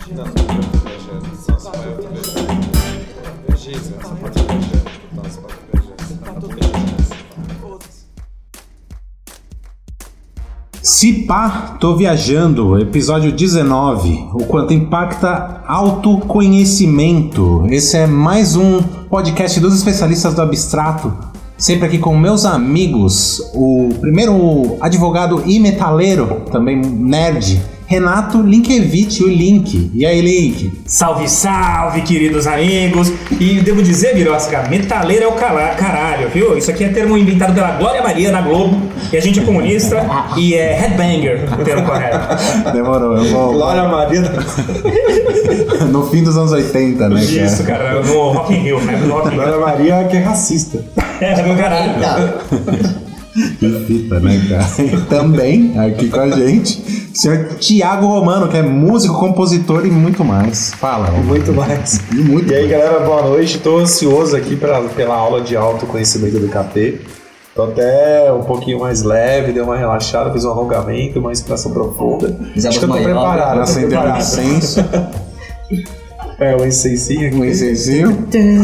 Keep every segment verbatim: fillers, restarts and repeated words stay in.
Não, não pode viajando, só se vai outra viajando. Giza, só pode viajando. Não, só pode viajando. Não, pode viajando. Se pá, tô viajando, episódio dezenove, o quanto impacta autoconhecimento. Esse é mais um podcast dos especialistas do abstrato, sempre aqui com meus amigos, o primeiro advogado e metaleiro, também nerd, Renato Linkevich, o Link. E aí, Link? Salve, salve, queridos amigos. E devo dizer, Birosca, metaleiro é o cala- caralho, viu? Isso aqui é termo inventado pela Glória Maria na Globo. E a gente é comunista e é headbanger, o termo correto. Demorou, eu vou... Glória Maria. No fim dos anos oitenta, né, cara? Isso, cara, no Rock in Rio, né? No Rock in Rio. Glória Maria que é racista. É, do caralho. Que fita, né, cara? E também, aqui com a gente, o senhor Thiago Romano, que é músico, compositor e muito mais. Fala. Muito mais. E, muito e aí, mais. galera, boa noite. Tô ansioso aqui pra, pela aula de autoconhecimento do K P. Tô até um pouquinho mais leve, dei uma relaxada, fiz um alongamento, uma inspiração profunda. Fizemos Acho que eu tô uma preparado. tô Acendeu um preparado. incenso. É, o incensinho aqui. Um incensinho.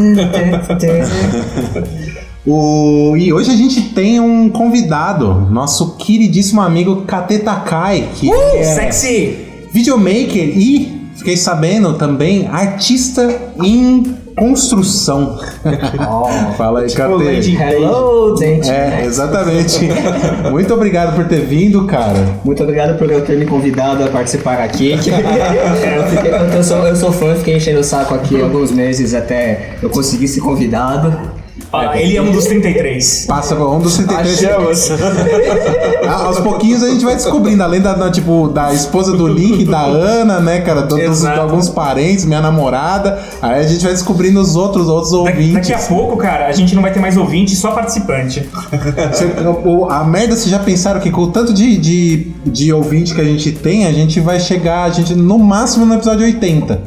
O... E hoje a gente tem um convidado, nosso queridíssimo amigo Kate Takai, que Uh, é sexy! videomaker e, fiquei sabendo, também artista em construção. Oh, Fala aí, Tipo, Kate. landing hello, gente. É, exatamente. Muito obrigado por ter vindo, cara. Muito obrigado por eu ter me convidado a participar aqui. eu, fiquei, eu, sou, eu sou fã, fiquei enchendo o saco aqui alguns meses até eu conseguir ser convidado. Ah, ele é um dos trinta e três. Passa um dos trinta e três. Achamos. Ah, aos pouquinhos a gente vai descobrindo, além da, da, tipo, da esposa do Link, da Ana, né, cara, dos, dos, de Exato. alguns parentes, minha namorada, aí a gente vai descobrindo os outros, outros Daqui, ouvintes. daqui a pouco, cara, a gente não vai ter mais ouvinte, só participante. Você- o- a merda, vocês já pensaram que com o tanto de, de, de ouvinte que a gente tem, a gente vai chegar, a gente no máximo no episódio oitenta.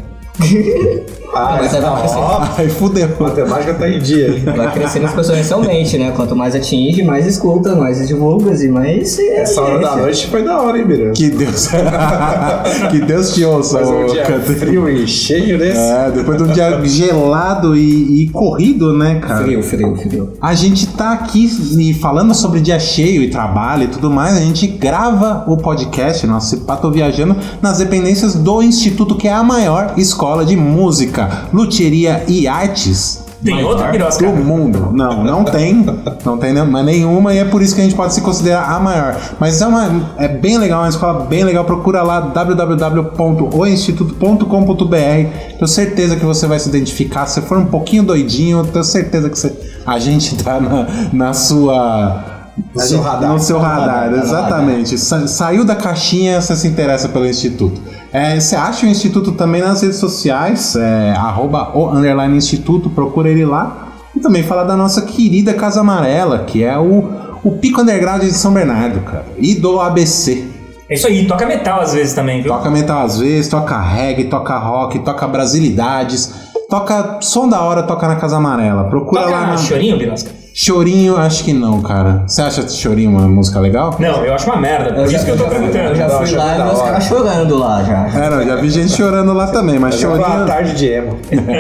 Ah, Mas vai crescer. ó, Aí fudeu. a matemática tá em dia. Vai crescendo exponencialmente, né? Quanto mais atinge, mais escuta, mais divulga e mais. Essa hora da noite foi da hora, hein, Bira? Que Deus. Que Deus te ouça, Mas um ô, dia Kate. frio e cheio desse. É, depois de um dia gelado e, e corrido, né, cara? Frio, frio, frio. A gente tá aqui e falando sobre dia cheio e trabalho e tudo mais, a gente grava o podcast, nosso Pato Viajando, nas dependências do Instituto, que é a maior escola de música, luthieria e artes Tem outra Birosca? do mundo. Não, não tem, não tem né, nenhuma, e é por isso que a gente pode se considerar a maior. Mas é, uma, é bem legal, é uma escola bem legal, procura lá w w w ponto o instituto ponto com ponto b r. Tenho certeza que você vai se identificar. Se for um pouquinho doidinho, tenho certeza que você, a gente tá na, na sua... No seu radar. No seu radar, radar, exatamente. Sa- saiu da caixinha, você se interessa pelo Instituto. É, você acha o Instituto também nas redes sociais, é, arroba o underline Instituto, procura ele lá. E também falar da nossa querida Casa Amarela, que é o, o pico underground de São Bernardo, cara. E do A B C. É isso aí, toca metal às vezes também, viu? Toca metal às vezes, toca reggae, toca rock, toca brasilidades, toca som da hora, toca na Casa Amarela. Procura Toca lá na... chorinho, Birosca? Chorinho, acho que não, cara. Você acha Chorinho uma música legal? Não, eu acho uma merda, por isso que eu tô perguntando. Eu já Não, fui acho lá da e meus hora. caras chorando lá já. É, não, já vi gente chorando lá também, mas Mas foi uma Chorinho... tarde de emo.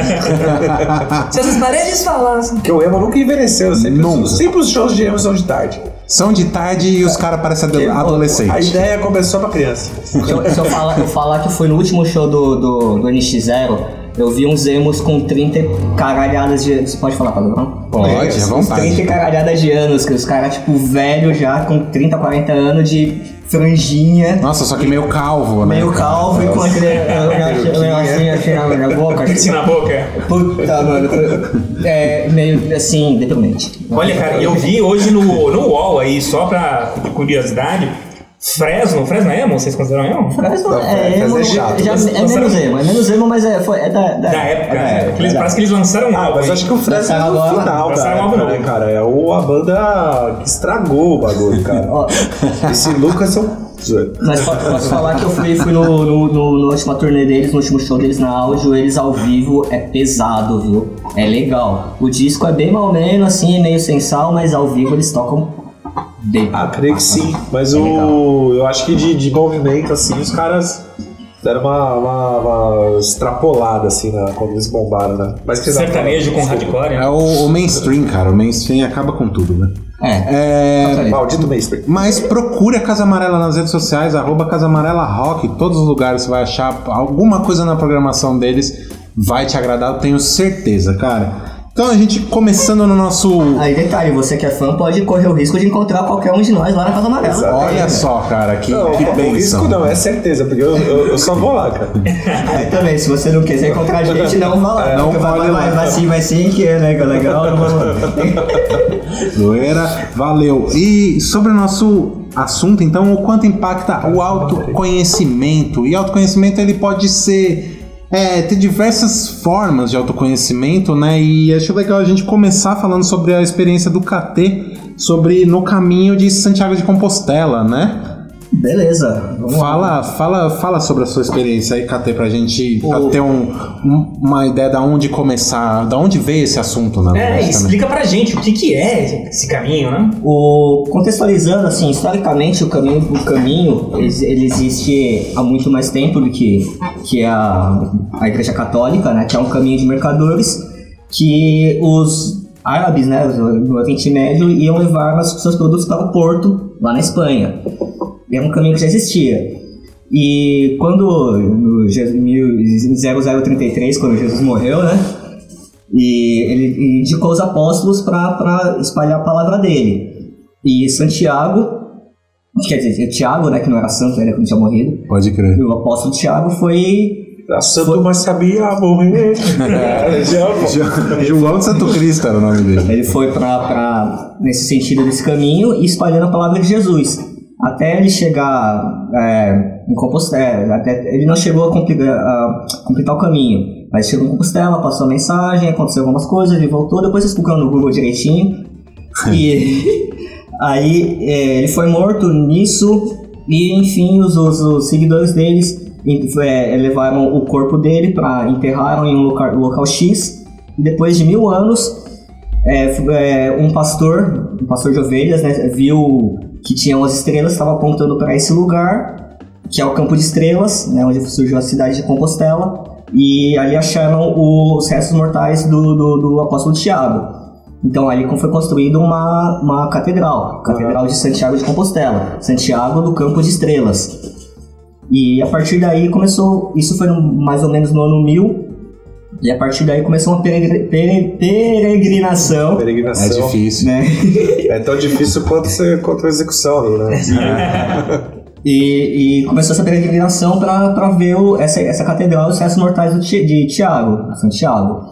Se essas paredes falassem. Porque o emo nunca envelheceu. Sempre, Nunca. Os, sempre os shows de emo são de tarde. São de tarde e os caras parecem ado- A adolescentes. ideia começou pra criança. Se eu, se eu falar, eu falar que foi no último show do, do, do N X zero, eu vi uns emos com trinta caralhadas de... Você pode falar palavrão? Pode, à Uns vontade. trinta caralhadas de anos, que os caras, tipo, velho já, com trinta, quarenta anos de franjinha. Nossa, só que meio calvo, né? Meio cara? calvo e com aquele negocinho assim na, na boca. Assim na boca. Puta, mano. É meio assim, deprimente. Olha, cara, eu vi hoje no, no U O L aí, só pra curiosidade, Fresno, Fresno é emo? Vocês consideram emo? Fresno Não, é Fresno emo, é chato, já, mas é menos emo, é menos emo, mas é, foi, é da, da, Da época, é, né? Que eles- é, parece que eles lançaram um Ah, álbum. mas hein? acho que o Fresno é Lançaram no agora, final da lançaram um época, álbum né, novo. cara? É o, a banda que estragou o bagulho, cara. Ó, Esse Lucas são... mas po- posso falar que eu fui, fui no, no, no, no última turnê deles, no último show deles na áudio, eles ao vivo é pesado, viu? É legal. O disco é bem mal ou menos, assim, é meio sem sal, mas ao vivo eles tocam bem. Ah, creio que sim. Mas É o... legal. eu acho que de, de movimento, assim, os caras Deram uma, uma, uma extrapolada, assim, né, quando eles bombaram, né? Mas que sertanejo com hardcore, né? É o, o mainstream, cara. O mainstream acaba com tudo, né? É. É, maldito mainstream. mas procure a Casa Amarela nas redes sociais, arroba Casa Amarela Rock. Em todos os lugares você vai achar alguma coisa na programação deles. Vai te agradar, eu tenho certeza, cara. Então a gente começando no nosso... Aí detalhe, você que é fã pode correr o risco de encontrar qualquer um de nós lá na Casa Amarela. Exatamente. Olha só, cara, que, não, que o bênção. risco não, é certeza, porque eu, eu, eu só vou lá, cara. Aí também, se você não quiser encontrar a gente, não vá lá. É, não vai, vale vai, lá. vai sim, vai sim, que é legal, legal. Não vamos... Zoeira, valeu. E sobre o nosso assunto, então, o quanto impacta o autoconhecimento. E autoconhecimento, ele pode ser... É, tem diversas formas de autoconhecimento, né? E acho legal a gente começar falando sobre a experiência do K T, sobre no caminho de Santiago de Compostela, né? Beleza. Vamos Fala, lá. fala, fala sobre a sua experiência aí, K T, pra gente O- ter um, um- uma ideia de onde começar, de onde veio esse assunto, na É, verdade, também. explica pra gente o que, que é esse caminho, né? O, contextualizando, assim, historicamente o caminho, o caminho ele, ele existe há muito mais tempo do que, que a, a Igreja Católica, né? Que é um caminho de mercadores que os árabes, né, do Oriente Médio, iam levar os seus produtos para o porto, lá na Espanha. E é um caminho que já existia. E quando, no zero zero trinta e três, quando Jesus morreu, né? E ele indicou os apóstolos para espalhar a palavra dele. E Santiago, quer dizer, Tiago, né, que não era santo ainda quando tinha morrido, Pode crer. o apóstolo Tiago foi... A santo, mas sabia morrer. É, já, Jo- João de Santo Cristo era o nome dele. Ele foi para nesse sentido desse caminho e espalhando a palavra de Jesus. Até ele chegar é, em Compostela, até, ele não chegou a, compli- a completar o caminho, mas chegou em Compostela, passou a mensagem, aconteceu algumas coisas, ele voltou, depois vocês procuram no Google direitinho. E aí é, ele foi morto nisso e enfim os, os, os seguidores deles é, levaram o corpo dele para enterraram em um local, local X. E depois de mil anos é, é, um pastor, um pastor de ovelhas, né, viu que tinha umas estrelas, estava apontando para esse lugar, que é o Campo de Estrelas, né, onde surgiu a cidade de Compostela, e ali acharam os restos mortais do, do, do apóstolo Tiago. Então ali foi construída uma, uma catedral, Catedral de Santiago de Compostela, Santiago do Campo de Estrelas. E a partir daí começou, isso foi no, mais ou menos no ano mil, e a partir daí começou uma peregr- pere- peregrinação, peregrinação. É difícil. né? É tão difícil quanto, ser, quanto a execução, né? E, e começou essa peregrinação para ver o, essa, essa catedral e os restos mortais do, Ti- de Tiago, Santiago.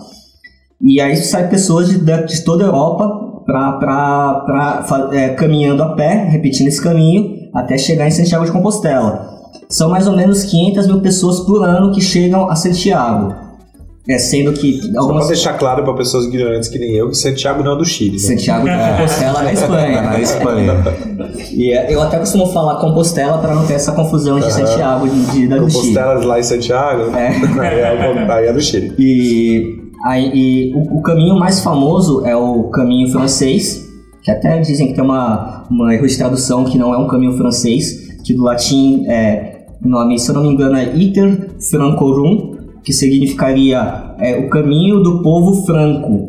E aí saem pessoas de, de toda a Europa pra, pra, pra, fa- é, caminhando a pé, repetindo esse caminho, até chegar em Santiago de Compostela. São mais ou menos quinhentas mil pessoas por ano que chegam a Santiago. É, sendo que Só algumas... pra deixar claro pra pessoas ignorantes que nem eu, que Santiago não é do Chile. Né? Santiago de Compostela na Espanha. Na Espanha. E é, eu até costumo falar Compostela para não ter essa confusão de Santiago de, de, da do Chile. Compostela lá em Santiago, É. aí, é, aí é do Chile. E, aí, e o, o caminho mais famoso é o caminho francês, que até dizem que tem uma, uma erro de tradução que não é um caminho francês, que do latim é, o nome, se eu não me engano, é Iter Francorum, que significaria é, o caminho do povo franco.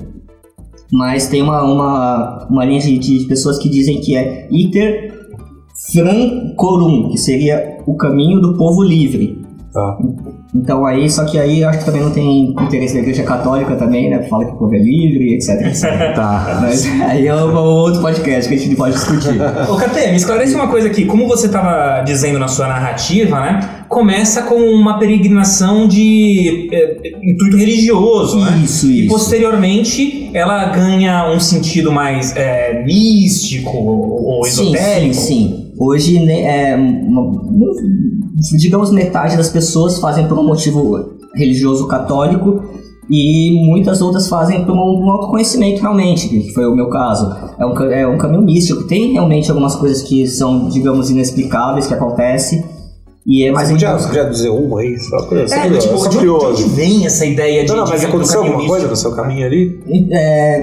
Mas tem uma, uma, uma linha de, de pessoas que dizem que é Iter Francorum, que seria o caminho do povo livre. Tá. Então aí, só que aí eu acho que também não tem interesse da Igreja Católica também, né? Fala que o povo é livre, etc, etcétera. Tá. Mas aí é um outro podcast que a gente pode discutir. Ô, Katê, me esclarece uma coisa aqui. Como você estava dizendo na sua narrativa, né? Começa com uma peregrinação de é, intuito religioso, né? Isso, E isso. posteriormente ela ganha um sentido mais é, místico ou Sim, esotérico. sim, sim. Hoje, né, é, uma- digamos, metade das pessoas fazem por um motivo religioso católico e muitas outras fazem por um, um autoconhecimento realmente, que foi o meu caso. É um, ca- é um caminho místico. Tem realmente algumas coisas que são, digamos, inexplicáveis que acontecem. E é mais Você podia, então- podia dizer uma aí? Só pra, só É, curioso, tipo, só de onde curioso. vem essa ideia de... Não, não, de- mas do aconteceu caminho alguma coisa no místico? seu caminho ali? É,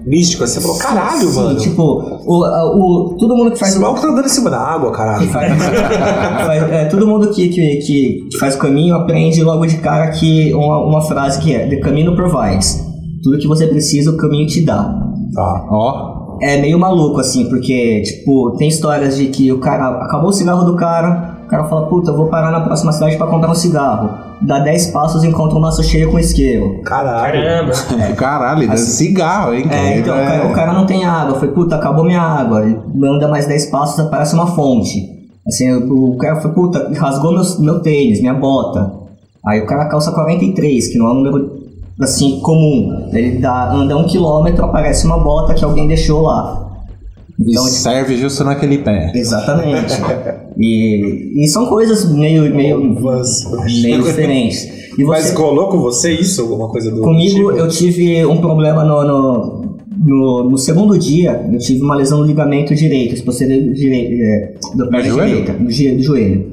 místico, assim, você falou, caralho, Sim, mano. tipo, o, o, todo mundo que faz Esse maluco tá andando em cima da água, caralho. que faz, faz- é, todo mundo que, que, que, que faz o caminho aprende logo de cara que uma, uma frase que é The Camino provides. Tudo que você precisa, o caminho te dá. Tá. Ó, É meio maluco, assim, porque, tipo, tem histórias de que o cara acabou o cigarro do cara, o cara fala, puta, eu vou parar na próxima cidade pra comprar um cigarro. Dá dez passos e encontra um maço cheio com isqueiro. Caralho. Caramba. caralho, ele dá cigarro, hein? É, então, é... o, cara, o cara não tem água. Foi, puta, acabou minha água. Ele anda mais dez passos, aparece uma fonte. Assim, o, o cara foi, puta, rasgou meu, meu tênis, minha bota. Aí o cara calça quarenta e três, que não é um número, assim, comum. Ele dá, anda um quilômetro, aparece uma bota que alguém deixou lá. Então, E serve justo naquele pé. exatamente. E, e são coisas meio, meio, meio diferentes. E você, Mas rolou com você isso? Alguma coisa do comigo, tipo? eu tive um problema no, no, no, no segundo dia. Eu tive uma lesão no ligamento direito, posterior direito, é, do perna joelho? direita, do, jo- do joelho.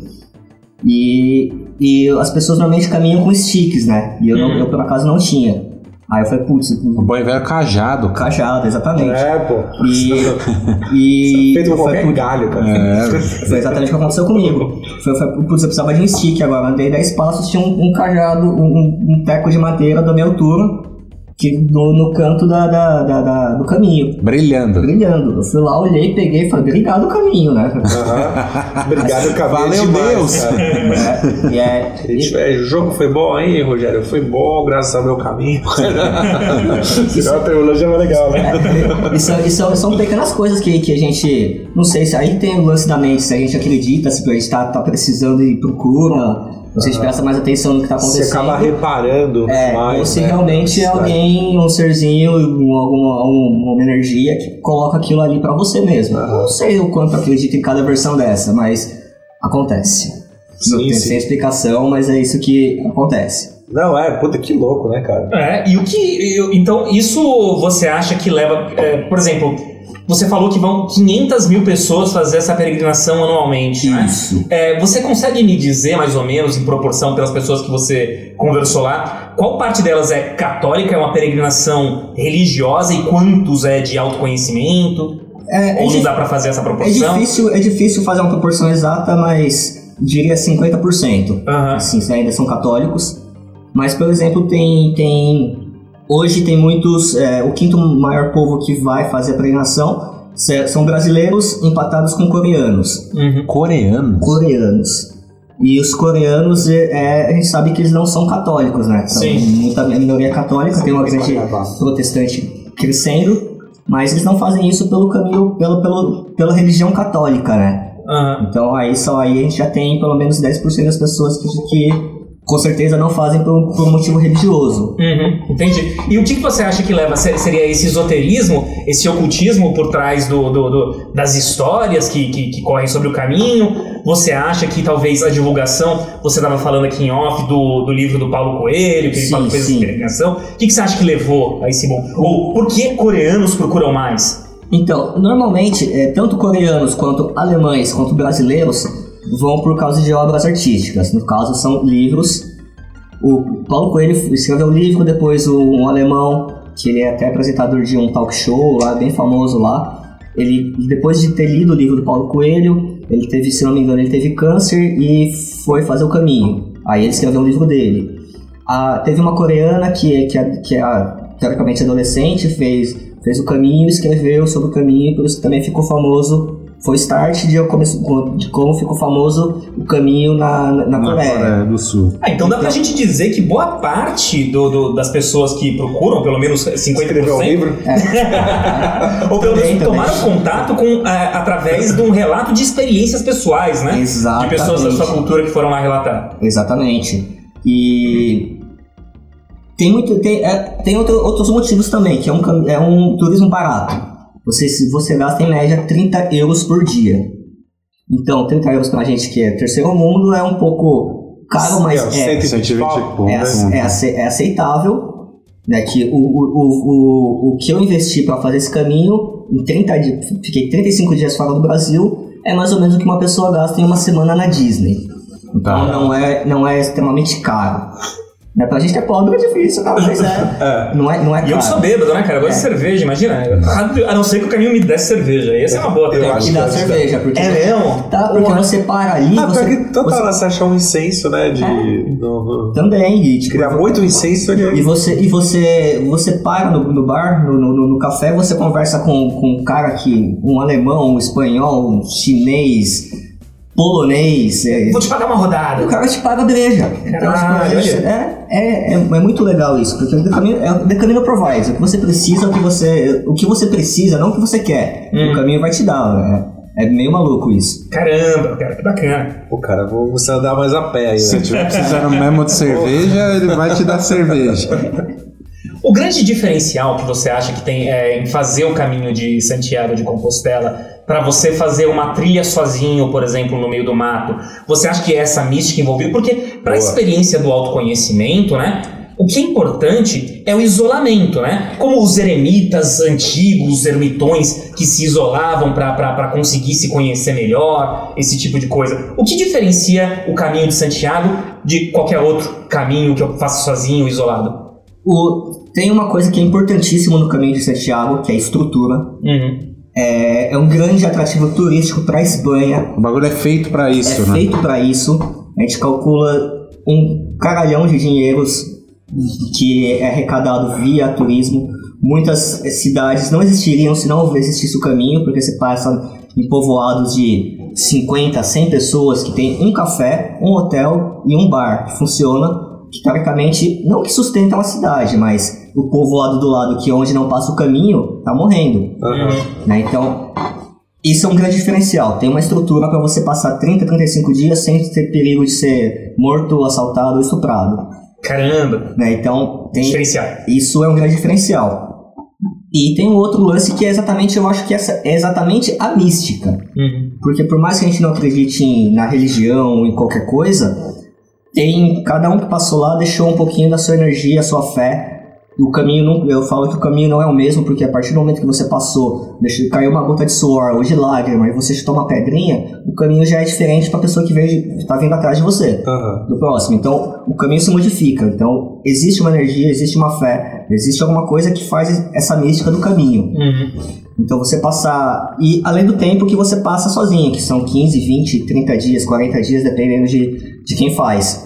E, e as pessoas normalmente caminham com sticks, né? E eu, não, eu por acaso não tinha. Aí eu falei, putz, O bom e velho cajado, cara. cajado, exatamente. É, pô. E, e Feito com foi, qualquer putz, galho, cara. É, foi exatamente o que aconteceu comigo. Foi, foi, putz, eu precisava de um stick agora. Andei dez passos, tinha um, um cajado, um, um teco de madeira da minha altura, que no, no canto da, da, da, da- do caminho, brilhando. brilhando. Eu fui lá, olhei, peguei e falei, obrigado caminho, né? Aham. Obrigado, cabelo. Valeu, demais, Deus. cara. É, e é, Gente, é, o jogo foi bom, hein, Rogério? Foi bom, graças ao meu caminho. Senão a teologia é legal, né? e são, e são, são pequenas coisas que, que a gente, não sei se aí tem o lance da mente, se a gente acredita, se a gente tá, tá precisando e procura, ou se a gente presta mais atenção no que tá acontecendo. Você acaba reparando É, mais, ou se né? realmente é alguém, um serzinho, um- alguma um- uma energia que coloca aquilo ali pra você mesmo. Eu não sei o quanto acredito em cada versão dessa, mas acontece. Não Sim, tem sim. sem explicação, mas é isso que acontece. Não, é, puta, que louco, né, cara? É, e o que. eu- Então, isso você acha que leva. é, por exemplo, você falou que vão quinhentas mil pessoas fazer essa peregrinação anualmente, né? Isso. É, você consegue me dizer, mais ou menos, em proporção pelas pessoas que você conversou lá, qual parte delas é católica, é uma peregrinação religiosa e quantos é de autoconhecimento? É, é Ou não dif- dá pra fazer essa é proporção? difícil, é difícil fazer uma proporção exata, mas diria cinquenta por cento. Aham. Assim, se ainda são católicos. Mas, por exemplo, tem, tem hoje tem muitos, é, o quinto maior povo que vai fazer a peregrinação se- são brasileiros empatados com coreanos. Uhum. Coreano. Coreanos. E os coreanos, é, a gente sabe que eles não são católicos, né? São Sim. muita minoria católica, tem uma grande protestante crescendo, mas eles não fazem isso pelo caminho, pelo, pelo, pela religião católica, né? Aham. Então aí só aí a gente já tem pelo menos dez por cento das pessoas que, que com certeza não fazem por, por um motivo religioso. Uhum, entendi. E o que que você acha que leva? Se- Seria esse esoterismo, esse ocultismo por trás do, do- do- das histórias que, que, que correm sobre o caminho? Você acha que talvez a divulgação, você estava falando aqui em off do, do livro do Paulo Coelho, que ele Sim, fala que fez essa sim. peregrinação. O que, que você acha que levou a esse bom? Ou por que coreanos procuram mais? Então, normalmente, é, tanto coreanos quanto alemães quanto brasileiros vão por causa de obras artísticas. No caso, são livros. O Paulo Coelho escreveu um livro, depois um alemão, que ele é até apresentador de um talk show lá, bem famoso lá. Ele, depois de ter lido o livro do Paulo Coelho, ele teve, se não me engano, ele teve câncer e foi fazer o caminho. Aí ele escreveu um livro dele. Ah, teve uma coreana que, que, é- que é teoricamente adolescente, fez, fez o caminho, escreveu sobre o caminho, por isso que também ficou famoso. Foi o start de, eu começo, de como ficou famoso o caminho na, na, na Na Coreia. Coreia do Sul. Ah, então dá pra gente dizer que boa parte do, do- das pessoas que procuram, pelo menos cinquenta por Escreveu um cento, livro? ou pelo menos Também, tomaram também. contato com, ah, através de um relato de experiências pessoais, né? Exatamente. De pessoas da sua cultura que foram lá relatar. Exatamente. E tem muito tem, é, tem outro, outros motivos também, que é um, cam- é um turismo barato. Você, se você gasta em média trinta euros por dia. Então, trinta euros pra gente que é terceiro mundo é um pouco caro, mas É, é, cento e vinte cento e vinte pau. pontos. é, ace- é, ace- é aceitável. Né, que o, o, o, o, o que eu investi para fazer esse caminho, em trinta dias, fiquei trinta e cinco dias fora do Brasil, é mais ou menos o que uma pessoa gasta em uma semana na Disney. Então Tá. não, é, não é extremamente caro. Né, pra gente que é pobre é difícil, tá? Mas é, É. não é, não é E caro. eu que sou bêbado, né, cara? Eu gosto de cerveja, imagina. A não ser que o caminho me desse cerveja. Essa é uma boa. Eu também. acho E dá que- cerveja, porque, É mesmo? tá, porque você para ali, Ah, você, porque toda você hora você acha um incenso, né? De. É. no- no- também, e, tipo, Criar muito incenso ali. E você, e você, você para no, no bar, no, no, no café, você conversa com, com um cara que, um alemão, um espanhol, um chinês, polonês. É, Vou te pagar uma rodada. o cara te paga a breja. Então, Caralho, tipo, olha. é, é, é, é muito legal isso, porque o The Camino, é, o The Camino provides. O que você precisa, o que você, o que você precisa, não o que você quer. Hum. O caminho vai te dar. É, é meio maluco isso. Caramba, cara, que bacana. Pô, cara, vou você andar mais a pé aí, Se né? tiver precisando mesmo de cerveja, ele vai te dar cerveja. O grande diferencial que você acha que tem é, em fazer o caminho de Santiago de Compostela para você fazer uma trilha sozinho, por exemplo, no meio do mato, você acha que é essa mística envolvida? Porque para a Boa. experiência do autoconhecimento, né? O que é importante é o isolamento, né? Como os eremitas antigos, os ermitões que se isolavam para conseguir se conhecer melhor, esse tipo de coisa. O que diferencia o caminho de Santiago de qualquer outro caminho que eu faço sozinho, isolado? O, tem uma coisa que é importantíssima no caminho de Santiago, que é a estrutura. Uhum. É, é um grande atrativo turístico para a Espanha. O bagulho é feito pra isso, É né? feito para isso. A gente calcula um caralhão de dinheiros que é arrecadado via turismo. Muitas cidades não existiriam se não existisse o caminho, porque você passa em povoados de cinquenta, cem pessoas que tem um café, um hotel e um bar que funciona, que teoricamente não que sustentam a cidade, mas o povoado do lado, que onde não passa o caminho, tá morrendo. Aham. Né? Então, isso é um grande diferencial. Tem uma estrutura para você passar trinta, trinta e cinco dias sem ter perigo de ser morto, assaltado ou estuprado. Caramba, Né? Então, tem, diferencial. isso é um grande diferencial. E tem um outro lance que é exatamente, eu acho que essa é exatamente a mística. Uhum. Porque por mais que a gente não acredite em, na religião ou em qualquer coisa, tem cada um que passou lá deixou um pouquinho da sua energia, a sua fé. O caminho não, eu falo que o caminho não é o mesmo, porque a partir do momento que você passou, deixou, caiu uma gota de suor ou de lágrima e você chutou uma pedrinha, o caminho já é diferente para a pessoa que veio, está vindo atrás de você, Aham. do próximo. Então o caminho se modifica. Então existe uma energia, existe uma fé, existe alguma coisa que faz essa mística do caminho. Uhum. Então você passar, e além do tempo que você passa sozinho, que são quinze, vinte, trinta dias, quarenta dias, dependendo de, de quem faz.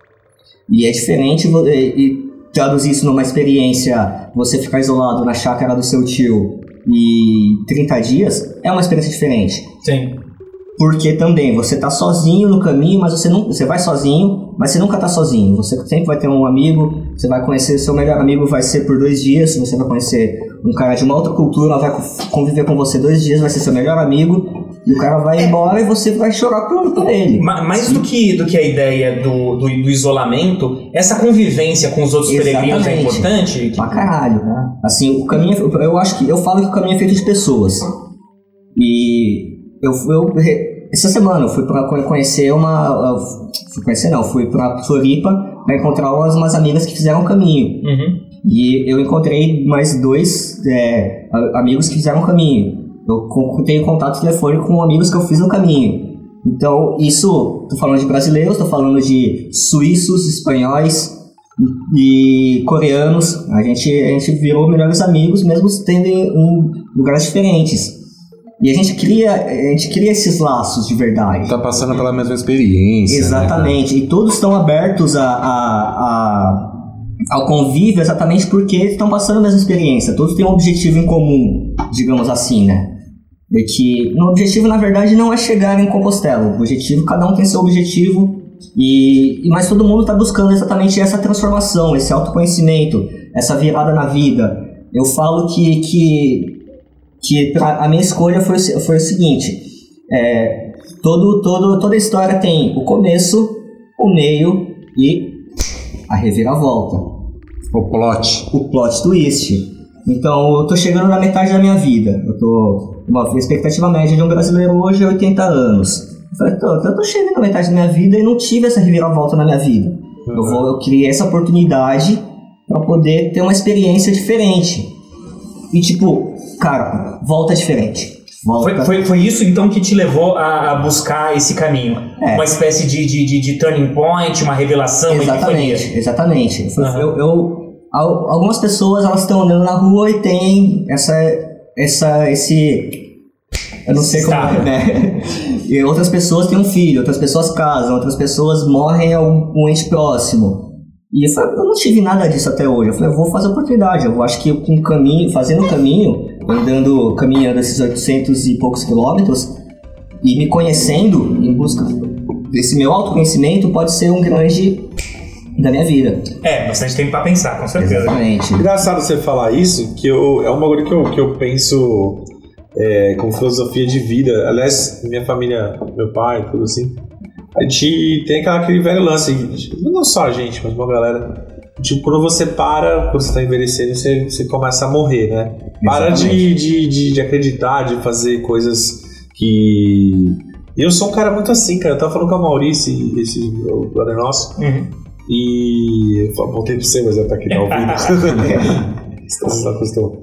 E é diferente, vo- e, e traduzir isso numa experiência, você ficar isolado na chácara do seu tio e trinta dias, é uma experiência diferente. Sim. Porque também você tá sozinho no caminho, mas você não, você vai sozinho, mas você nunca tá sozinho. Você sempre vai ter um amigo, você vai conhecer, seu melhor amigo vai ser por dois dias, você vai conhecer um cara de uma outra cultura, vai conviver com você dois dias, vai ser seu melhor amigo, e o cara vai embora e você vai chorar por, por ele. Ma- Mais do que, do que a ideia do, do, do isolamento, essa convivência com os outros peregrinos é Exatamente. importante? Pra caralho. Assim, o caminho, é- eu acho que, eu falo que o caminho é feito de pessoas. E eu, eu essa semana eu fui pra conhecer uma, fui conhecer não, fui pra Floripa pra encontrar umas, umas amigas que fizeram o caminho. Uhum. E eu encontrei mais dois é, a- amigos que fizeram o caminho. Eu co- tenho contato telefônico com amigos que eu fiz no caminho. Então, isso, tô falando de brasileiros, tô falando de suíços, espanhóis e coreanos. A gente, a gente virou melhores amigos, mesmo tendo em um, lugares diferentes. E a gente cria, a gente cria esses laços de verdade. Tá passando pela mesma experiência. Exatamente. E todos estão abertos a, a, a, ao convívio exatamente porque estão passando a mesma experiência. Todos têm um objetivo em comum, digamos assim, né? É que o objetivo, na verdade, não é chegar em Compostela. O objetivo, cada um tem seu objetivo, e, e mas todo mundo está buscando exatamente essa transformação, esse autoconhecimento, essa virada na vida. Eu falo que, que, que pra, a minha escolha foi, foi o seguinte: é, todo, todo, toda história tem o começo, o meio e a reviravolta. O plot. O plot twist. Então, eu tô chegando na metade da minha vida. Eu tô... Uma expectativa média de um brasileiro hoje é oitenta anos. Eu falei, tô, eu tô chegando na metade da minha vida e não tive essa reviravolta na minha vida. Uhum. Eu, vou, eu criei essa oportunidade pra poder ter uma experiência diferente. E tipo, cara, volta diferente. volta. Foi, foi, foi isso então que te levou a, a buscar esse caminho? É. Uma espécie de, de, de, de turning point, uma revelação, uma Exatamente, epifania. exatamente. Foi- Aham. eu, eu- al- algumas pessoas elas estão andando na rua e tem essa, essa, esse, eu não sei como Tá. é, né? E outras pessoas têm um filho, outras pessoas casam, outras pessoas morrem a um, um ente próximo. E eu, falei, eu não tive nada disso até hoje. Eu falei, eu vou fazer oportunidade. Eu acho que com o caminho, fazendo o caminho, andando, caminhando esses oitocentos e poucos quilômetros e me conhecendo em busca desse meu autoconhecimento pode ser um grande da minha vida. É, bastante tempo pra pensar, com certeza. Exatamente. Engraçado você falar isso, que eu, é um bagulho que eu, que eu penso é, com filosofia de vida. Aliás, minha família, meu pai, tudo assim, a gente tem aquela, aquele velho lance, não só a gente, mas uma galera, tipo, quando você para, quando você tá envelhecendo, você, você começa a morrer, né? Para de, de, de, de acreditar, de fazer coisas que... E eu sou um cara muito assim, cara. Eu tava falando com a Maurício, esse o brother nosso, Uhum. e... Eu voltei pra você, mas ela tá aqui na ouvido. Você não acostumou.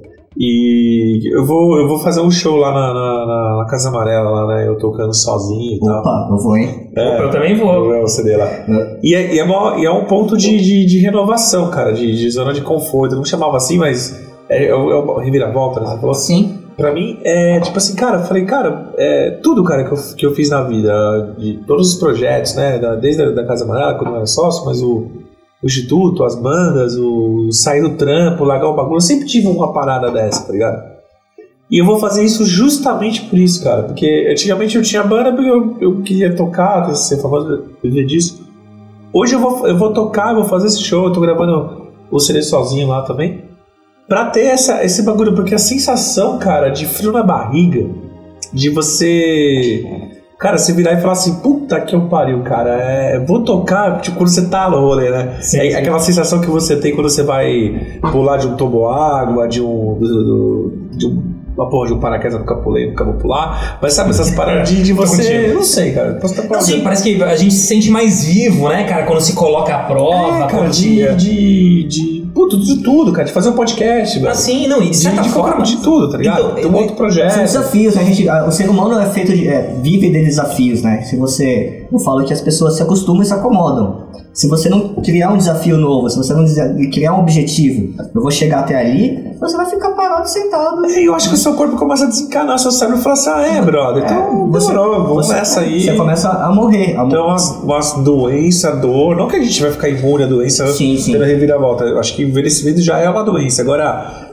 E eu vou, eu vou fazer um show lá na, na, na Casa Amarela, lá, né? Eu tocando sozinho e tal. Opa, eu vou, hein? É, Eu também vou. eu o C D lá. É. E é, e, é uma- e é um ponto de, de, de renovação, cara, de, de zona de conforto. Eu não chamava assim, mas é, é, o- é uma reviravolta, né? Você falou assim. Sim. Pra mim, é tipo assim, cara, eu falei, cara, é, tudo, cara, que eu, que eu fiz na vida, de todos os projetos, né? da- desde a da Casa Amarela, quando eu era sócio, mas o, o Instituto, as bandas, o sair do trampo, largar o bagulho, eu sempre tive uma parada dessa, tá ligado? E eu vou fazer isso justamente por isso, cara. Porque antigamente eu tinha banda porque eu, eu queria tocar, ser famoso, viver disso. Hoje eu vou, eu vou tocar, eu vou fazer esse show, eu tô gravando o C D sozinho lá também. Pra ter essa, esse bagulho, porque a sensação, cara, de frio na barriga, de você... Cara, você virar e falar assim, puta que eu pariu, cara, é, vou tocar, tipo, quando você tá no rolê, né? Sim, é sim. aquela sensação que você tem quando você vai pular de um toboágua, de um... Do, do, de um uma porra de um paraquedas eu nunca pulei, nunca vou pular. Mas sabe, essas paradas de, de Tô você... contigo. Eu não sei, cara. Posso estar Não, sim, parece que a gente se sente mais vivo, né, cara, quando se coloca à prova, É, cara, quando de, te- de, de... Puto, de tudo, cara. De fazer um podcast, velho. Assim, não, e de De, certa de, forma... de tudo, tá ligado? Então, Tem um outro projeto. São desafios, né? A gente, a- o ser humano é feito de. É, vive de desafios, né? Se você. Eu falo que as pessoas se acostumam e se acomodam. Se você não criar um desafio novo, se você não desa- criar um objetivo, eu vou chegar até ali, você vai ficar parado, sentado. É, eu acho que o seu corpo começa a desencanar, seu cérebro fala assim, ah, é, brother, então você- demorou, vamos você- nessa aí. Você começa a morrer. A Então, umas, umas doenças, dor, não que a gente vai ficar imune à doença Sim, sim. pela reviravolta, eu acho que o envelhecimento já é uma doença. Agora,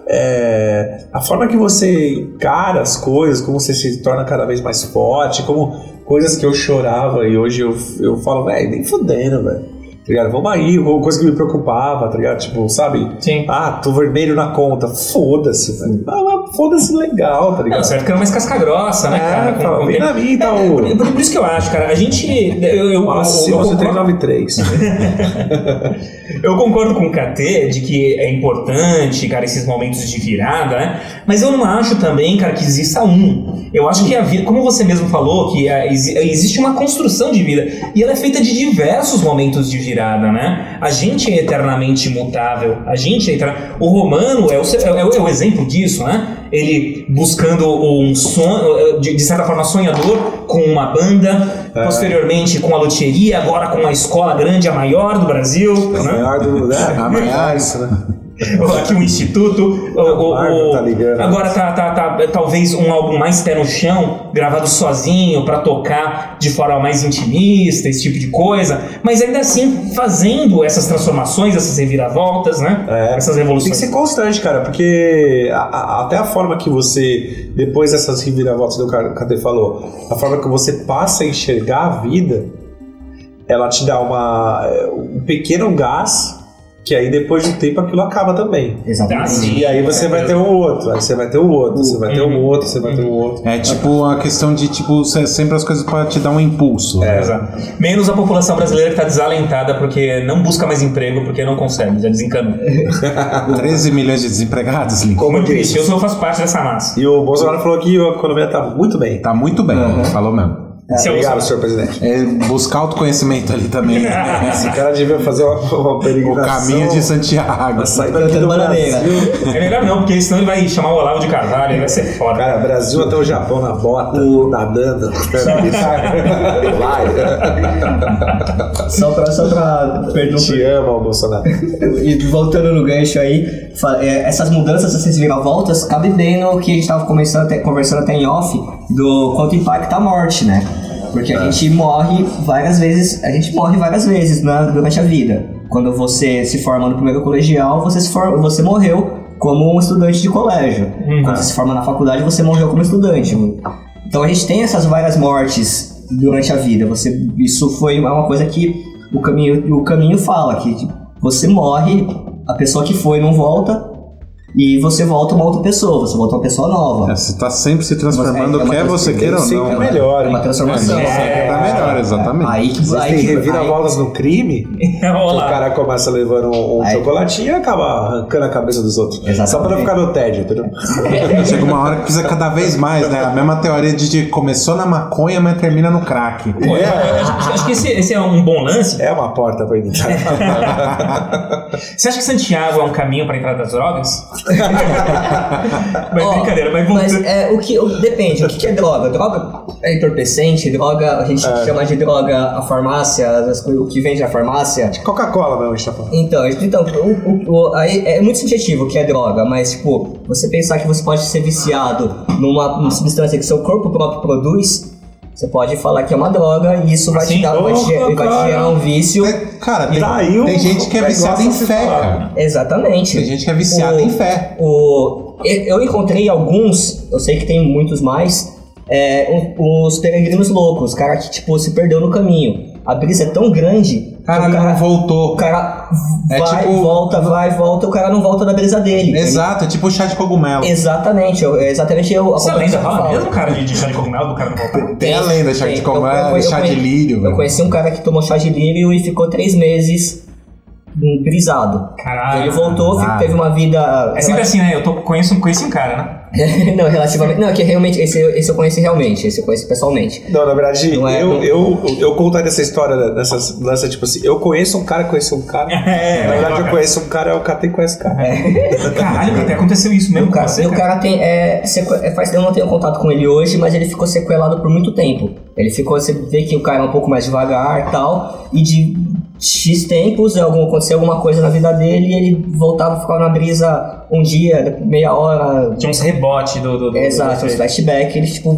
é, a forma que você encara as coisas, como você se torna cada vez mais forte, como coisas que eu chorava e hoje eu, eu falo, velho, nem fudendo, velho. Tá ligado? Vamos aí, ou coisa que me preocupava, tá ligado? Tipo, sabe? Sim. Ah, tô vermelho na conta. Foda-se, velho. Ah, mas foda-se legal, tá É, ligado? você vai ficando mais casca grossa, né, cara? É, com- fala, com vem tempo. na minha, tá o... Por, por isso que eu acho, cara, a gente... Eu, eu, Nossa, eu, eu, você concordo, três nove três. eu concordo com o K T de que é importante, cara, esses momentos de virada, né? Mas eu não acho também, cara, que exista um. Eu acho que a vida, como você mesmo falou, que a- exi- existe uma construção de vida. E ela é feita de diversos momentos de virada, né? A gente é eternamente imutável. A gente é eterna... O Romano é o, é, o, é o exemplo disso, né? Ele buscando um sonho, de, de certa forma sonhador, com uma banda, É. posteriormente com a loteria, agora com uma escola grande, a maior do Brasil, O né? maior do... Né? A maior. Isso, né? Aqui um instituto. O, o- Marvel o- tá ligando. agora tá, tá, tá talvez um álbum mais pé no chão, gravado sozinho pra tocar de forma mais intimista, esse tipo de coisa. Mas ainda assim fazendo essas transformações, essas reviravoltas, né? É. Essas Tem que revoluções. ser constante, cara, porque a- a- até a forma que você, depois dessas reviravoltas que o K T falou, a forma que você passa a enxergar a vida, ela te dá uma, um pequeno gás, que aí depois de um tempo aquilo acaba também. Exatamente. Ah, sim. E aí você vai ter um outro, aí você vai ter um outro, você vai ter um outro, você vai ter um outro. É tipo a questão de, tipo, se- sempre as coisas pra te dar um impulso. É. Exato. Menos a população brasileira que tá desalentada porque não busca mais emprego, porque não consegue, já desencanou. treze milhões de desempregados, Link. Como eu Muito triste, disse. eu só faço parte dessa massa. E o Bolsonaro falou que a economia tá muito bem. Tá muito bem, Uhum. falou mesmo. Esse é o Obrigado, uso. senhor presidente. É buscar autoconhecimento ali também. Né? Esse cara devia fazer uma, uma O peregrinação. caminho de Santiago. Sair Plantando daqui do bananeira. Brasil. É melhor não, porque senão ele vai chamar o Olavo de Carvalho, ele vai ser foda. Cara, Brasil até o Japão na bota, nadando. Vai. Só pra, só pra perder um Te ama, Bolsonaro. E voltando no gancho aí, fa- é, essas mudanças, essas viravoltas, cabe bem no que a gente tava começando até- conversando até em off, do quanto impacta a morte, né? Porque a gente morre várias vezes, a gente morre várias vezes né, durante a vida. Quando você se forma no primeiro colegial, você, se for, você morreu como um estudante de colégio. Uhum. Quando você se forma na faculdade, você morreu como estudante. Então a gente tem essas várias mortes durante a vida. Você, isso foi uma coisa que o caminho, o caminho fala, que tipo, você morre, a pessoa que foi não volta, e você volta uma outra pessoa, você volta uma pessoa nova. É, você tá sempre se transformando, É, é uma quer você queira ou sempre não. melhor, É uma hein? transformação. É, sempre tá melhor, exatamente. Aí que Vocês aí têm que- reviravoltas no crime, Olha o lá. cara começa levando um, um Aí- chocolatinho e acaba arrancando a cabeça dos outros. Exatamente. Só pra não ficar no tédio, entendeu? Chega uma hora que precisa cada vez mais, né? A mesma teoria de, de começou na maconha, mas termina no crack. Pô, eu acho, acho que esse, esse é um bom lance. É uma porta pra entrar. Você acha que Santiago é um caminho pra entrar das drogas? Mas Ó, brincadeira, mas mas vamos... é, o que, o- depende, o que, que é droga? Droga é entorpecente, droga, a gente chama de droga a farmácia, as coisas- o que vende na farmácia. Coca-Cola mesmo, a gente tá falando. Então, então o, o, o, aí é muito subjetivo o que é droga, mas tipo, você pensar que você pode ser viciado numa, numa substância que seu corpo próprio produz, você pode falar que é uma droga e isso vai, Assim? te, dar, vai, te, Oh, vai te cara. gerar um vício. É, cara, tem, Tá aí um- tem gente que é um viciada em negócio a se fé, falar. cara. Exatamente. Tem gente que é viciada O- em fé. O, eu encontrei alguns, eu sei que tem muitos mais, é, um- os peregrinos loucos, cara que tipo se perdeu no caminho. A brisa é tão grande, Caralho, que o cara, não voltou. o cara É vai, tipo- volta, vai, volta, o cara não volta da brisa dele. Exato, é tipo chá de cogumelo. Exatamente, eu- é exatamente eu. Essa lenda fala fala. mesmo, cara, de de chá de cogumelo, do cara não voltar? Tem a lenda, chá de tem. cogumelo, Eu- eu- chá eu de conhe- lírio. Eu velho. conheci um cara que tomou chá de lírio e ficou três meses hum, brisado. Caralho. Ele voltou, fi- Ah. teve uma vida. É sempre assim, né? Eu tô, conheço, conheci um cara, né? Não, relativamente. Não, é que realmente, esse, esse eu conheci realmente, esse eu conheci pessoalmente. Não, na verdade, Não é- eu, não- eu, eu contaria essa história dessas lanças, tipo assim, eu conheço um cara, conheço um cara. É, na verdade, legal, eu conheço um cara, o Catê conhece o cara. Caralho, até aconteceu isso E mesmo o com cara, você, e o cara? cara tem. É, sequ- é, faz, eu não tenho contato com ele hoje, mas ele ficou sequelado por muito tempo. Ele ficou. Você vê que o cara é um pouco mais devagar e tal. E de X tempos, algum, aconteceu alguma coisa na vida dele e ele voltava a ficar na brisa um dia, meia hora. Tinha uns rebotes do... do, do Exato, do- uns flashback, eles tipo.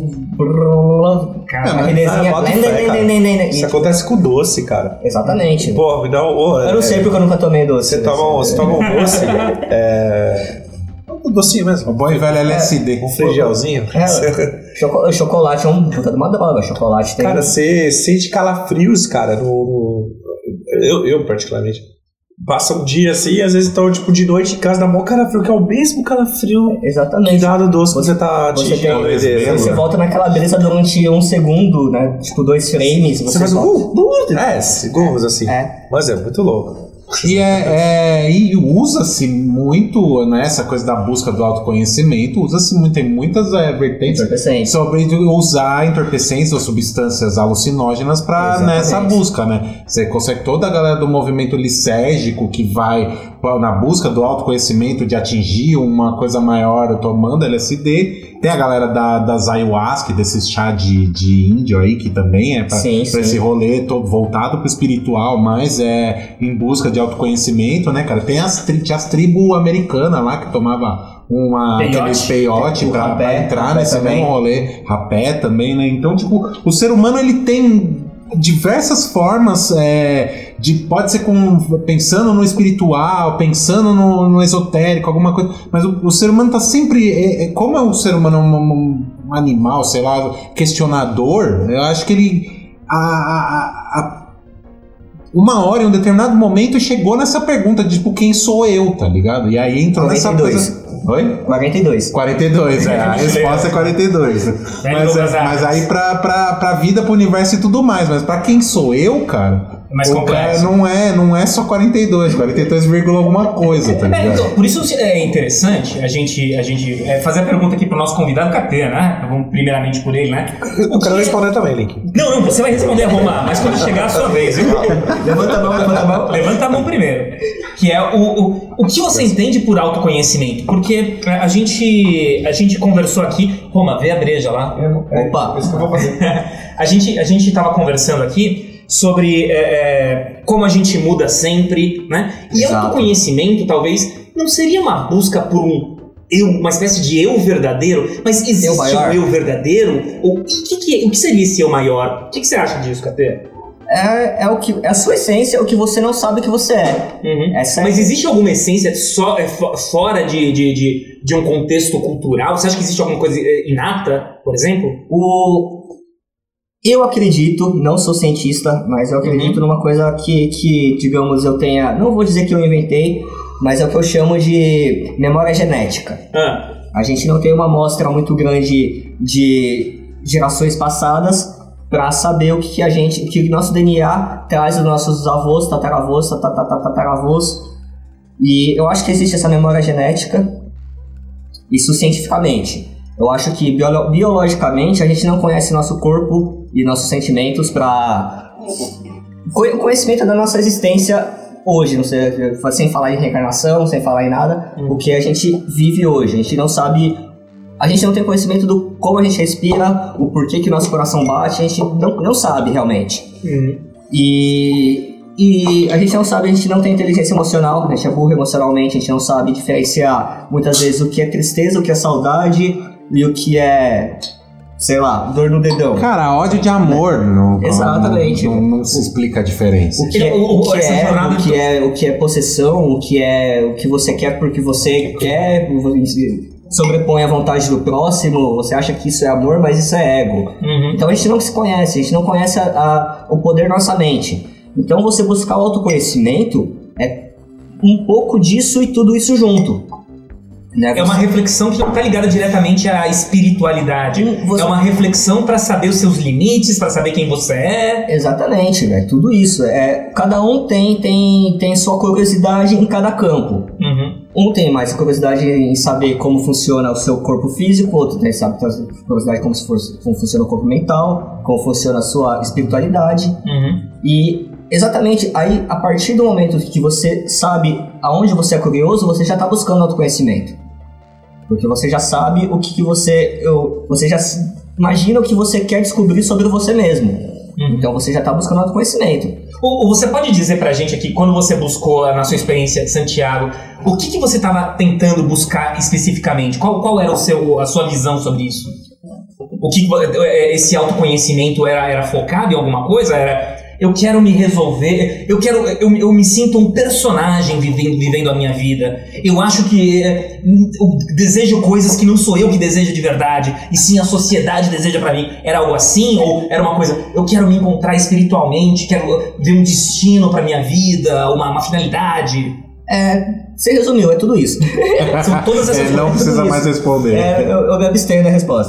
Cara, a Ah, redezinha. bota fé, cara. E, Isso acontece com doce, cara. Exatamente. Pô, me dá um. ô, Eu não é, sei porque eu nunca tomei doce. Você toma, um- você toma um doce. é. Um docinho O mesmo. bom e velho L S D. Um frigelzinho. É, choco- chocolate é um puta de uma droga. Chocolate tem. Cara, você sente calafrios, cara, no. no- Eu, eu, particularmente. Passa um dia assim, e às vezes estão, tipo, de noite em casa, dá mó calafrio, que é o mesmo calafrio que Exatamente. dá no doce quando você tá Você, atingindo tem, a doideira. você volta naquela brisa durante um segundo, né? Tipo, dois frames. Você faz um. volta. Uh, uh, é, segundos assim. É. Mas é muito louco. E, é, é, e usa-se muito, né, essa coisa da busca do autoconhecimento, usa-se muito, tem muitas é, vertentes Entorpecente. sobre usar entorpecentes ou substâncias alucinógenas para Exatamente. nessa busca, né? Você consegue toda a galera do movimento lisérgico que vai na busca do autoconhecimento, de atingir uma coisa maior tomando L S D. Tem a galera da, das ayahuasca, desses chá de, de índio aí, que também é para Sim, sim. esse rolê todo voltado pro espiritual, mas é em busca de autoconhecimento, né, cara? Tem as, tri, tinha as tribos americanas lá que tomava uma, Peiote. aquele peiote O pra, rapé, pra entrar rapé nesse também. mesmo rolê. Rapé também, né? Então, tipo, o ser humano, ele tem diversas formas é, de pode ser com pensando no espiritual, pensando no, no esotérico, alguma coisa, mas o, o ser humano tá sempre é, é, como é o ser humano um, um, um animal, sei lá, questionador, eu acho que ele a, a, a, uma hora em um determinado momento chegou nessa pergunta de tipo, quem sou eu, tá ligado? E aí entrou nessa quarenta e dois. coisa. Oi? quarenta e dois. quarenta e dois, é, a resposta é quarenta e dois. Mas, é, mas aí pra, pra, pra vida, pro universo e tudo mais, mas pra quem sou eu, cara, É mais o complexo. cara não é, não é só quarenta e dois, quarenta e dois vírgula alguma coisa, tá ligado? É, então, por isso é interessante a gente, a gente é, fazer a pergunta aqui pro nosso convidado Catê, né? Então, vamos primeiramente por ele, né? Eu quero responder também, Link. Não, não, você vai responder, Roma, mas quando chegar a sua vez, viu? Levanta a mão, levanta a mão. Levanta a mão primeiro. Que é o, o, o que você entende por autoconhecimento? Porque a gente, a gente conversou aqui. Roma, vê a breja lá. Opa! É isso que eu vou fazer. a gente a gente estava conversando aqui sobre é, como a gente muda sempre, né? E Exato. Autoconhecimento, talvez, não seria uma busca por um eu, uma espécie de eu verdadeiro, mas existe Eu maior. um eu verdadeiro? O que, que, o que seria esse eu maior? O que, que você acha disso, Catê? É, é, o que, é a sua essência, é o que você não sabe que você é. Uhum. Essa é- Mas existe alguma essência só, é, fo- fora de, de, de, de um contexto cultural? Você acha que existe alguma coisa é, inata, por exemplo? O... Eu acredito, não sou cientista, mas eu acredito numa coisa que, que, digamos, eu tenha... Não vou dizer que eu inventei, mas é o que eu chamo de memória genética. Ah, A gente não tem uma amostra muito grande de gerações passadas para saber o que, que a gente, o que nosso D N A traz dos nossos avós, tataravós, tataravós. E eu acho que existe essa memória genética, isso cientificamente. Eu acho que biolo- biologicamente a gente não conhece nosso corpo e nossos sentimentos para o conhecimento da nossa existência hoje, não sei, sem falar em reencarnação, sem falar em nada, Hum. o que a gente vive hoje. A gente não sabe, a gente não tem conhecimento do como a gente respira, o porquê que nosso coração bate, a gente não, não sabe realmente. uhum. E, e a gente não sabe, a gente não tem inteligência emocional, a gente é burro emocionalmente, a gente não sabe diferenciar muitas vezes o que é tristeza, o que é saudade e o que é, sei lá, dor no dedão. Cara, ódio de amor. Não, Exatamente. Não, não, não se explica a diferença. O que, é, O- o- o, que essa é, jornada o, que é, o que é possessão, o que é o que você quer porque você quer, você sobrepõe a vontade do próximo, você acha que isso é amor, mas isso é ego. Uhum. Então a gente não se conhece, a gente não conhece a, a, o poder da nossa mente. Então você buscar o autoconhecimento é um pouco disso e tudo isso junto. Né? É uma reflexão que não está ligada diretamente à espiritualidade. Hum, você- É uma reflexão para saber os seus limites, para saber quem você é. Exatamente, é tudo isso. É, cada um tem, tem, tem sua curiosidade em cada campo. Uhum. Um tem mais curiosidade em saber como funciona o seu corpo físico, outro tem sabe, curiosidade como, se fosse, como funciona o corpo mental, como funciona a sua espiritualidade. Uhum. E exatamente aí, a partir do momento que você sabe aonde você é curioso, você já está buscando autoconhecimento. Porque você já sabe o que, que você... Eu, você já se- imagina o que você quer descobrir sobre você mesmo. Uhum. Então você já está buscando autoconhecimento. Ou, ou você pode dizer pra gente aqui, quando você buscou na sua experiência de Santiago, o que, que você estava tentando buscar especificamente? Qual, qual era o seu, a sua visão sobre isso? O que esse autoconhecimento era, era focado em alguma coisa? Era eu quero me resolver, eu quero, eu, eu me sinto um personagem vivendo, vivendo a minha vida. Eu acho que é, eu desejo coisas que não sou eu que desejo de verdade, e sim a sociedade deseja pra mim. Era algo assim? Ou era uma coisa, eu quero me encontrar espiritualmente, quero ver um destino pra minha vida, uma, uma finalidade? É, você resumiu, é tudo isso. São todas essas É, não coisas. precisa mais responder. É, eu, eu me abstenho da resposta.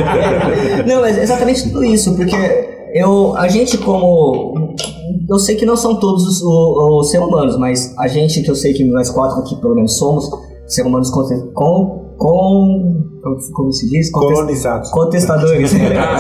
Não, mas é exatamente tudo isso, porque eu, a gente como... Eu sei que não são todos os, os, os seres humanos, mas a gente, que eu sei que nós quatro aqui pelo menos somos, seres humanos com... com, com como se diz? Contest- Colonizados. Contestadores.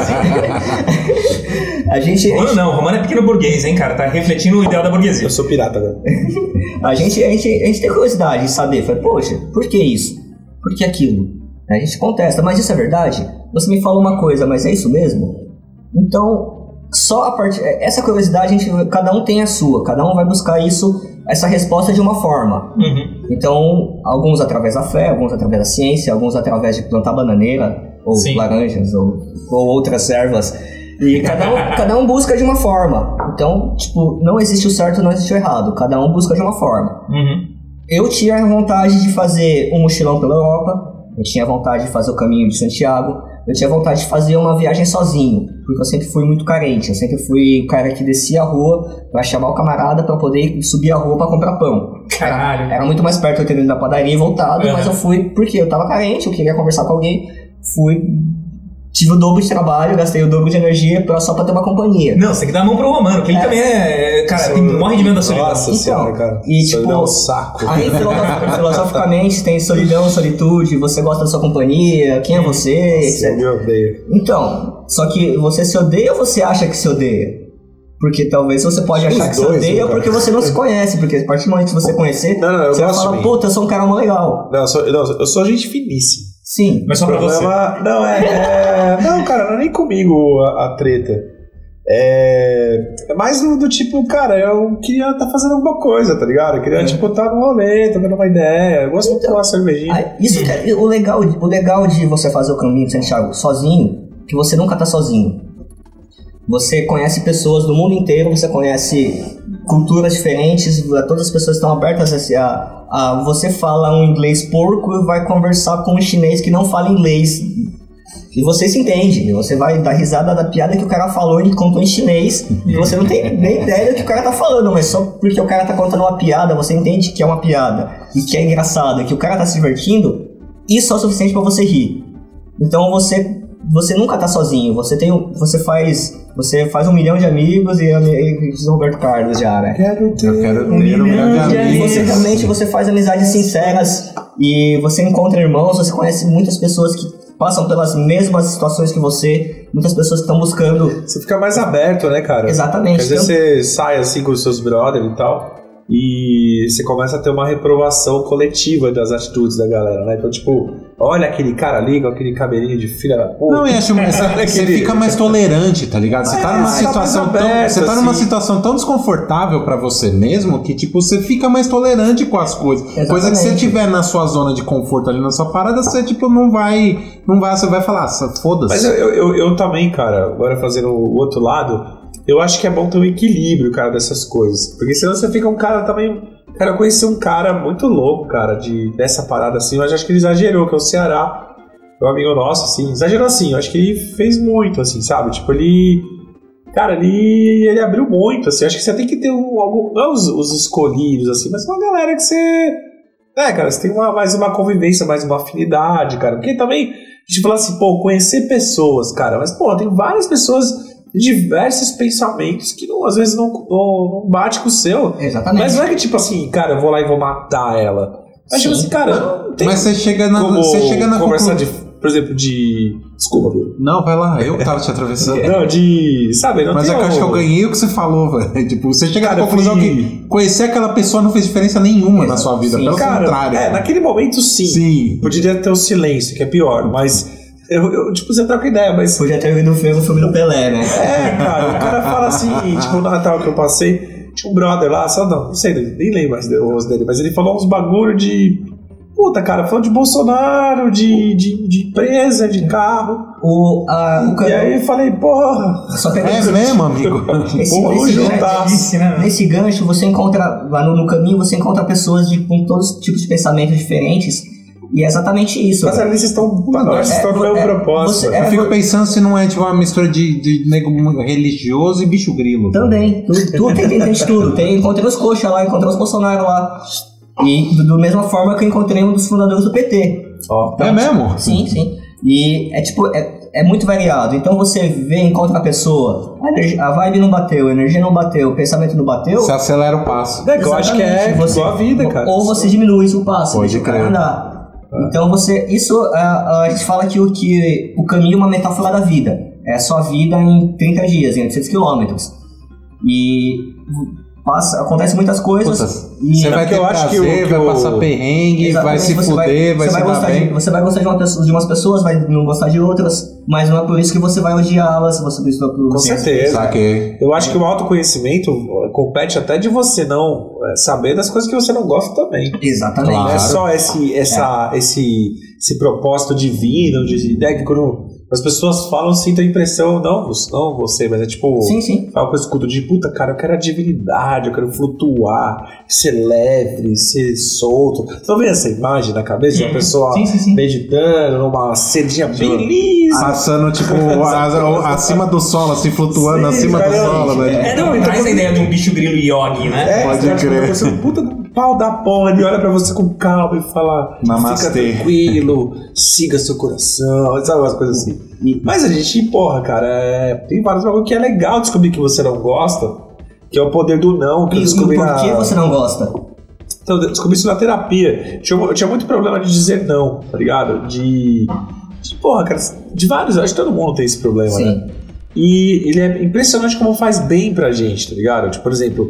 a gente... Romano não, Romano é pequeno burguês, hein, cara? Tá refletindo o ideal da burguesia. Eu sou pirata agora. A gente, a, gente, a gente tem curiosidade de saber, fala, poxa, por que isso? Por que aquilo? A gente contesta, mas isso é verdade? Você me falou uma coisa, mas é isso mesmo? Então, só a partir... Essa curiosidade, a gente, cada um tem a sua, cada um vai buscar isso, essa resposta de uma forma. Uhum. Então, alguns através da fé, alguns através da ciência, alguns através de plantar bananeira, ou Sim. laranjas, ou, ou outras ervas. E cada um, cada um busca de uma forma. Então, tipo, não existe o certo, não existe o errado. Cada um busca de uma forma. Uhum. Eu tinha vontade de fazer um mochilão pela Europa. Eu tinha vontade de fazer o caminho de Santiago. Eu tinha vontade de fazer uma viagem sozinho. Porque eu sempre fui muito carente. Eu sempre fui o cara que descia a rua pra chamar o camarada pra poder subir a rua pra comprar pão. Caralho. Era muito mais perto eu ter ido na padaria e voltado. Uhum. Mas eu fui porque eu tava carente, eu queria conversar com alguém. Fui... tive o dobro de trabalho, gastei o dobro de energia pra, só pra ter uma companhia. Não, você tem que dar a mão pro Romano, que ele é. também é. Cara, Isso, tem, morre de medo da solidão. Nossa então, senhora, cara. E Isso tipo, dá um saco. Aí filosof- filosoficamente tem solidão, solitude, você gosta da sua companhia, quem é você, Nossa, eu me odeio. Então, só que você se odeia ou você acha que se odeia? Porque talvez você pode Os achar que se dois, odeia né, porque você não se conhece. Porque a partir do momento que você conhecer, Não, não, eu você vai gosto falar, de mim. puta, eu sou um cara mó legal. Não, eu sou, não, eu sou gente finíssima. Sim. Mas só pra você. Problema- Não, é, é- Não, cara, não é nem comigo a, a treta. É... é mais do, do tipo, cara, eu queria estar tá fazendo alguma coisa, tá ligado? Eu queria, É. tipo, estar tá no rolê, tomando uma ideia. Eu gosto de tomar uma cervejinha. Aí, isso que é- o, legal, o legal de você fazer o caminho de Santiago sozinho, que você nunca tá sozinho. Você conhece pessoas do mundo inteiro, você conhece culturas diferentes, todas as pessoas estão abertas a, a, a você fala um inglês porco e vai conversar com um chinês que não fala inglês. E você se entende, você vai dar risada da piada que o cara falou e contou em chinês, e você não tem nem ideia do que o cara tá falando, mas só porque o cara tá contando uma piada, você entende que é uma piada, e que é engraçado, e que o cara tá se divertindo, isso é o suficiente pra você rir. Então você, você nunca tá sozinho, você tem, você faz, você faz um milhão de amigos e, e, e Roberto Carlos já, né? Quero ter, Eu quero ter um milhão de E amigos. você realmente você faz amizades sinceras e você encontra irmãos, você conhece muitas pessoas que passam pelas mesmas situações que você, muitas pessoas que estão buscando. Você fica mais aberto, né, cara? Exatamente. Às vezes você sai assim com os seus brothers e tal, e você começa a ter uma reprovação coletiva das atitudes da galera, né? Então, tipo, olha aquele cara ali com aquele cabelinho de filha da puta. Não, e acho que você, você Aquele- fica mais tolerante, tá ligado? Você tá É, numa você tá situação mais tão, aberto, você tá numa assim. situação tão desconfortável pra você mesmo que tipo você fica mais tolerante com as coisas. Exatamente. Coisa que você tiver na sua zona de conforto ali na sua parada, você tipo não vai, não vai, você vai falar, "Ah, foda-se". Mas eu, eu, eu, eu também, cara, agora fazendo o outro lado, eu acho que é bom ter um equilíbrio, cara, dessas coisas. Porque senão você fica um cara também. Cara, eu conheci um cara muito louco, cara, de, dessa parada assim, mas acho que ele exagerou, que é o Ceará. Meu amigo nosso, assim, exagerou assim, eu acho que ele fez muito, assim, sabe? Tipo, ele. Cara, ele, ele abriu muito, assim. Acho que você tem que ter um, algum. Não os, os escolhidos, assim, mas uma galera que você. É, cara, você tem uma, mais uma convivência, mais uma afinidade, cara. Porque também, a gente fala assim, pô, conhecer pessoas, cara, mas, pô, tem várias pessoas de diversos pensamentos que não, às vezes não, não, não bate com o seu. Exatamente. Mas não é que, tipo assim, cara, eu vou lá e vou matar ela. Mas, tipo Sim. assim, cara, não tem Mas você chega na, como você chega na conversar conclu- de, por exemplo, de. Desculpa, Bruno. Não, vai lá, eu que tava te atravessando. Não, de. Sabe, não Mas tem é que eu acho que eu o- ganhei o que você falou, velho. Tipo, você chega Cara, na conclusão fui- que conhecer aquela pessoa não fez diferença nenhuma na sua vida. Sim. Pelo Cara, contrário. é, naquele momento sim. Sim. Poderia ter o silêncio, que é pior, mas. Eu, eu, tipo, você troca ideia, mas. Podia ter ouvido o filme, o filme do Pelé, né? É, cara, o cara fala assim, tipo, no Natal que eu passei, tinha um brother lá, só não, não sei, nem lembro mais o rosto dele, mas ele falou uns bagulho de. Puta, cara, falou de Bolsonaro, de, de, de empresa, de carro. O, a, o E aí eu falei, porra. Só que É mesmo, amigo? Esse, Porra, nesse, hoje não gancho, tá. Difícil, né? nesse gancho, você encontra, lá no, no caminho, você encontra pessoas de, com todos os tipos de pensamentos diferentes. E é exatamente isso. Mas ali vocês estão. Vocês estão no meu é, propósito. você- velho. é, Eu fico pensando se não é tipo uma mistura de, de nego religioso e bicho grilo. Também, tudo, tudo tem, tem, tem de tudo. Tem, encontrei os coxa lá, encontrei os Bolsonaro lá. E do- da mesma forma que eu encontrei um dos fundadores do P T. Ó, É mesmo? Sim, sim. E é tipo, é, é muito variado. Então você vê, encontra a pessoa, a, energia, a vibe não bateu, a energia não bateu, o pensamento não bateu. Você acelera o passo. É, que eu acho que é Exatamente. igual a vida, cara. Ou você diminui o passo, Pode deixa o cara crer. andar. Então você. Isso a, a gente fala que o, que o caminho é uma metáfora da vida. É a sua vida em trinta dias, em oitocentos quilômetros. E passa, acontece muitas coisas. Puta, e você vai porque ter eu acho que prazer, o- que vai o- passar perrengue, vai Exatamente, se você fuder, vai você se dar gostar de, bem. Você vai gostar de, uma pessoa, de umas pessoas, vai não gostar de outras, mas não é por isso que você vai odiá-las. Você precisa Com certeza. Saquei. Eu acho que o autoconhecimento compete até de você não é, saber das coisas que você não gosta também. Exatamente. Não é Claro. só esse, essa, esse, esse propósito divino, de, né, que quando as pessoas falam, sinto a impressão, não, não você, mas é tipo, Sim, sim. fala com o escudo de puta, cara, eu quero a divinidade, eu quero flutuar, ser leve, ser solto. Você não vê essa imagem na cabeça de uma pessoa Sim, sim, sim. meditando numa cedinha bem lisa? Passando, tipo, a- a- acima do solo, assim, flutuando Sim, acima do cara, solo, né? É, não, e traz a ideia de um bicho grilo yogi, né? É, Pode você acha crer. que você é um puta do pau da porra, ele olha pra você com calma e fala: Namastê. fica tranquilo, siga seu coração, sabe umas coisas assim. E- Mas a gente, porra, cara, é... tem vários bagulho que é legal descobrir que você não gosta, que é o poder do não, que E, eu e descobri por na... que você não gosta? Então, eu descobri isso na terapia. Eu tinha, eu tinha muito problema de dizer não, tá ligado? De... de porra, cara, de vários, eu acho que todo mundo tem esse problema, Sim. né? E ele é impressionante como faz bem pra gente, tá ligado? Tipo, por exemplo,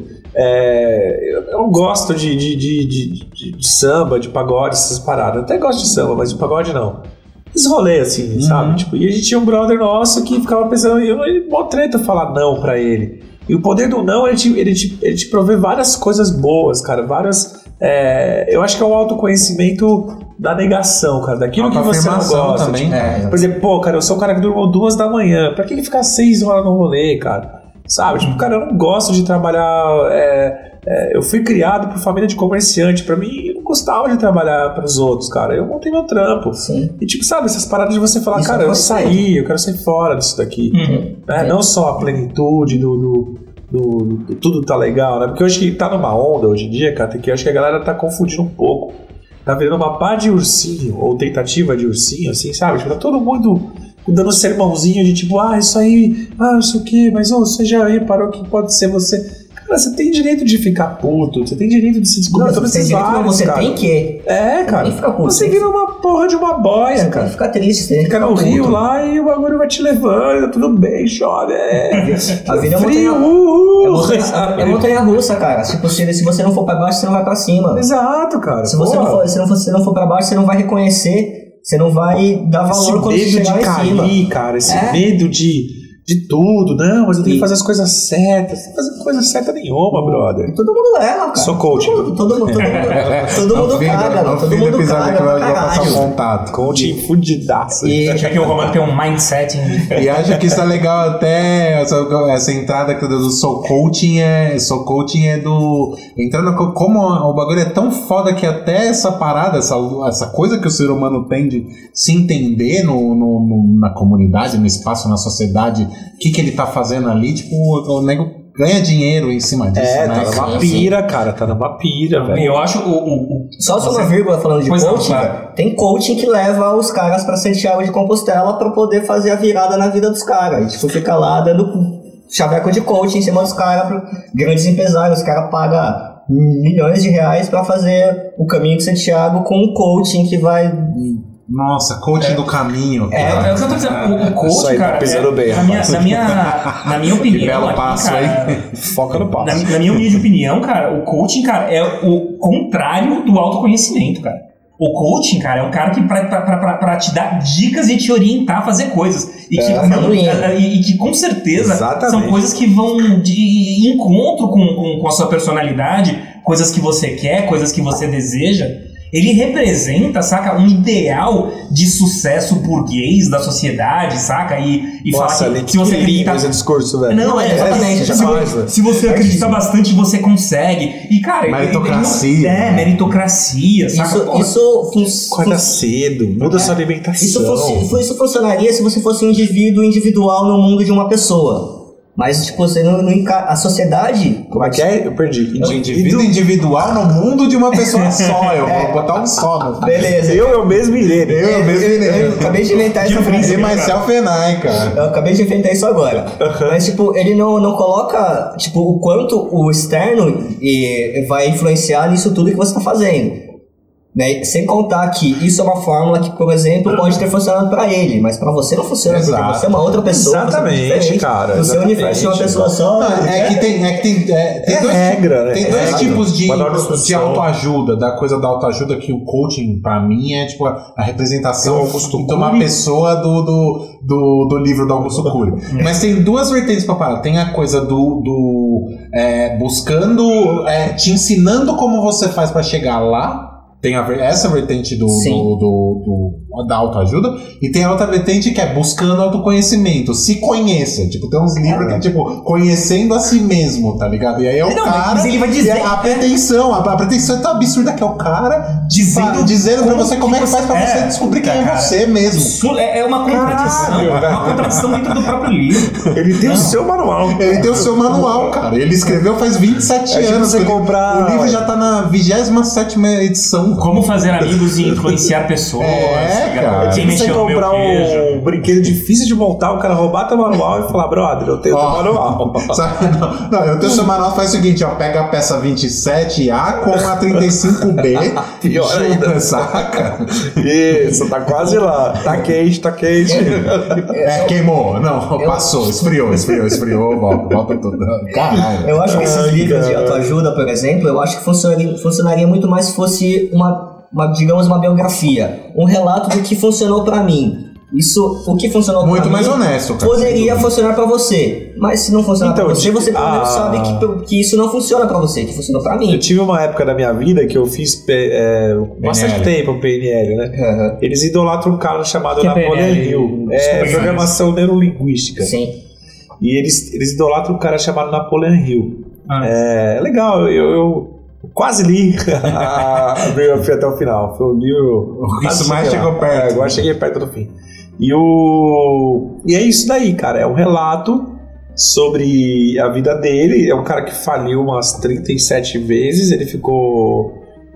é, eu, eu gosto de, de, de, de, de, de samba, de pagode, essas paradas. Eu até gosto de samba, mas de pagode não. Esse rolê, assim, Uhum. sabe? Tipo, e a gente tinha um brother nosso que ficava pensando, e eu, ele mó treta falar não pra ele. E o poder do não, ele te, ele te, ele te provê várias coisas boas, cara. Várias. É, eu acho que é o autoconhecimento da negação, cara. Daquilo que você não Autoafirmação gosta. também. Tipo, É, por exemplo, pô, cara, eu sou um cara que durmou duas da manhã. Pra que que ficar seis horas no rolê, cara? Sabe? Tipo, cara, eu não gosto de trabalhar. É, é, eu fui criado por família de comerciante. Pra mim, eu não gostava de trabalhar pros outros, cara. Eu montei meu trampo. sim. E tipo, sabe, essas paradas de você falar, Isso cara, é eu você. saí, eu quero sair fora disso daqui. Uhum. Né? É. Não só a plenitude do, do, do, do tudo tá legal, né? Porque eu acho que tá numa onda hoje em dia, cara, que eu acho que a galera tá confundindo um pouco. Tá virando uma pá de ursinho, ou tentativa de ursinho, assim, sabe? Tipo, tá todo mundo dando sermãozinho de tipo, ah, isso aí, ah, não sei o que, mas ô, você já reparou que pode ser você. Cara, você tem direito de ficar puto, você tem direito de se descobrir Não, todos você tem esses direito, não, vários, você cara. tem que. É, cara. Tem que ficar puto, Você tem vira uma porra de uma boia, Você tem cara. que ficar triste, você tem que Fica ficar no puto. rio lá e o bagulho vai te levando, tá tudo bem, chove. É, A vida é frio, montanha- uh, É uh. montanha, é montanha russa, cara. Tipo, se, se você não for pra baixo, você não vai pra cima. Exato, cara. Se você, não Porra. for, se, não for, se não for pra baixo, você não vai reconhecer, você não vai dar valor Esse quando você medo de chegar lá em cima. cair, cara, esse É. medo de, de tudo. Não, mas eu tenho E- que fazer as coisas certas. Você não tá fazendo coisa certa nenhuma, brother. E todo mundo erra, cara. Sou coach. Todo mundo, todo mundo, todo mundo, todo No mundo fim do- caga, no mano. Todo fim do mundo episódio caga que pra vai vai passar um caralho. Coaching contato. fudidaço. E, Já que o Romano tem um mindset diferente. E acho que isso é legal até essa, essa entrada que do Soul Coaching é. Soul Coaching é do. Entrando co- como o bagulho é tão foda que até essa parada, essa, essa coisa que o ser humano tem de se entender no, no- no- na comunidade, no espaço, na sociedade, o que, que ele tá fazendo ali, tipo, o nego ganha dinheiro em cima disso, É, né? tá numa Sim, pira, cara. Tá numa pira, E velho. eu acho o. o, o Só só uma você- vírgula falando de Pois não, coaching, claro. cara. Tem coaching que leva os caras pra Santiago de Compostela pra poder fazer a virada na vida dos caras. E tipo, fica lá dando chaveco de coaching em cima dos caras, pra grandes empresários. Os caras pagam milhões de reais pra fazer o caminho de Santiago com um coaching que vai. Nossa, coaching do caminho. É, cara. é o que eu tô dizendo, o, o Isso coach, aí, tá cara, pisando é, bem, na, minha, rapaz. na, minha, na minha opinião, belo aqui, passo cara, Foca no passo. na, na minha humilde opinião, cara, o coaching, cara, é o contrário do autoconhecimento, cara. O coaching, cara, é um cara que pra, pra, pra, pra te dar dicas e te orientar a fazer coisas. E que, É, não, fluindo. e, e que com certeza Exatamente. são coisas que vão de encontro com, com, com a sua personalidade, coisas que você quer, coisas que você deseja. Ele representa, saca, um ideal de sucesso burguês da sociedade, saca? E, e Nossa, fala ali, que se você lindo acreditar... esse discurso, velho. Não, é, exatamente. é, se, demais, vo- velho. se você acredita bastante, você consegue. E, cara... Meritocracia. Ele, ele não, é, meritocracia, saca? Isso, Porra. isso, fun- Acorda fun- cedo, muda sua alimentação. isso, funci- isso funcionaria se você fosse um indivíduo individual no mundo de uma pessoa. Mas, tipo, você não, não enca... a sociedade. Como é que é? Eu perdi. Um indivíduo individual no mundo de uma pessoa só. Eu vou botar um só. No... Beleza. Eu, eu mesmo irei. Eu, eu mesmo eu, eu irei. acabei de inventar essa frase. E myself and I, cara. Eu acabei de inventar isso agora. Mas, tipo, ele não, não coloca, tipo, o quanto o externo e, vai influenciar nisso tudo que você tá fazendo. Né? Sem contar que isso é uma fórmula que, por exemplo, pode ter funcionado pra ele, mas pra você não funciona, Exato. porque você é uma outra pessoa. Exatamente, você é diferente. cara, No seu exatamente. universo é uma pessoa só. Não, é que tem, é que tem, é, tem É dois, regra, né? tem É dois regra. tipos de, Manual de de instrução. autoajuda, da coisa da autoajuda que o coaching, pra mim, é tipo a, a representação Do Augusto de uma Cury. pessoa do, do, do, do livro do Augusto Cury. Mas tem duas vertentes pra parar. Tem a coisa do, do é, buscando, é, te ensinando como você faz pra chegar lá. Tem a, ver- essa vertente do, Sim. do, do, do- da autoajuda. E tem a outra vertente que é buscando autoconhecimento. Se conheça. Tipo, tem uns livros que, tipo, conhecendo a si mesmo, tá ligado? E aí é o Não, cara. mas ele vai dizer- e a pretensão, a, a pretensão é tão absurda que é o cara Dizendo fa- dizendo pra como você como é que faz pra é, você descobrir quem é cara. você mesmo. Isso é é uma contradição. Caralho, É uma contradição dentro do próprio livro. Ele tem o seu manual. Ele tem o seu manual, cara. Ele escreveu faz vinte e sete É tipo anos. você o livro- comprar- O livro já tá na vigésima sétima edição ação. Como fazer amigos e influenciar pessoas. É, cara. Quem Você mexeu no meu comprar queijo. um brinquedo difícil de montar, o cara roubar teu manual e falar, brother, eu tenho teu Ó, manual. sabe, não, não, eu tenho seu manual, faz o seguinte, ó, pega a peça vinte e sete A com a trinta e cinco B, Pior ainda. saca? Isso, tá quase lá. Tá quente, tá quente. É, queimou. Não, passou, esfriou, esfriou, esfriou, volta, volta tudo. Caralho. Eu acho que esses Ai, livros de cara. autoajuda, por exemplo, eu acho que funcionaria, funcionaria muito mais se fosse uma, uma, digamos, uma biografia. Um relato do que funcionou pra mim. Isso, o que funcionou pra Muito mim... mais honesto, cara. Poderia funcionar pra você. Mas se não funcionar Então, pra você, tipo, você pelo menos ah. sabe que, que isso não funciona pra você, que funcionou pra Eu mim. tive uma época da minha vida que eu fiz é, bastante P N L. tempo P N L, né? Uhum. Eles idolatram um cara chamado Que é Napoleon P N L? Hill. Desculpa, É programação neurolinguística. Sim. E eles, eles idolatram um cara chamado Napoleon Hill. Ah. É legal, eu, eu quase li a biografia até o final. Foi um livro. Isso quase mais cheguei chegou lá. perto. É, agora cheguei perto do fim. E, o... e é isso daí, cara. É um relato sobre a vida dele. É um cara que faliu umas trinta e sete vezes. Ele ficou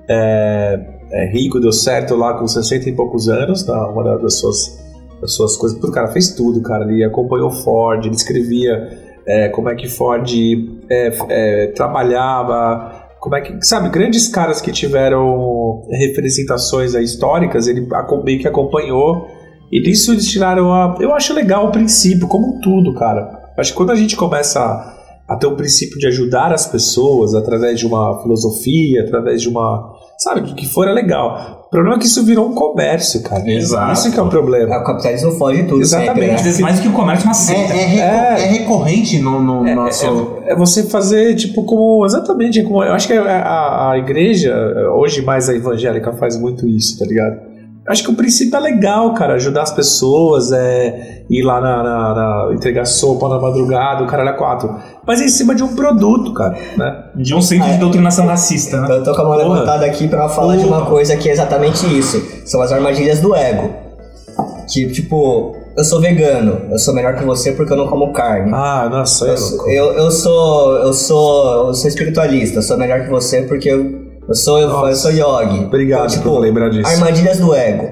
é, é, rico, deu certo lá com sessenta e poucos anos. Tá? Uma das suas, das suas coisas. Tudo, o cara fez tudo, cara. Ele acompanhou Ford, ele escrevia é, como é que Ford é, é, trabalhava. Como é que, sabe, grandes caras que tiveram representações aí, históricas, ele meio que acompanhou. E nisso eles tiraram a... Eu acho legal o princípio, como tudo, cara. Acho que quando a gente começa a, a ter um princípio de ajudar as pessoas através de uma filosofia, através de uma... Sabe, do que for é legal. O problema é que isso virou um comércio, cara. Exato. Isso que é o problema. O capitalismo foge de tudo. Exatamente. Sempre, Às né? vezes mais do que o comércio, uma É, seita. é, reco- É. é recorrente no, no É, nosso... é, é você fazer, tipo, como... Exatamente, como... Eu acho que a, a, a igreja, hoje mais a evangélica, faz muito isso, tá ligado? Eu acho que o princípio é legal, cara. Ajudar as pessoas, é ir lá na, na, na entregar sopa na madrugada, o caralho é quatro. Mas é em cima de um produto, cara, né? De um centro de doutrinação racista, né? Eu tô com a mão Porra. levantada aqui pra falar de uma coisa que é exatamente isso. São as armadilhas do ego. Que, tipo, eu sou vegano, eu sou melhor que você porque eu não como carne. Ah, nossa, é eu, louco. sou- eu, eu sou. Eu sou. Eu sou espiritualista, eu sou melhor que você porque eu, eu sou eu, eu sou yogi. Obrigado Então, por lembrar disso. Armadilhas do ego.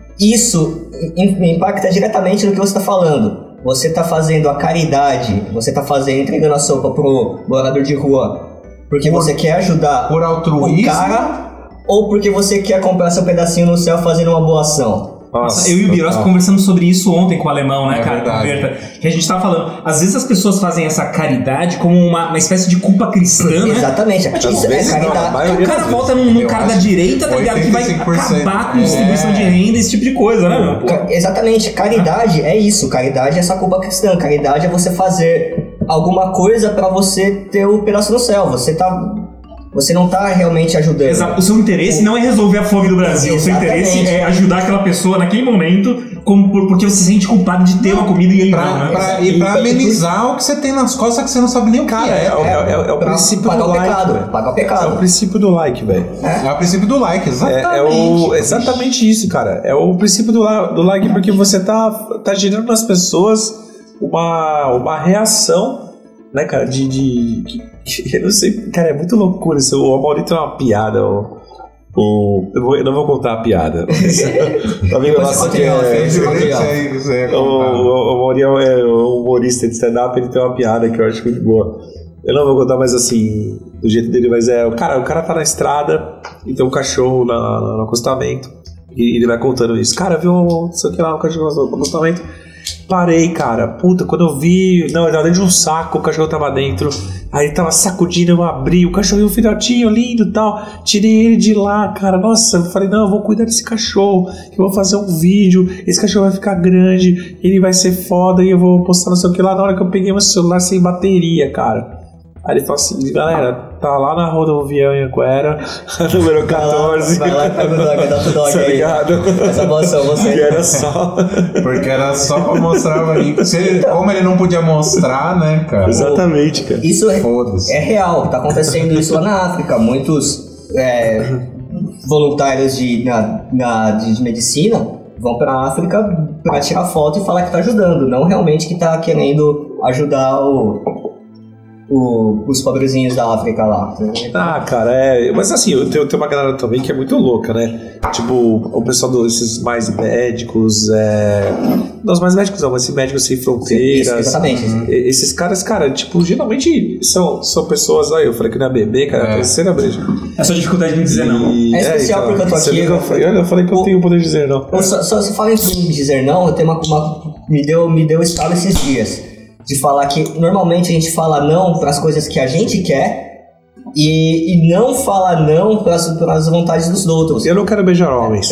Isso im- impacta diretamente no que você está falando. Você está fazendo a caridade, você está fazendo, entregando a sopa pro morador de rua porque você quer ajudar Por o altruísmo... cara ou porque você quer comprar seu pedacinho no céu fazendo uma boa ação. Nossa, eu e o Birosca conversamos sobre isso ontem com o alemão, né, É cara? verdade. Converta. Que a gente tava falando, às vezes as pessoas fazem essa caridade como uma, uma espécie de culpa cristã, né? Exatamente, isso é vezes não, caridade. a maioria O cara das volta vezes. num, num Eu cara da acho direita, tá ligado? Que vai oitenta e cinco por cento. acabar com distribuição É. de renda, esse tipo de coisa, né, meu? Ca- Exatamente, caridade é isso, caridade é essa culpa cristã, caridade é você fazer alguma coisa pra você ter o pedaço no céu, você tá, você não tá realmente ajudando. Exato. O seu interesse não é resolver a fome do Brasil, o seu Exatamente. interesse é ajudar aquela pessoa naquele momento como por- porque você se sente culpado de ter uma comida e ele Pra, não, né? pra- e pra amenizar o que você tem nas costas que você não sabe nem o que Cara, é. é, é, é, é o pra princípio pagar do o like, pecado, velho. pagar o É o pecado. princípio do like, velho. É o princípio do like, É, exatamente. é o, exatamente isso, cara. É o princípio do, la- do like, porque você tá, tá gerando nas pessoas uma, uma reação, né, cara, de, de, de- eu não sei, cara, é muito loucura isso. O Amaurito é uma piada, o, o, eu, vou- eu não vou contar a piada. Mas, o amigo Depois nosso você que conta em off, é, hein? Isso aí, isso aí, isso aí é o, complicado. o, o Mauri é um humorista de stand-up, ele tem uma piada que eu acho muito boa. Eu não vou contar mais assim, do jeito dele, mas é... O cara, o cara tá na estrada e tem um cachorro na, na- no acostamento e ele vai contando isso. Cara, viu, não sei o que lá, um cachorro no acostamento. Parei, cara. Puta, quando eu vi... Não, ele tava dentro de um saco, o cachorro tava dentro. Aí ele tava sacudindo, eu abri. O cachorrinho, um filhotinho lindo e tal. Tirei ele de lá, cara. Nossa, eu falei, não, eu vou cuidar desse cachorro. Que eu vou fazer um vídeo. Esse cachorro vai ficar grande. Ele vai ser foda e eu vou postar não sei o que lá. Na hora que eu peguei meu celular sem bateria, cara. Aí ele falou assim, galera, tá lá na rodovia Anhanguera, número quatorze. Vai lá e pega o dog, dá pro dog Tá aí. ligado? Essa moção, você. Que era só... Porque era só pra mostrar pra mim. Se ele- como ele não podia mostrar, né, cara? Exatamente, cara. Isso é, Foda-se. é real, tá acontecendo isso lá na África. Muitos é, voluntários de, na, na- de medicina vão pra África pra tirar foto e falar que tá ajudando, não realmente que tá querendo ajudar o, o, os pobrezinhos da África lá. Ah, cara, é. Mas assim, eu tenho, tenho uma galera também que é muito louca, né? Tipo, o pessoal desses mais médicos, é. Não, os mais médicos não, mas esses médicos sem fronteiras. Isso, exatamente. Esses caras, cara, tipo, geralmente são, são pessoas. Aí eu falei que não é bebê, cara, é terceira breja. É só dificuldade de dizer não. E, é especial é, então, porque eu tô aqui. Eu, falei, eu falei que eu o, tenho o poder de dizer não. Só, só se fala em dizer não, eu tenho uma. uma me deu me deu estalo esses dias. De falar que normalmente a gente fala não para as coisas que a gente quer e, e não fala não para as vontades dos outros. Eu não quero beijar homens.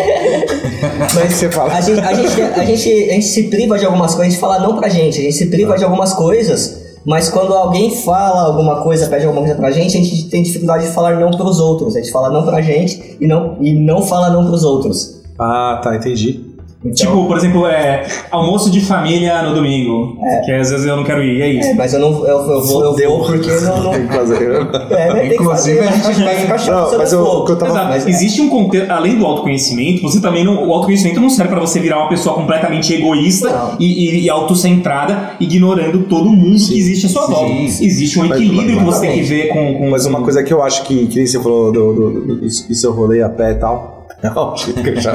Mas você fala. A, gente, a, gente, a, gente, a gente se priva de algumas coisas, a gente fala não pra gente, a gente se priva de algumas coisas, mas quando alguém fala alguma coisa, pede alguma coisa pra gente, a gente tem dificuldade de falar não pros outros. A gente fala não pra gente e não, e não fala não pros outros. Ah, tá, entendi. Então, tipo, por exemplo, é almoço de família no domingo, é. que às vezes eu não quero ir, é isso. É, mas eu não eu, eu vou, eu vou porque não, não... Tem que fazer. É, tem Inclusive, que fazer, a gente vai ficar chato. Mas eu, o que eu tava... mas, existe um contexto, além do autoconhecimento, você também não, o autoconhecimento não serve pra você virar uma pessoa completamente egoísta e, e, e autocentrada, ignorando todo mundo sim, que existe à sua volta. Existe um equilíbrio mas, mas, que você tem que ver com... com mas uma com... coisa que eu acho que, que você falou do, do, do, do seu rolê a pé e tal... Não, que eu já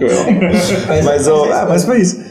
mas, mas, oh, ah, mas foi isso.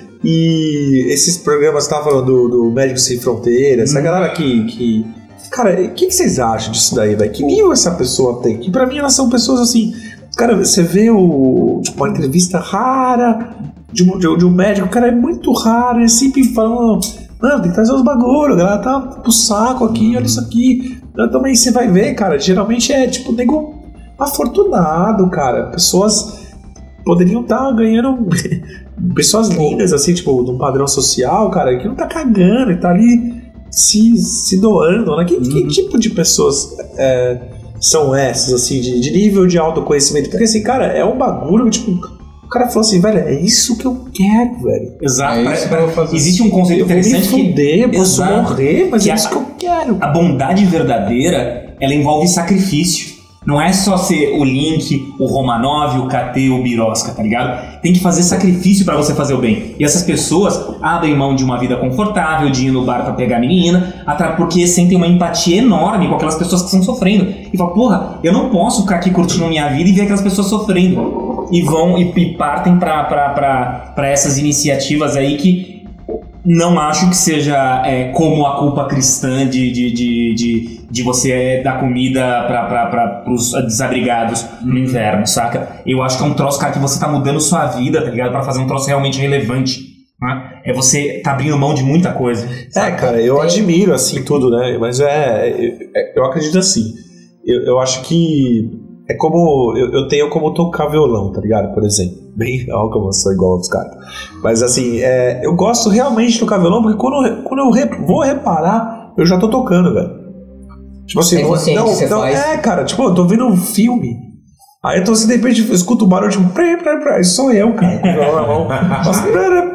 E esses programas, você tava falando do, do Médicos Sem Fronteiras, essa hum. galera que, que... Cara, o que, que vocês acham disso daí, velho? Que nível essa pessoa tem? Que pra mim elas são pessoas assim... Cara, você vê o, tipo, uma entrevista rara de um, de, de um médico, cara, é muito raro, ele sempre falando... Mano, tem que trazer os bagulho, a galera tá pro saco aqui, olha isso aqui. Então, também você vai ver, cara, geralmente é tipo, nego... afortunado, cara. Pessoas poderiam estar tá ganhando pessoas lindas, assim, tipo, de um padrão social, cara, que não tá cagando e tá ali se, se doando, né? Que, uhum. que tipo de pessoas é, são essas, assim, de, de nível de autoconhecimento? Porque, assim, cara, é um bagulho, tipo, o cara falou assim, velho, é isso que eu quero, velho. Exato. É isso que eu vou fazer. Existe um conceito eu interessante vou me fuder, que... posso Exato. morrer, mas que é isso a, que eu quero. A bondade verdadeira, ela envolve sacrifício. Não é só ser o Link, o Romanov, o K T, o Birosca, tá ligado? Tem que fazer sacrifício pra você fazer o bem. E essas pessoas abrem mão de uma vida confortável, de ir no bar pra pegar a menina, até porque sentem uma empatia enorme com aquelas pessoas que estão sofrendo. E falam, porra, eu não posso ficar aqui curtindo minha vida e ver aquelas pessoas sofrendo. E vão e, e partem pra, pra, pra, pra essas iniciativas aí que... Não acho que seja é, como a culpa cristã de, de, de, de, de você dar comida para os desabrigados no inverno, saca? Eu acho que é um troço, cara, que você tá mudando sua vida, tá ligado? Pra fazer um troço realmente relevante. Né? É você tá abrindo mão de muita coisa. Saca? É, cara, eu admiro assim tudo, né? Mas é, é eu acredito assim. Eu, eu acho que é como... Eu, eu tenho como tocar violão, tá ligado? Por exemplo. Bem, ó, como eu sou igual aos caras. Mas assim, é, eu gosto realmente de tocar violão, porque quando eu, quando eu re, vou reparar, eu já tô tocando, velho. Tipo assim, é não, não, você não faz. É, cara, tipo, eu tô vendo um filme. Aí eu tô assim, de repente, eu escuto o barulho, tipo, pré, pré, pré, sou eu, cara, com o violão na mão. Nossa,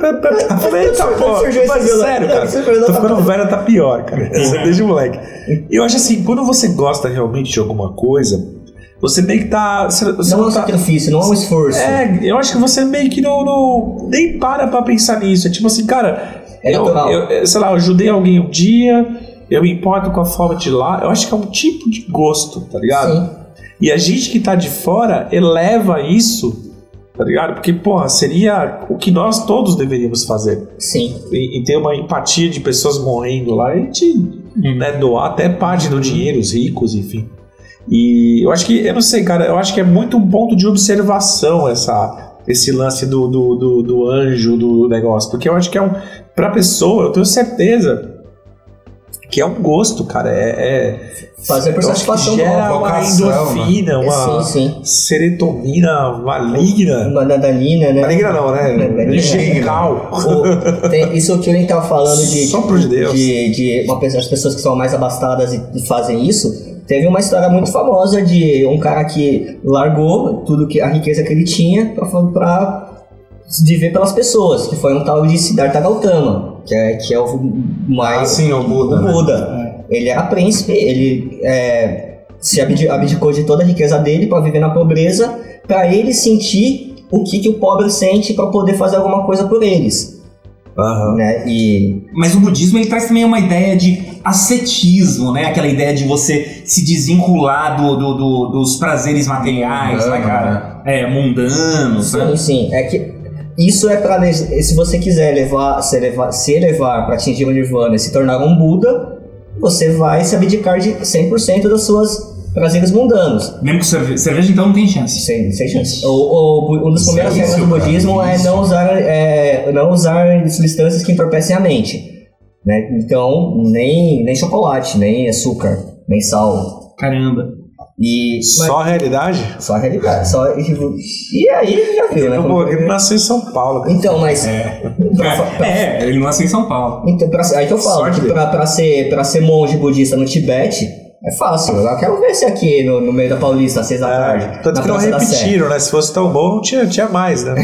eita, pô, mas sério, cara, tô ficando velho, tá pior, cara, desde moleque. Eu acho assim, quando você gosta realmente de alguma coisa, você meio que tá... Você, você não, não é um tá, sacrifício, não é um esforço. É, eu acho que você meio que não, não nem para pra pensar nisso. É tipo assim, cara, é eu, eu, sei lá, eu ajudei alguém um dia, eu me importo com a forma de lá. Eu acho que é um tipo de gosto, tá ligado? Sim. E a gente que tá de fora eleva isso, tá ligado? Porque, porra, seria o que nós todos deveríamos fazer. Sim. E, e ter uma empatia de pessoas morrendo lá e te hum. né, doar até parte do dinheiro, os ricos, enfim. E eu acho que, eu não sei, cara, eu acho que é muito um ponto de observação essa, esse lance do, do, do, do anjo do negócio, porque eu acho que é um, pra pessoa, eu tenho certeza que é um gosto, cara, é... é fazer por satisfação, gera uma, uma endorfina, né? uma sim, sim. serotonina maligna. Maligna, né? Maligna não, né? Genial. Isso que eu nem tava falando de... Só por Deus. De, de uma, as pessoas que são mais abastadas e, e fazem isso. Teve uma história muito famosa de um cara que largou tudo que a riqueza que ele tinha pra, pra viver pelas pessoas, que foi um tal de Siddhartha Gautama, que é, que é o mais... Ah, sim, o Buda. O Buda. Né? Ele era príncipe, ele é, se abdicou de toda a riqueza dele para viver na pobreza, para ele sentir o que, que o pobre sente para poder fazer alguma coisa por eles. Aham. né? E Mas o budismo ele traz também uma ideia de ascetismo, né? Aquela ideia de você se desvincular do, do- do- dos prazeres materiais, né, cara? É, mundanos, né? sim, sim, é que isso é pra se você quiser levar, se elevar, se elevar para atingir o nirvana e se tornar um Buda, você vai se abdicar de cem por cento das suas prazeres mundanos. Mesmo com cerveja, cerveja então não tem chance. Sem, sem chance. O, o, um dos primeiros Isso, regras do cara, budismo é isso. não usar, é não usar substâncias que entorpecem a mente. Né? Então, nem, nem chocolate, nem açúcar, nem sal. Caramba. E, Só a realidade? mas, só a realidade. Só, e, tipo, e aí já viu, né? Eu, Como- moro- eu nasci em São Paulo. cara. Então, mas. Pra, pra, É, ele nasceu em São Paulo. então, pra, aí que eu falo, Sorte que dele. pra, pra, ser, pra ser monge budista no Tibete, é fácil. Eu quero ver se aqui no, no meio da Paulista, às seis da tarde. É, tanto na que não Praça da Sé. repetiram, né? Se fosse tão bom, não tinha, tinha mais, né?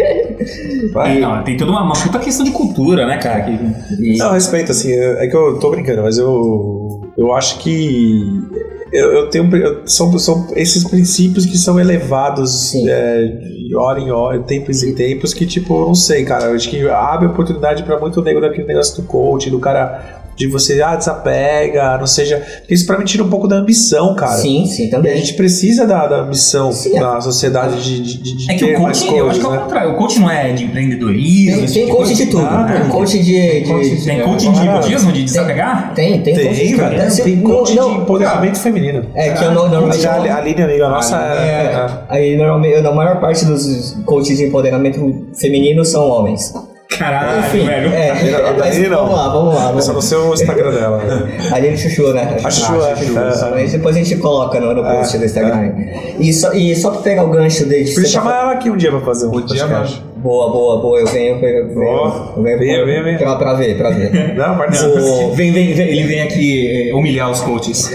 Vai. É, não, tem toda uma, uma puta questão de cultura, né, cara? Que- E- Não, respeito, assim, é que eu tô brincando, mas eu, eu acho que eu, eu tenho, eu- são, são esses princípios que são elevados Sim. é, de hora em hora, tempos em tempos, que tipo, eu não sei, cara, eu acho que abre oportunidade pra muito nego daquele negócio do coach, do cara, de você, ah, desapega, não seja, porque isso pra mim tira um pouco da ambição, cara. Sim, sim, E a também. gente precisa da, da ambição Sim, é. na sociedade de, de, de, de É que ter o mais coaching, eu acho coisas, que é o né? contrário. O coaching não é de empreendedorismo. Tem, esse tem tipo coach de tudo. Ah, Tem tem. coach de. de- coach de- Tem É, coaching de claro. budismo, de desapegar? Tem, tem, coach de Tem, tudo. cara, Se- tem não- coach não- de empoderamento feminino. É que eu não, normalmente. Mas a Ali- a Aline, amiga nossa, Aline é, é- é. Aí, normalmente, na maior parte dos coaches de empoderamento feminino são homens. Caralho, Enfim, velho. é, A mas Aline não. vamos lá, vamos lá. Eu só Vamos. não sei o Instagram dela. A gente chuchu, né? A Chuchu, é. É. Mas depois a gente coloca no, no post É, do Instagram. E, só, e só pra pegar o gancho de. Podia chamar ela aqui um dia pra fazer um Podia, podcast. Boa, boa, boa. Eu venho, eu venho, Ó, eu venho, venha, venha, venha. Pra, pra ver, pra ver. Não, participa. O- Vem, vem, vem, ele vem aqui é, humilhar os coaches.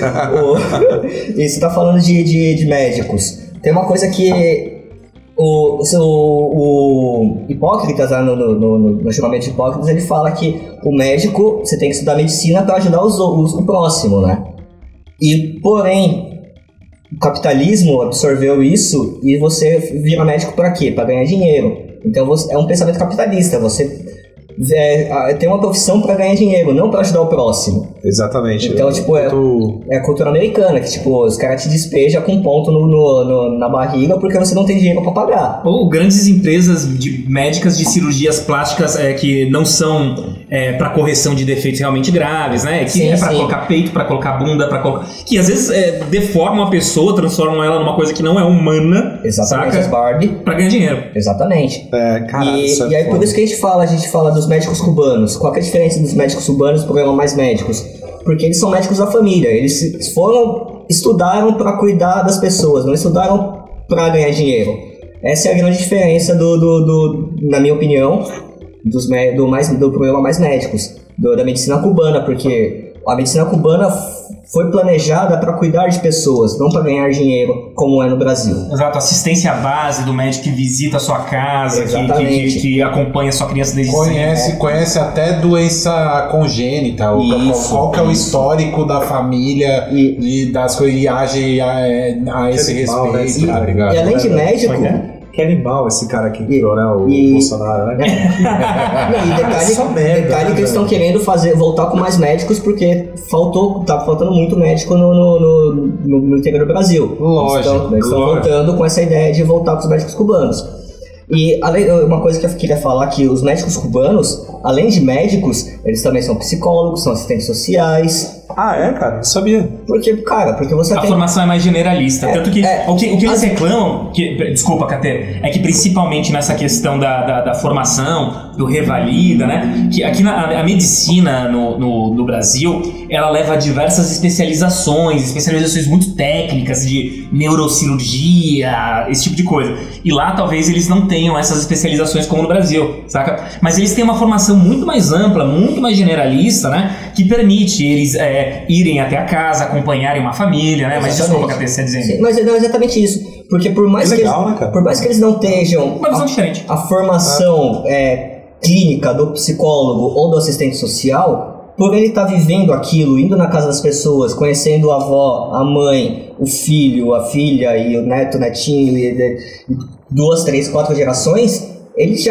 O- e você tá falando de, de, de médicos. Tem uma coisa que o, o, seu- o Hipócritas, lá no, no, no, no julgamento de Hipócritas, ele fala que o médico, você tem que estudar medicina para ajudar os, os, o próximo, né? E, porém, o capitalismo absorveu isso e você vira médico para quê? Para ganhar dinheiro. Então você, é um pensamento capitalista, você é, tem uma profissão para ganhar dinheiro, não para ajudar o próximo. Exatamente. Então, tipo, é- Tu- É a cultura americana, que tipo, os caras te despejam com um ponto no, no- no- na barriga porque você não tem dinheiro pra pagar. Ou grandes empresas de médicas de cirurgias plásticas é, que não são é, para correção de defeitos realmente graves, né? Que Sim, é para sim. colocar peito, para colocar bunda, para colocar. Que às vezes é, deformam a pessoa, transformam ela numa coisa que não é humana, Exatamente, as saca? Barbie. Pra ganhar dinheiro. Exatamente. É, caralho, e, isso é e aí foda. por isso que a gente fala, a gente fala dos médicos cubanos. Qual que é a diferença dos médicos cubanos pro programa Mais Médicos? Porque eles são médicos da família, eles se- foram, estudaram pra cuidar das pessoas, não estudaram pra ganhar dinheiro. Essa é a grande diferença do, do, do- na minha opinião, dos, mé- do, mais, do programa Mais Médicos, do- da medicina cubana, porque a medicina cubana f- foi planejada para cuidar de pessoas, não para ganhar dinheiro, como é no Brasil. Exato, assistência base do médico que visita a sua casa, que, que, Exatamente. que, que acompanha a sua criança desde Conhece, conhece até doença congênita, o- Isso, qual que é o isso. histórico da família E- e das coisas e age a, a esse animal, né, esse respeito, tá cara. ligado? E além de médico, Como é que Que animal esse cara que E- entrou, né? O e- Bolsonaro, né? não, e detalhe, Só merda, detalhe né, que eles estão velho? querendo fazer, voltar com mais médicos porque faltou, tá faltando muito médico no, no, no, no, no interior do Brasil. Lógico, Eles estão, eles estão lógico. voltando com essa ideia de voltar com os médicos cubanos. E além, uma coisa que eu queria falar que os médicos cubanos, além de médicos, eles também são psicólogos, são assistentes sociais. Ah, é, cara? Não sabia. Porque, cara, porque você A tem... formação é mais generalista. É, Tanto que, é. o que o que eles As- reclamam, que, desculpa, Catê, é que principalmente nessa questão da, da, da formação, do revalida, né? Que aqui na a medicina no, no, no Brasil, ela leva a diversas especializações, especializações muito técnicas de neurocirurgia, esse tipo de coisa. E lá talvez eles não tenham essas especializações como no Brasil, saca? Mas eles têm uma formação muito mais ampla, muito mais generalista, né? Que permite eles é, irem até a casa, acompanharem uma família, né? Mas Exatamente. desculpa, Catê, você está dizendo. Sim, mas não é exatamente isso. Porque por mais Que que, legal, eles, né, cara? por mais que eles não estejam Uma visão a, diferente. a formação é, clínica do psicólogo ou do assistente social, por ele estar vivendo aquilo, indo na casa das pessoas, conhecendo a avó, a mãe, o filho, a filha e o neto, o netinho, e, e duas, três, quatro gerações, ele já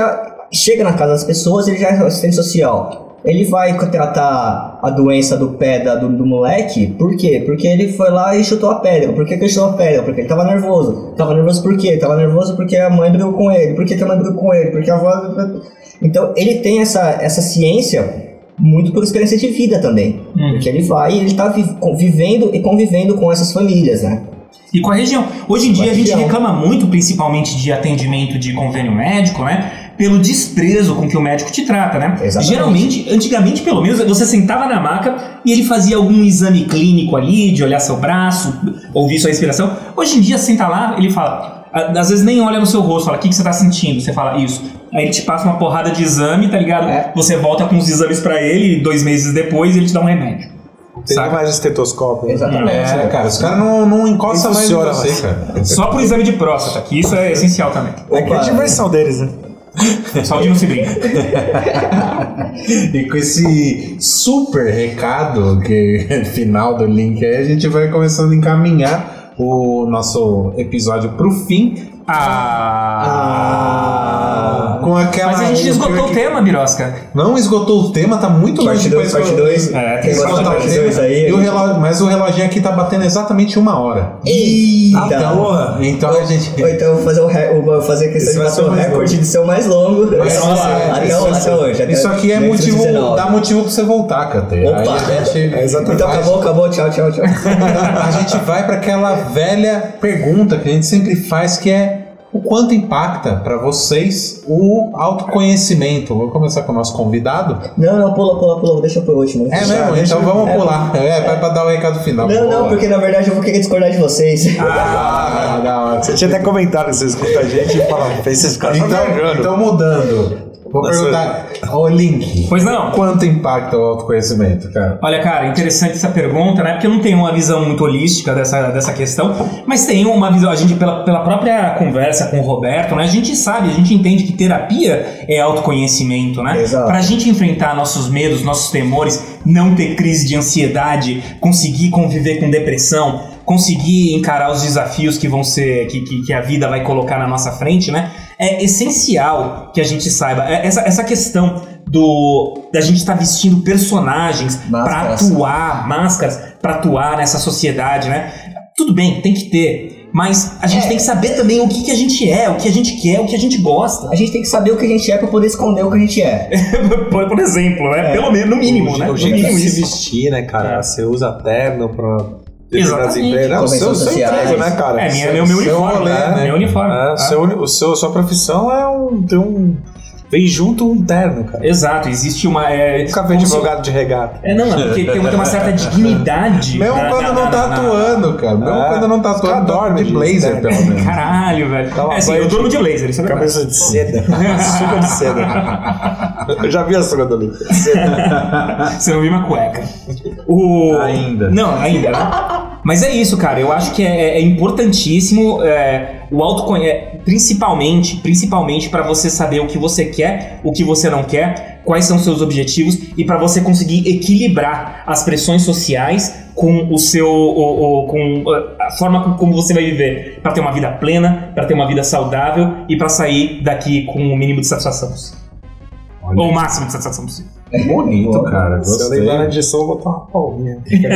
chega na casa das pessoas, ele já é assistente social. Ele vai tratar a doença do pé da, do, do moleque, por quê? Porque ele foi lá e chutou a pedra. Por que, que ele chutou a pedra? Porque ele tava nervoso. Tava nervoso por quê? Tava nervoso porque a mãe brigou com ele. Por que, que a mãe brigou com ele? Porque a avó... Então, ele tem essa, essa ciência muito por experiência de vida também. Hum. Porque ele vai e ele tá vi, vivendo e convivendo com essas famílias, né? E com a região. Hoje em dia a gente reclama muito, principalmente de atendimento de convênio médico, né? Pelo desprezo com que o médico te trata, né? Exatamente. Geralmente, antigamente pelo menos, você sentava na maca e ele fazia algum exame clínico ali, de olhar seu braço, ouvir sua respiração. Hoje em dia, senta lá, ele fala, às vezes nem olha no seu rosto, fala, o que, que você tá sentindo? Você fala, isso. Aí ele te passa uma porrada de exame, tá ligado? É. Você volta com os exames pra ele e dois meses depois ele te dá um remédio. Tem Saca? mais estetoscópio. Exatamente. É, cara, os caras não, não encostam mais em você, cara. Só pro exame de próstata, que isso é essencial também. É que é a diversão deles, né? Saúde não se brinca. E com esse super recado que final do link aí, a gente vai começando a encaminhar o nosso episódio pro fim. Ah, ah, com aquela. Mas a gente esgotou que... o tema, Birosca. Não esgotou o tema, tá muito parte longe. dois, parte dois. É, tem que esgotar parte dois aí. E o relógio, mas o reloginho aqui tá batendo exatamente uma hora. Eita! Então, então a gente. Ou então eu vou fazer, o re... vou fazer questão de bater o recorde de ser o mais longo. Mas, Nossa, é, até, isso, até hoje. Até isso aqui é motivo. Dá motivo pra você voltar, Cate. Opa! Aí a gente, é exatamente. Então acabou, acabou. Tchau, tchau, tchau. A gente vai pra aquela velha pergunta que a gente sempre faz, que é: o quanto impacta para vocês o autoconhecimento? Vou começar com o nosso convidado. Não, não, pula, pula, pula, deixa por último. É mesmo? Então deixa, vamos é, pular. É, é para dar o recado final. Não, não, porque na verdade eu vou querer discordar de vocês. Ah, não, não. Você tinha até comentado, você escuta a gente e fala, fez esses caras. Então, então mudando. Vou Nossa, perguntar ao Link. Pois não. Quanto impacta o autoconhecimento, cara? Olha, cara, interessante essa pergunta, né? Porque eu não tenho uma visão muito holística dessa, dessa questão, mas tenho uma visão, a gente, pela, pela própria conversa com o Roberto, né? A gente sabe, a gente entende que terapia é autoconhecimento, né? Exato. Pra gente enfrentar nossos medos, nossos temores, não ter crise de ansiedade, conseguir conviver com depressão, conseguir encarar os desafios que vão ser, que, que, que a vida vai colocar na nossa frente, né? É essencial que a gente saiba. Essa, essa questão do, da gente estar tá vestindo personagens para atuar, máscaras, para atuar nessa sociedade, né? Tudo bem, tem que ter. Mas a gente é. tem que saber também o que, que a gente é, o que a gente quer, o que a gente gosta. A gente tem que saber o que a gente é pra poder esconder o que a gente é. por, por exemplo, né? É. Pelo menos, no mínimo, o, né? O jeito de se vestir, né, cara? É. Você usa terno pra... Exatamente. Não, o seu, seu emprego, né, cara? É, minha, meu, meu uniforme, rolê, né? né? Meu uniforme. É, ah. seu, o seu, sua profissão é um... Tem um... Vem junto um terno, cara. Exato, existe uma... É, nunca veio advogado de regata. É, não, é porque tem uma certa dignidade. Mesmo na, quando na, não na, tá na, atuando, cara. Mesmo é, quando não tá atuando, dorme de blazer, né? Pelo menos. Caralho, velho. Tá é assim, eu durmo de blazer, isso é verdade. Cabeça de seda. Suga de seda. Eu já vi a suga do Link. Você não viu uma cueca. O... Ainda. Não, ainda, né? Mas é isso, cara. Eu acho que é, é importantíssimo é, o autoconhecimento, principalmente, principalmente para você saber o que você quer, o que você não quer, quais são os seus objetivos e para você conseguir equilibrar as pressões sociais com o seu, o, o, com a forma como você vai viver, para ter uma vida plena, para ter uma vida saudável e para sair daqui com o mínimo de satisfação possível. Ou o máximo de satisfação possível. É bonito, Pô, cara. Gostei. Se eu lembrar na edição, eu vou botar uma palminha.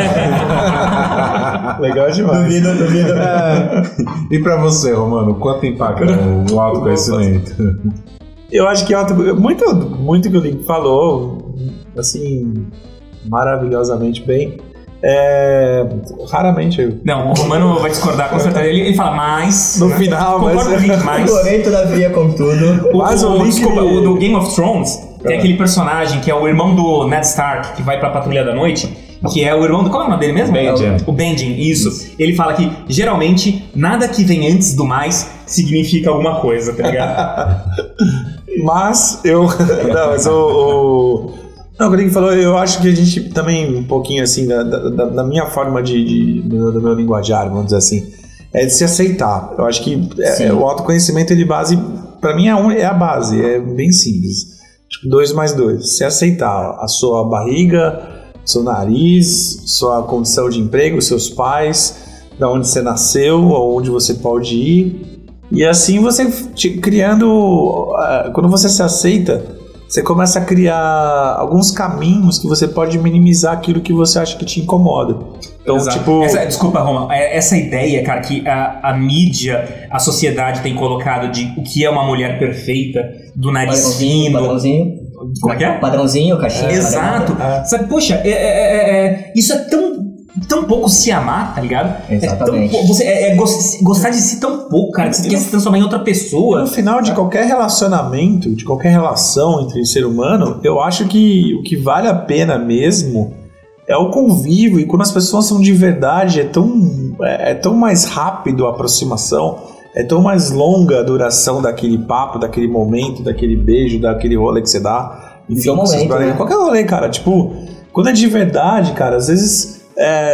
Legal demais. Duvido, duvido. É. E pra você, Romano, quanto impacta o autoconhecimento? Eu acho que muito, muito que o Link falou, assim, maravilhosamente bem. É, raramente eu... Não, o Romano vai discordar com certeza. Ele, ele fala, mas... No final, concordo mas... com o mais. Porém, todavia, contudo... O, mas o, o, desculpa, o do Game of Thrones, tem é. aquele personagem que é o irmão do Ned Stark, que vai pra Patrulha da Noite, que é o irmão do... Qual é o nome dele mesmo? Benjen. O Benjen, isso. isso. Ele fala que, geralmente, nada que vem antes do mais significa alguma coisa, tá ligado? Mas, eu... Não, mas o... o... Não, o que ele falou, eu acho que a gente também, um pouquinho assim, da, da, da minha forma de, de do, do meu linguajar, vamos dizer assim, é de se aceitar. Eu acho que é, o autoconhecimento, ele base, pra mim é, um, é a base, é bem simples. Tipo, dois mais dois, se aceitar a sua barriga, seu nariz, sua condição de emprego, seus pais, da onde você nasceu, aonde você pode ir, E assim você te, criando... Uh, quando você se aceita, você começa a criar alguns caminhos que você pode minimizar aquilo que você acha que te incomoda. Então, Exato. tipo... Essa, desculpa, Roma. Essa ideia, cara, que a, a mídia, a sociedade tem colocado de o que é uma mulher perfeita, do nariz Padrãozinho, fino... padrãozinho. Como é que é? Padrãozinho, caixinha. É, exato. É. Sabe, poxa, é, é, é, é, isso é tão... tão pouco se amar, tá ligado? Exatamente. É tão, você, é, é gostar de si tão pouco, cara, que você quer se transformar em outra pessoa. No final de qualquer relacionamento, de qualquer relação entre ser humano, eu acho que o que vale a pena mesmo é o convívio. E quando as pessoas são de verdade, é tão, é, é tão mais rápido a aproximação, é tão mais longa a duração daquele papo, daquele momento, daquele beijo, daquele rolê que você dá. Enfim, momento, vocês, né? qualquer rolê, cara. Tipo, quando é de verdade, cara, às vezes...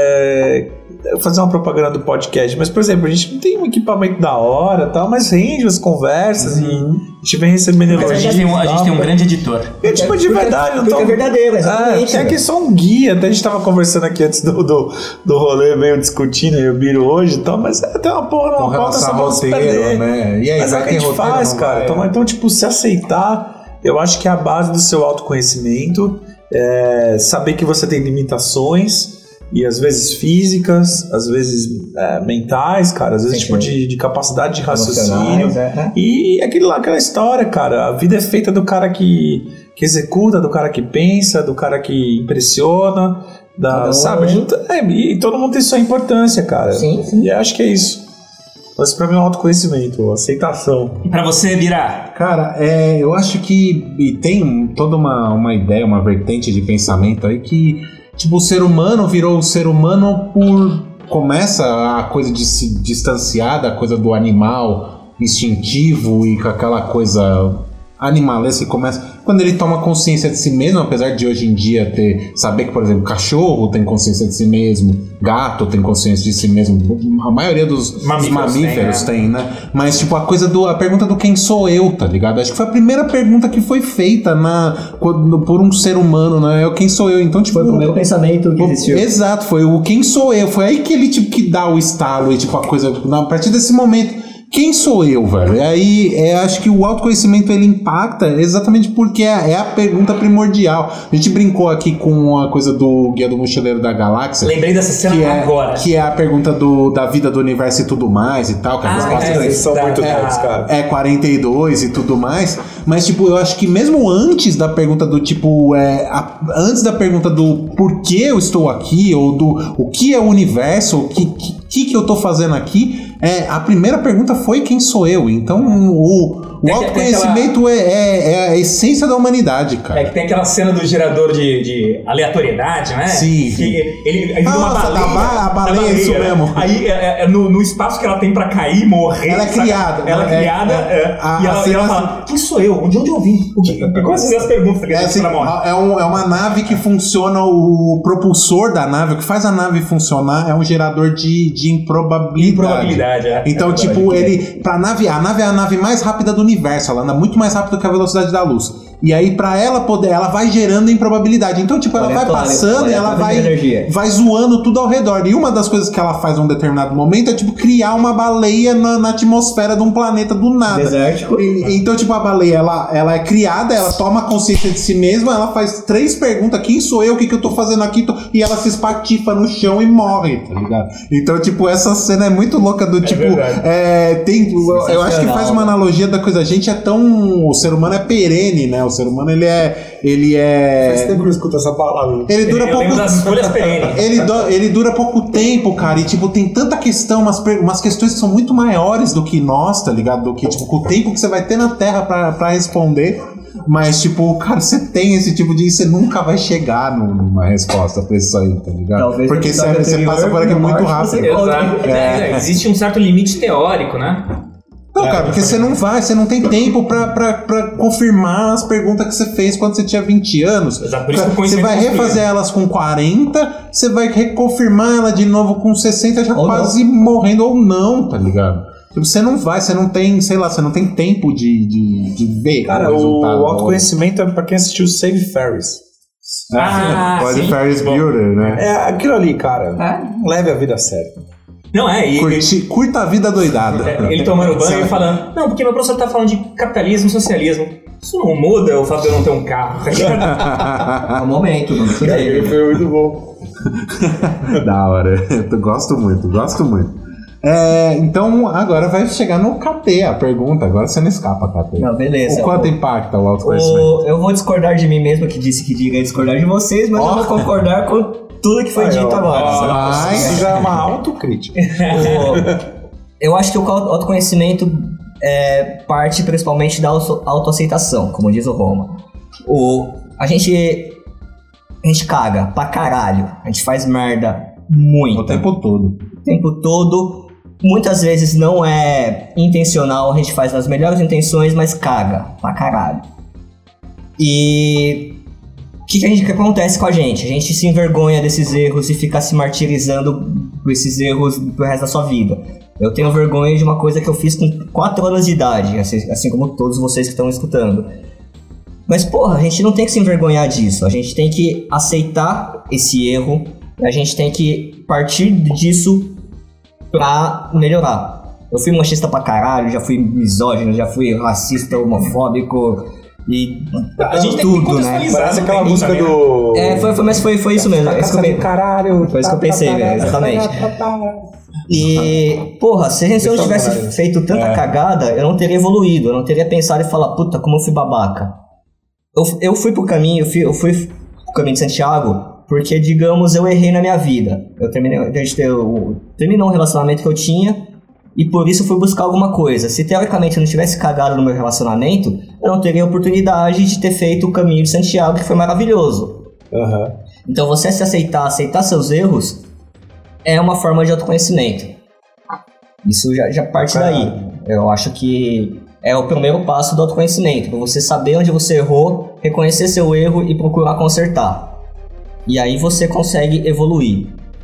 É, eu vou fazer uma propaganda do podcast, mas por exemplo, a gente não tem um equipamento da hora e tal, mas rende as conversas e a gente vem recebendo Mas a elogios. gente tem um, a e gente tal, tem um mas- grande editor. É tipo de Porque- verdade, não porque tô... é verdadeiro, exatamente, É, é aqui velho. só um guia. Até a gente tava conversando aqui antes do, do, do rolê, meio discutindo e o Biro hoje e tal, mas é até uma porra, Com uma pauta relação só ao pra se roteiro, perder. né? E aí, Mas é vai o que a ter gente roteiro, faz, não cara. vai? Então, então, tipo, se aceitar, eu acho que é a base do seu autoconhecimento, é saber que você tem limitações, e às vezes físicas, às vezes é, mentais, cara, às vezes Sim, tipo sim. de, de capacidade de raciocínio. Emocionais, é. E aquele lá, aquela história, cara, a vida é feita do cara que, que executa, do cara que pensa, do cara que impressiona, da, Cada um- sabe? A gente- é, e todo mundo tem sua importância, cara. Sim, sim. E eu acho que é isso. Mas pra mim é um autoconhecimento, aceitação. E pra você, Bira? Cara, é, eu acho que e tem toda uma, uma ideia, uma vertente de pensamento aí que, tipo, o ser humano virou o ser humano por... Começa a coisa de se distanciar da coisa do animal instintivo e com aquela coisa animalesca que começa... Quando ele toma consciência de si mesmo, apesar de hoje em dia ter... Saber que, por exemplo, cachorro tem consciência de si mesmo, gato tem consciência de si mesmo, a maioria dos dos Mamíferos mamíferos tem, tem, né? Mas, tipo, a coisa do... A pergunta do quem sou eu, tá ligado? Acho que foi a primeira pergunta que foi feita na, quando- por um ser humano, né? É o quem sou eu. Então, tipo... Foi o primeiro pensamento que o- existiu. Exato, foi o quem sou eu. Foi aí que ele, tipo, que dá o estalo e, tipo, a coisa... A partir desse momento... Quem sou eu, velho? E aí, é, acho que o autoconhecimento, ele impacta exatamente porque é, é a pergunta primordial. A gente brincou aqui com a coisa do Guia do Mochileiro da Galáxia. Lembrei dessa cena Que é, agora. que é a pergunta do, da vida do universo e tudo mais e tal. Que a Ah, resposta é, é, Eles são da- muito é, nerds, cara. é quarenta e dois e tudo mais. Mas, tipo, eu acho que mesmo antes da pergunta do tipo... É, a- antes da pergunta do por que eu estou aqui, ou do o que é o universo, o que, que, que eu tô fazendo aqui... É, a primeira pergunta foi quem sou eu. Então o, o Tem que- autoconhecimento é, é, é a essência da humanidade, cara. É que tem aquela cena do gerador de, de aleatoriedade, né? Sim. Que ele, ele vira uma Nossa, baleia. da ba- a baleia, da isso né? mesmo. Aí, é, é, no, no espaço que ela tem pra cair, morrer. Ela é saca? criada, Ela né? é criada. É, é, é. A- e a ela, e cena ela fala: quem sou eu? De onde eu vim? O que, quais são as perguntas que É, a assim, gente morre? é, um- é uma nave que funciona, o propulsor da nave, o que faz a nave funcionar é um gerador de, de improbabilidade. Improbabilidade, é. Então, É verdade. tipo, ele. Pra nave, a nave é a nave mais rápida do universo, ela anda muito mais rápido que a velocidade da luz. E aí, pra ela poder, ela vai gerando improbabilidade. Então, tipo, ela vai Aleatório, passando e ela aleatório vai, de energia. vai zoando tudo ao redor. E uma das coisas que ela faz num determinado momento é, tipo, criar uma baleia na, na atmosfera de um planeta do nada. Desértico. E- Então, tipo, a baleia, ela, ela é criada, ela toma consciência de si mesma, ela faz três perguntas: quem sou eu, o que, que eu tô fazendo aqui? Tô- E ela se espatifa no chão e morre, tá ligado? Então, tipo, essa cena é muito louca do tipo. verdade. É, tem, eu, eu acho que faz uma Sensacional. analogia da coisa. A gente é tão. O ser humano é perene, né? O ser humano, ele é. Ele Faz é. tempo que eu escuto essa palavra. Ele dura eu pouco. lembro das folhas perenes. Ele, do- ele dura pouco tempo, cara, e tipo, tem tanta questão, umas, per- umas questões que são muito maiores do que nós, tá ligado? Do que, tipo, com o tempo que você vai ter na Terra pra, pra responder. Mas, tipo, cara, você tem esse tipo de... Você nunca vai chegar no- numa resposta pra isso aí, tá ligado? Talvez Porque no você, episódio você passa anterior, por aqui na muito morte, rápido. você- Exato. É. É, existe um certo limite teórico, né? Não, cara, porque você não vai, você não tem tempo pra, pra, pra confirmar as perguntas que você fez quando você tinha vinte anos. Exato, por isso que o Você conhecimento vai é construído. refazer elas com quarenta, você vai reconfirmar ela de novo com sessenta, já Ou quase morrendo ou não, tá ligado? Tipo, você não vai, você não tem, sei lá, você não tem tempo de, de, de ver Cara, o o resultado. autoconhecimento é pra quem assistiu Save Ferris. Ah, Pode sim. Ferris Bom. Bueller, né? É aquilo ali, cara. É. Leve a vida a sério. Não, é, e Curti, curta a vida doidada. é, ele tomando banho e falando, não, porque meu professor tá falando de capitalismo e socialismo. Isso não muda o fato de eu não ter um carro, tá ligado? É o momento, mano. Tudo Cara, ele bem. foi muito bom. Da hora. Eu gosto muito, gosto muito. É, então, agora vai chegar no K T a pergunta. Agora você não escapa, K T. Não, beleza. O quanto O- impacta o autoconhecimento? O- eu vou discordar de mim mesmo, que disse que diga discordar de vocês, mas eu vou concordar com tudo que foi Aí, dito ó, agora. Mas- Isso já é uma autocrítica. O- eu acho que o autoconhecimento é parte principalmente da auto- autoaceitação, como diz o Roma. O, a gente a gente caga pra caralho, a gente faz merda muito. O tempo todo. O tempo todo. Muitas vezes não é intencional, a gente faz nas melhores intenções, mas caga pra caralho. E o que, que, a gente, que acontece com a gente? A gente se envergonha desses erros e fica se martirizando por esses erros pro resto da sua vida. Eu tenho vergonha de uma coisa que eu fiz com quatro anos de idade, assim, assim como todos vocês que estão escutando. Mas, porra, a gente não tem que se envergonhar disso. A gente tem que aceitar esse erro. A gente tem que partir disso pra melhorar. Eu fui machista pra caralho, já fui misógino, já fui racista, homofóbico e A gente tem que tudo, né? contextualizar. Parece não aquela tem música também, né? do... É, foi, foi, mas foi, foi isso mesmo. É isso que eu, do pe- caralho. Foi isso que eu pensei, velho, exatamente. E, porra, se a gente não tivesse feito tanta É. cagada, eu não teria evoluído, eu não teria pensado e falar, puta, como eu fui babaca. Eu, eu fui pro caminho, eu fui, eu fui pro caminho de Santiago porque, digamos, eu errei na minha vida. Eu terminei, a gente eu, terminou um relacionamento que eu tinha e por isso fui buscar alguma coisa. Se teoricamente eu não tivesse cagado no meu relacionamento, eu não teria a oportunidade de ter feito o caminho de Santiago, que foi maravilhoso. Aham. Então você se aceitar, aceitar seus erros, é uma forma de autoconhecimento. Isso já, já parte daí. Eu acho que é o primeiro passo do autoconhecimento, para você saber onde você errou, reconhecer seu erro e procurar consertar. E aí você consegue evoluir.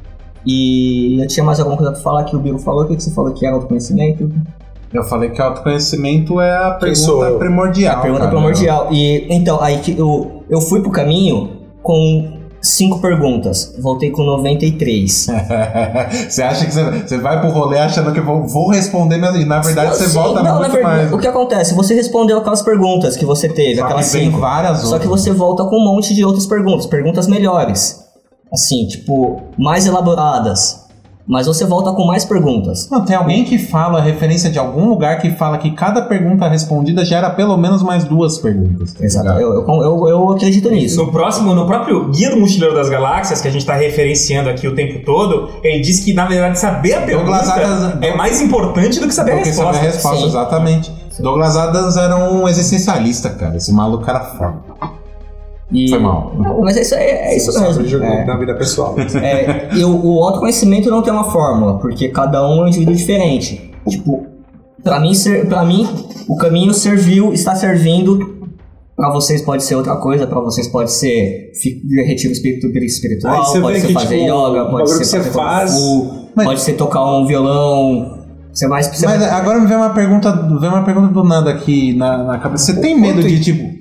E eu tinha mais alguma coisa pra falar que o Biro falou. O que que você falou que era autoconhecimento? Eu falei que autoconhecimento é a Quem sou pergunta eu? primordial. A pergunta cara. primordial. E então, aí que eu, eu fui pro caminho com cinco perguntas. Voltei com noventa e três. Você acha que você, você vai pro rolê achando que eu vou, vou responder, mas na verdade você Sim, volta não, muito na verdade, mais. O que acontece? Você respondeu aquelas perguntas que você teve, Só aquelas que vem cinco. várias Só que outras. você volta com um monte de outras perguntas, perguntas melhores. Assim, tipo, mais elaboradas. Mas você volta com mais perguntas. Não, tem alguém que fala, referência de algum lugar que fala que cada pergunta respondida gera pelo menos mais duas perguntas. tá Exato, ligado? eu, eu, eu, eu acredito nisso. No próximo, no próprio Guia do Mochileiro das Galáxias, que a gente está referenciando aqui o tempo todo, ele diz que, na verdade, saber a pergunta Douglas Adams- é mais importante do que saber a Porque resposta. saber a resposta, Sim. exatamente. Douglas Adams era um existencialista, cara. Esse maluco era foda. E- Foi mal. Não, mas é isso, é, é isso Sabe mesmo. jogar É. na vida pessoal. É, e o, o autoconhecimento não tem uma fórmula, porque cada um é um indivíduo diferente. Tipo, pra mim, ser, pra mim o caminho serviu, está servindo. Pra vocês pode ser outra coisa, pra vocês pode ser fi- retiro espiritu- espiritual, Aí você pode vê ser que, fazer tipo, yoga, o pode bagulho ser que você fazer faz- kung fu, Mas- pode ser tocar um violão. Você vai, você Mas vai- agora me vem uma pergunta, vem uma pergunta do nada aqui na, na cabeça. Você tem medo de, tipo...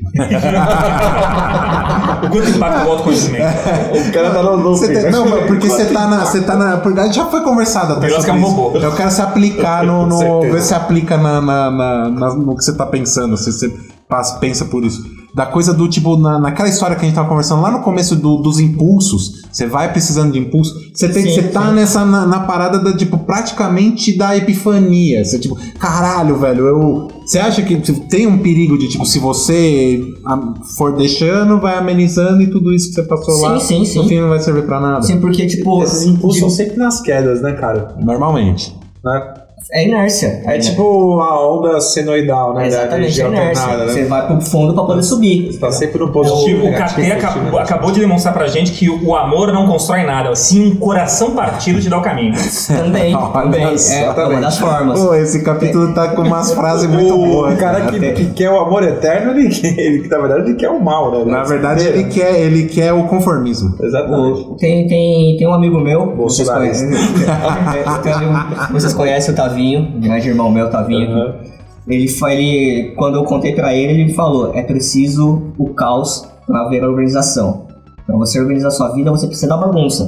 O quanto impacta o autoconhecimento? O cara tá no Você tem- não, mas porque você tá na. Você tá na. Porque já foi conversado até Melhor sobre que é um isso. robô. Eu quero se aplicar no. Com no certeza. ver se aplica na, na, na- na- no que você tá pensando. Se você passa- pensa por isso. Da coisa do tipo, na, naquela história que a gente tava conversando lá no começo do- dos impulsos. Você vai precisando de impulso. Você, tem, Sim, você tá sim. nessa na, na parada da, tipo, praticamente da epifania. Você, tipo, caralho, velho, eu. Você acha que tipo, tem um perigo de, tipo, se você ah, for deixando, vai amenizando e tudo isso que você passou Sim, lá, sim, sim. no fim não vai servir pra nada? Sim, porque, tipo. Esses impulsos de- são sempre nas quedas, né, cara? Normalmente. Né? É inércia. É tipo a onda senoidal, né? Da Exatamente, energia é inércia. alternada, Você né? vai pro fundo pra poder subir. Você tá sempre no positivo. O, o K T acabou, acabou de demonstrar pra gente que o amor não constrói nada, sim um coração partido te dá o caminho. Também, Olha também. só, É uma das formas. Pô, esse capítulo tá com umas frases muito boas. O cara que, que quer o amor eterno, ele, quer- ele, que na verdade, ele quer o mal, né? Na verdade, ele quer, ele quer o conformismo. Exatamente. O- Tem, tem, tem um amigo meu, vocês Bolsonarista. conhecem, tem um amigo- vocês conhecem o Tavinho, grande irmão meu, Tavinho. Uhum. Ele, fa- ele, quando eu contei pra ele, ele falou, é preciso o caos pra haver a organização. Pra você organizar sua vida, você precisa da bagunça.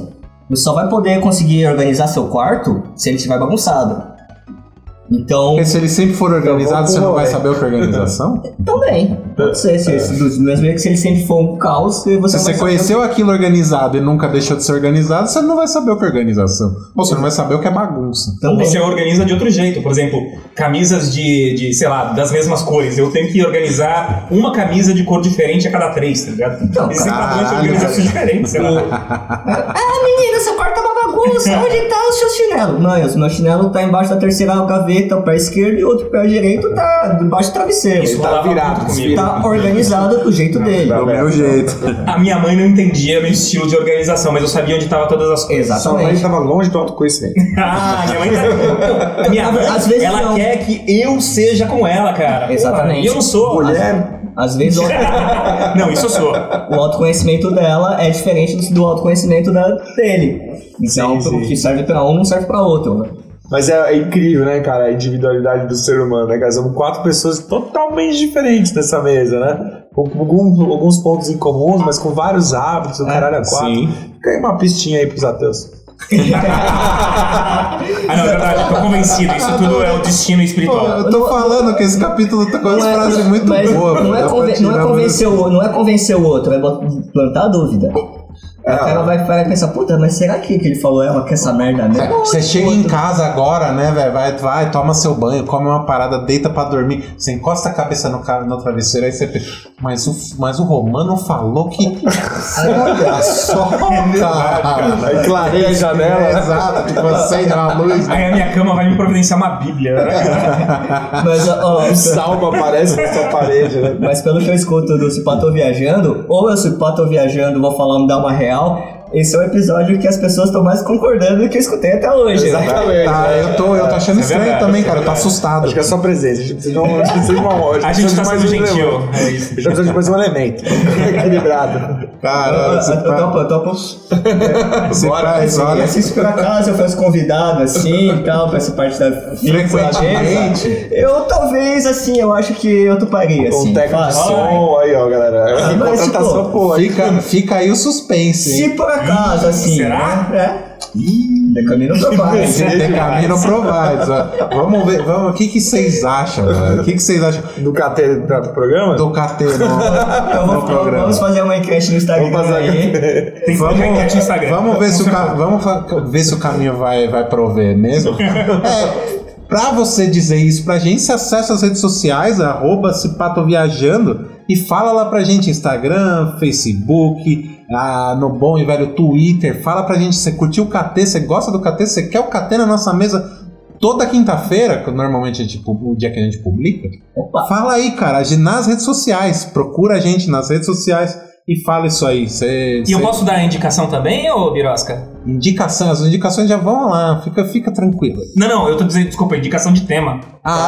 Você só vai poder conseguir organizar seu quarto se ele estiver bagunçado. Então... Porque se ele sempre for organizado, você não vai saber o que é organização? Também. Pode ser. Se, se, do mesmo jeito que se ele sempre for um caos, você Se você conheceu aquilo organizado e nunca deixou de ser organizado, você não vai saber o que é organização. Ou você não vai saber o que é bagunça. Ou você organiza de outro jeito. Por exemplo, camisas de, de, sei lá, das mesmas cores. Eu tenho que organizar uma camisa de cor diferente a cada três, tá ligado? Então, Existem padrões de organização diferentes, sei lá. Ah, menina, seu quarto é uma bagunça. Onde tá o seu chinelo? Não, o meu chinelo tá embaixo da terceira gaveta, o pé esquerdo, e o outro pé direito tá debaixo do travesseiro. Isso Tá rolava virado muito comigo. Tá organizado do jeito dele. Do meu jeito. A minha mãe não entendia meu estilo de organização, mas eu sabia onde estavam todas as coisas. Sua mãe Exatamente. estava longe do autoconhecimento. Ah, minha mãe tá... A minha mãe, Às vezes ela não. quer que eu seja como ela, cara. Exatamente. E eu não sou. Mulher, Às vezes o, Não, isso eu sou. o autoconhecimento dela é diferente do autoconhecimento da, dele. Então, Sim, o sim. que serve pra um não serve pra outro. Né? mas é, é incrível, né, cara, a individualidade do ser humano, né, cara? Somos quatro pessoas totalmente diferentes nessa mesa, né? Com alguns, alguns pontos em comuns, mas com vários hábitos, o caralho é quatro. sim. Fica aí uma pistinha aí pros ateus. Ah, não, é verdade, tô convencido. Isso tudo é o destino Pô, espiritual. eu tô falando que esse capítulo tá com uma frase muito mas boa. não, é pô. conven- Dá pra não, é tirar convencer o, não é convencer o outro, é bot- plantar a dúvida. É, o cara vai, vai pensar, puta, mas será que, que ele falou ela quer essa merda mesmo? É, você chega em casa agora, né, velho? Vai, vai, toma seu banho, come uma parada, deita pra dormir. Você encosta a cabeça no, ca- no travesseiro, aí você pensa, mas o, mas o Romano falou que. Olha só, cara. Aí clareia a janela. É, exato, tipo, acende uma luz. Aí a minha cama vai me providenciar uma bíblia, né? Mas, ó, ó, O salmo aparece na sua parede, né? mas pelo que eu escuto do Se Pá Tô Viajando, ou eu Se Pá Tô Viajando vou falar, me dar uma real, esse é o episódio que as pessoas estão mais concordando do que eu escutei até hoje. Né? Exatamente. Tá, eu tô, eu tô achando É estranho verdade, também, é cara. Eu tô verdade. assustado. Acho que é só presença. A gente precisa de um, a gente precisa de uma A gente tá sendo gentil. elemento. É isso. A gente precisa de mais um elemento equilibrado. Caralho, você Eu tá. topo, eu topo. Você Bora, faz, assim, olha. assim, se por acaso eu fosse convidado assim e tal, pra essa parte da Frequentemente. eu talvez, assim, eu acho que eu toparia, Com assim. um técnico de Fala, som aí, ó, galera. Ah, mas, Contratação, tipo, pô. aí. Fica, fica aí o suspense, se hein? por acaso, assim, será? né? É. Decamino Provides. The Camino Provides. ó. Vamos ver, vamos, o que, que vocês acham, velho? O que, que vocês acham Do K T do programa? do K T no, Eu vou, no programa? vamos fazer uma enquete no Instagram Vamos fazer aí. Tem que fazer enquete no Instagram. Vamos ver se o, ca- vamos fa- ver se o caminho vai, vai prover mesmo. É, pra você dizer isso pra gente, você acessa as redes sociais, arroba Cipatoviajando, e fala lá pra gente, Instagram, Facebook, ah, no bom e velho Twitter. Fala pra gente, você curtiu o K T, você gosta do K T, você quer o K T na nossa mesa toda quinta-feira, que normalmente é tipo o dia que a gente publica. Opa. Fala aí, cara, nas redes sociais, procura a gente nas redes sociais e fala isso aí. Cê, E eu cê- posso dar indicação também, ô Birosca? Indicação, as indicações já vão lá, fica, fica tranquilo. Não, não, eu tô dizendo, desculpa, indicação de tema.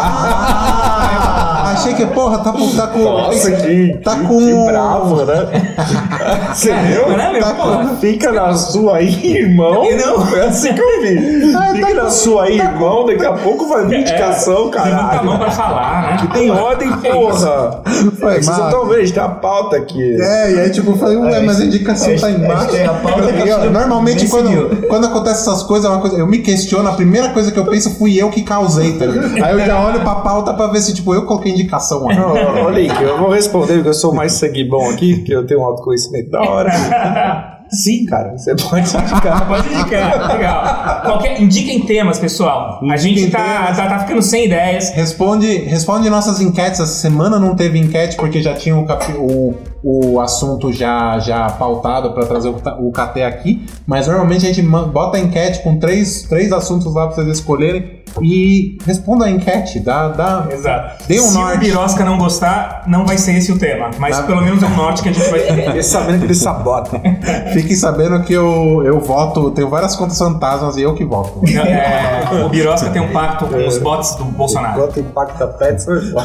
Ah, achei que, porra, tá com. Tá com Nossa, que, tá que, com- que bravo, né? Você viu? Não é, meu? Tá Porra. Fica na sua aí, irmão. Eu não. É assim que eu vi. Ah, Fica tá na com- sua aí, irmão. Daqui a pouco vai vir indicação, Levanta a mão caralho. pra falar, né? Que tem ordem, porra. Foi, É que vocês não Marcos. estão vendo, a gente tem a pauta aqui. É, e aí tipo, eu falei, ué, mas a indicação tá embaixo. tem a pauta que Eu- a gente normalmente, nem quando, seguiu. quando acontece essas coisas, é uma coisa, eu me questiono, a primeira coisa que eu penso fui eu que causei, tá ligado? Aí eu já olho pra pauta pra ver se, tipo, eu coloquei indicação lá. Não, ô, ô, Link, eu vou responder porque eu sou mais sangue bom aqui, que eu tenho um autoconhecimento da hora. Sim, cara, você pode indicar. Pode indicar, legal. Qualquer, indiquem temas, pessoal. A gente Indiquem tá, temas. tá, tá ficando sem ideias. Responde, responde nossas enquetes. Essa semana não teve enquete porque já tinha o, capi- o, o assunto já, já pautado para trazer o, ta- o K T aqui. Mas normalmente a gente ma- bota a enquete com três, três assuntos lá para vocês escolherem e responda a enquete. Dá, dá, Exato. Dê um Se norte. o Birosca não gostar, não vai ser esse o tema. Mas Tá. pelo menos é um norte que a gente vai ter. Fiquei sabendo que ele sabota. Fiquem sabendo que eu, eu voto, tenho várias contas fantasmas e eu que voto. É, o Birosca tem um pacto com os bots do Bolsonaro. Enquanto impacta pets, foi foda.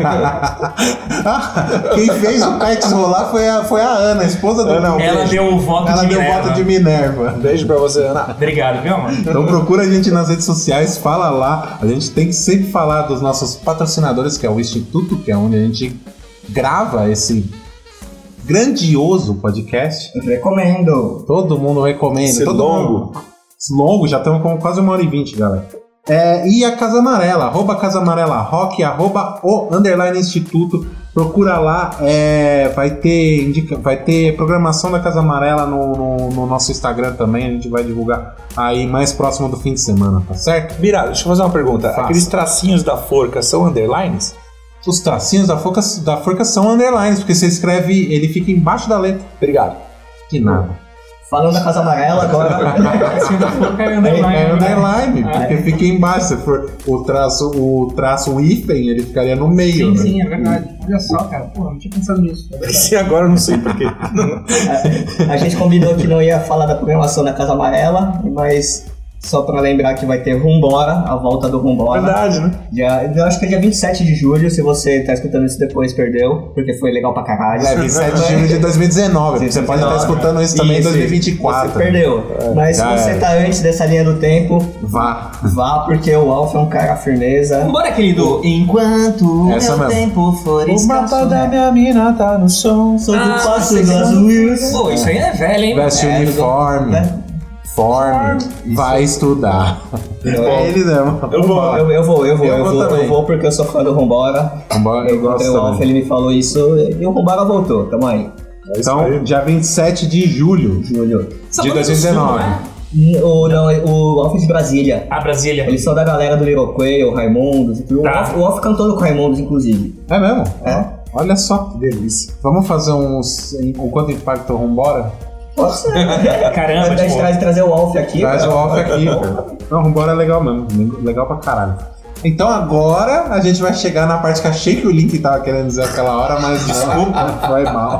Quem fez o Pets rolar foi a, foi a Ana, a esposa do. Ana, um Ela beijo. deu o voto Ela de deu Minerva. voto de Minerva. Um beijo pra você, Ana. Obrigado, viu, mano? Então procura a gente nas redes sociais, fala lá. A gente tem que sempre falar dos nossos patrocinadores, que é o Instituto, que é onde a gente grava esse grandioso podcast. Eu recomendo. Todo mundo recomenda. Esse todo longo. Mundo. Longo, já estamos com quase uma hora e vinte, galera. É, e a Casa Amarela, arroba Casa Amarela Rock, arroba o underline Instituto. Procura lá, é, vai, ter, indica, vai ter programação da Casa Amarela no, no, no nosso Instagram também. A gente vai divulgar aí mais próximo do fim de semana, tá certo? Mira, deixa eu fazer uma pergunta. Faça. Aqueles tracinhos da forca são underlines? Os tracinhos da forca, da forca são underlines, porque você escreve, ele fica embaixo da letra. Obrigado. Que nada. Falando da Casa Amarela agora. Assim, da forca é É, underline. é underline, né? porque fica embaixo. Se for o traço, o traço um hífen, ele ficaria no meio. Sim, né? sim, é verdade. Olha só, cara. Pô, não tinha pensado nisso. É verdade. Esse agora eu não sei porquê. A, a gente combinou que não ia falar da programação da Casa Amarela, mas só pra lembrar que vai ter Rumbora, a volta do Rumbora. Verdade, né? Dia, eu acho que é dia vinte e sete de julho, se você tá escutando isso depois, perdeu, porque foi legal pra caralho. É, vinte e sete de julho de dois mil e dezenove. Você pode estar escutando isso também em Isso, dois mil e vinte e quatro. Você perdeu. Mas se já você era. tá antes dessa linha do tempo, Vá. vá, porque o Alf é um cara firmeza. Bora, querido. Enquanto Essa meu mesmo. tempo for escasso, né? minha mina tá no som. Sobre Ah, o passo sei do que- Azuis. Pô, isso aí é velho, hein? Veste É, uniforme. né? Forme. Vai estudar. É ele mesmo. Eu vou. Eu, eu vou, eu vou, Eu eu, vou vou, também. eu vou porque eu sou fã do Rumbora. Vambora, eu gosto o Alf, também. ele me falou isso e o Rumbora voltou, tamo aí. Então, dia vinte e sete de julho Julho. de dois mil e dezenove. O, não, o Alf de Brasília. A Brasília. Eles são da galera do Little Quail, Raimundos. O Tá. Alf, o Alf cantou no Raimundos, inclusive. É mesmo? É. Olha só que delícia. Vamos fazer uns. O quanto impacta o Rumbora? Pode ser. Caramba, A gente tipo, traz trazer o Alf aqui. Traz cara. o off aqui, cara. Não, Rumbora é legal mesmo. Legal pra caralho. Então agora a gente vai chegar na parte que achei que o Link tava querendo dizer aquela hora, mas desculpa, foi mal.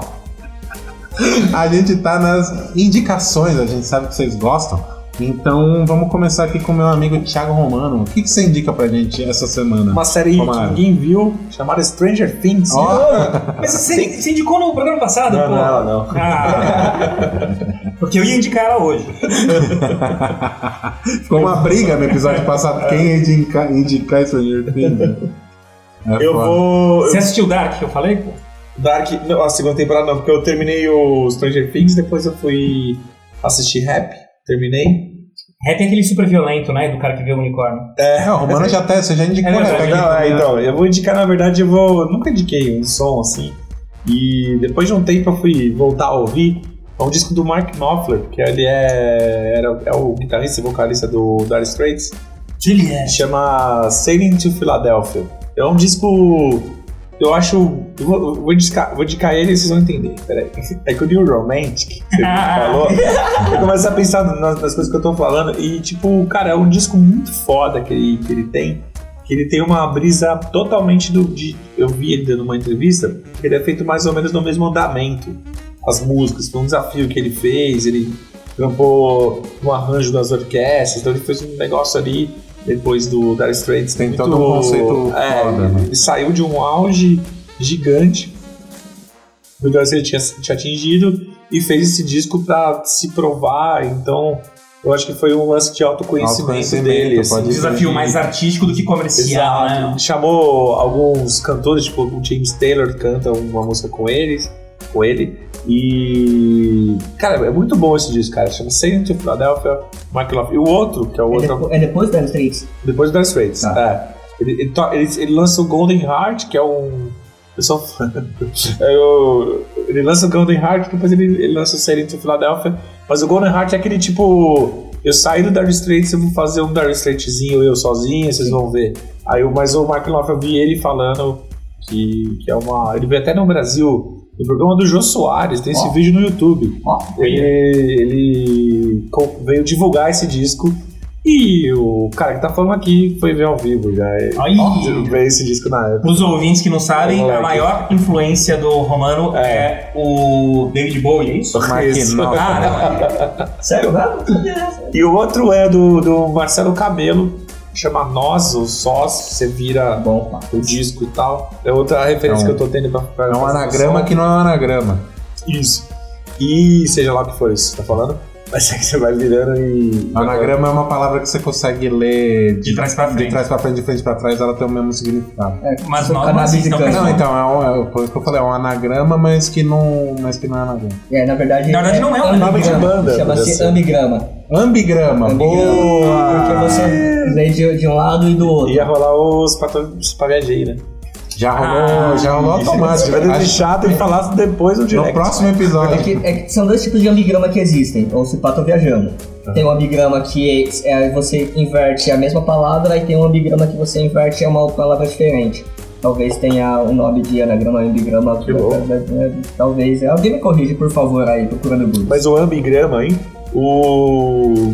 A gente tá nas indicações, a gente sabe que vocês gostam. Então vamos começar aqui com o meu amigo Thiago Romano. O que, que você indica pra gente essa semana? Uma série Romário? que ninguém viu, chamada Stranger Things. Ó. Mas você, você indicou no programa passado, Não, pô. não, não. Ah, porque eu ia indicar ela hoje. Ficou uma briga no episódio passado. Quem ia indicar, indicar Stranger Things? É Eu foda. vou. Você assistiu Dark que eu falei? Pô? Dark. Não, a segunda temporada não, porque eu terminei o Stranger Things, depois eu fui assistir Rap, terminei. Rap é aquele super violento, né? Do cara que vê o unicórnio. É, o Romano já até, você já indicou, É né? verdade. Pega- Não, é, então, eu vou indicar, na verdade, eu vou. Eu nunca indiquei um som assim. E depois de um tempo eu fui voltar a ouvir. É um disco do Mark Knopfler, que ele é, era, é o guitarrista e vocalista do Dire Straits. Ele é. Chama Sailing to Philadelphia. É um disco. Eu acho. Eu vou, eu vou, indicar, vou indicar ele e vocês vão entender. Peraí. É que o New Romantic, que você falou. Eu começo a pensar nas, nas coisas que eu tô falando. E, tipo, cara, é um disco muito foda que ele, que ele tem. Que ele tem uma brisa totalmente do. De, eu vi ele dando uma entrevista. Que ele é feito mais ou menos no mesmo andamento. As músicas. Foi um desafio que ele fez. Ele trampou no arranjo das orquestras. Então ele fez um negócio ali. Depois do Dire Straits. Tem muito- todo um conceito É, foda, né? ele saiu de um auge gigante que o Dire Straits tinha, tinha atingido e fez esse disco pra se provar. Então, eu acho que foi um lance de autoconhecimento, Autoconhecimento, dele. Assim, pode Um desafio mais artístico do que comercial, Exato. né? Chamou alguns cantores, tipo o James Taylor canta uma música com eles, com ele. E cara, é muito bom esse disco, cara. Chama Sailing to Philadelphia, Mark Knopfler. E o outro, que é o É, outro, depo- é depois do Straits. depois do Dire Straits. Tá. É. Ele, ele, to- ele- ele lança o Golden Heart, que é um. Eu sou fã. É o- ele lança o Golden Heart, depois ele, ele lança o Sailing to Philadelphia. Mas o Golden Heart é aquele tipo. Eu saí do Dire Straits, eu vou fazer um Dire Straitzinho eu sozinho, vocês vão ver. Aí, o- mas o Mark Knopfler, eu vi ele falando que, que é uma. Ele veio até no Brasil, no programa do Jô Soares, tem esse Ó. vídeo no YouTube. Ó, Ele, ele co- veio divulgar esse disco e o cara que tá falando aqui foi ver ao vivo já. Ai. Veio esse disco na época. Para os ouvintes que não sabem, Moleque. a maior influência do Romano é, o David Bowie, é isso? Mark Isso. Knopfler. Ah, sério, velho? E o outro é do, do Marcelo Camelo, chama Nós, ou Sós, você vira Bom, pá. o disco e tal. É outra referência Então, que eu tô tendo pra, pra É um fazer anagrama noção. que não é um anagrama. Isso. E seja lá o que for isso que você tá falando. Mas é que você vai virando e... Anagrama é uma palavra que você consegue ler De trás pra frente. De trás pra frente, de frente pra trás, ela tem o mesmo significado. É, Mas sou nós cannabis não e câncer. Não, então, é, um, é, foi o que eu falei, é um anagrama, mas que não, mas que não é anagrama. É, na verdade, Na verdade, não é um nome de banda, podia Chama-se ser. ambigrama. Ambigrama, boa! Porque você lê de, de um lado e do outro. Ia rolar os patrões pra viajei, né? Já rolou, Ah, já rolou automático. Se tiver Acho- de chato, ele falasse depois no direct. No próximo É episódio. que, é que são dois tipos de ambigrama que existem, ou se patam viajando. Tem um ambigrama que é, é, você inverte a mesma palavra e tem um ambigrama que você inverte é uma palavra diferente. Talvez tenha o nome de anagrama, ambigrama. Que bom. Talvez. Alguém me corrige, por favor, aí, procurando o Google. Mas o ambigrama, hein? O...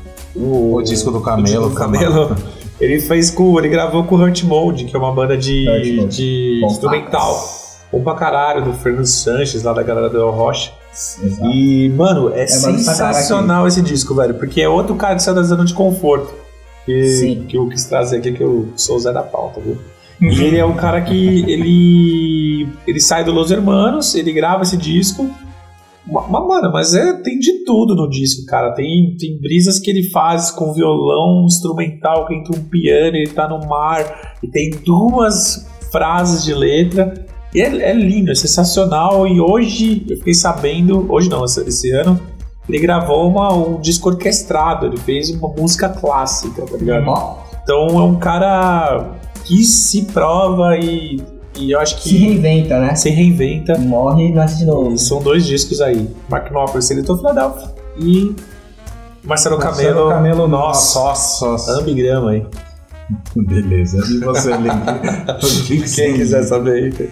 O, O disco do o Camelo. disco do Camelo. Ele fez com... Ele gravou com o Hurt Mode, que é uma banda Hurt de, Mode. de Bom instrumental. Bom pra caralho, do Fernando Sanches, lá da galera do El Rocha. Exato. E, mano, é É, mano, sensacional esse disco, velho. Porque é outro cara que saiu da zona de conforto. Que, Sim. que eu quis trazer aqui, que eu sou o Zé da Pauta, viu? E ele é um cara que ele ele sai do Los Hermanos, ele grava esse disco. Mas, mano, mas é, tem de tudo no disco, cara. Tem, tem brisas que ele faz com violão instrumental, que entra um piano, ele tá no mar, e tem duas frases de letra. E é, é lindo, é sensacional. E hoje eu fiquei sabendo, hoje não, esse, esse ano, ele gravou uma, um disco orquestrado, ele fez uma música clássica, tá ligado? Ó, Então é um cara que se prova e, e eu acho que se reinventa, né? se reinventa. Morre e nasce de novo. E são dois discos aí: Mark Knopfler, Selector Philadelphia e Marcelo Camelo, Camelo, nossa, nossa, nossa. ambigrama aí. Beleza. E você, Link? O que que você- Quem quiser saber aí.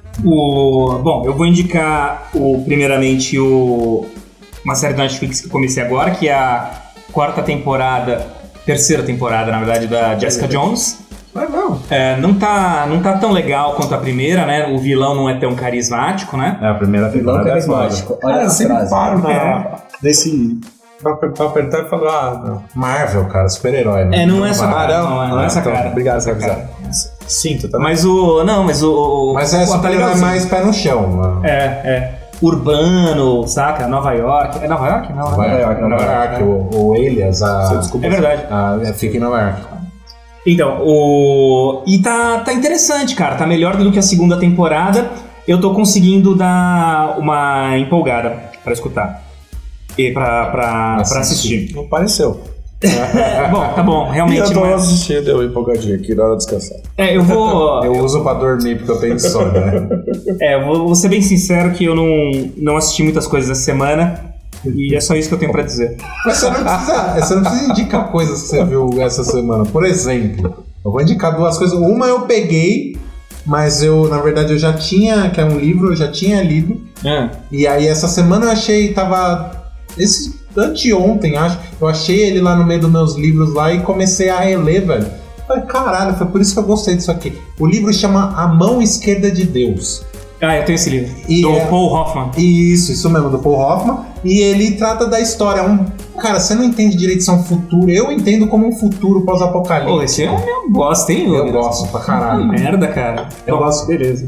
O, bom, eu vou indicar o, primeiramente o, uma série da Netflix que eu comecei agora, que é a quarta temporada, terceira temporada, na verdade, da Jessica Jones. Mas não. É, não, tá, não tá tão legal quanto a primeira, né? O vilão não é tão carismático, né? É, a primeira Vilão temporada é foda. carismático. Olha Cara, eu a sempre frase. paro na, É. nesse. Pra, pra apertar e falar, ah, não. Marvel, cara, super-herói. né? É, não é essa vai. cara. Não, não é essa então, cara. Obrigado, Essa por cara. avisar. Sinto, tá? Mas o... Não, mas o... o Mas é o- tá super-herói legalzinho. mais pé no chão. Mano. É, é. Urbano, saca? Nova York. É Nova York? Não, Nova é York, Nova York, o, o Alias, Você a, desculpa. É verdade. a, é, fica em Nova York. Então, o... E tá, tá interessante, cara. Tá melhor do que a segunda temporada. Eu tô conseguindo dar uma empolgada pra escutar. E pra, pra, pra assistir. Não pareceu. Bom, tá bom. E Realmente eu tô não é... assistindo, deu uma empolgadinha aqui na hora de descansar. É, eu vou... Eu uso pra dormir porque eu tenho sono, né? É, eu vou, vou ser bem sincero que eu não, não assisti muitas coisas essa semana. E é só isso que eu tenho pra dizer. Mas você não precisa, você não precisa indicar coisas que você viu essa semana. Por exemplo, eu vou indicar duas coisas. Uma eu peguei, mas eu, na verdade, eu já tinha, que é um livro, eu já tinha lido. É. E aí essa semana eu achei, tava... Esse, anteontem, acho, eu achei ele lá no meio dos meus livros lá e comecei a reler, velho. Falei, caralho, foi por isso que eu gostei disso aqui. O livro chama A Mão Esquerda de Deus. Ah, eu tenho esse livro. E do é- Paul Hoffman. Isso, isso mesmo, do Paul Hoffman. E ele trata da história. Um, cara, você não entende direito se é um futuro. Eu entendo como um futuro pós-apocalíptico. Pô, esse é meu gosto, hein? Eu gosto pra caralho. Merda, cara. Eu gosto, beleza.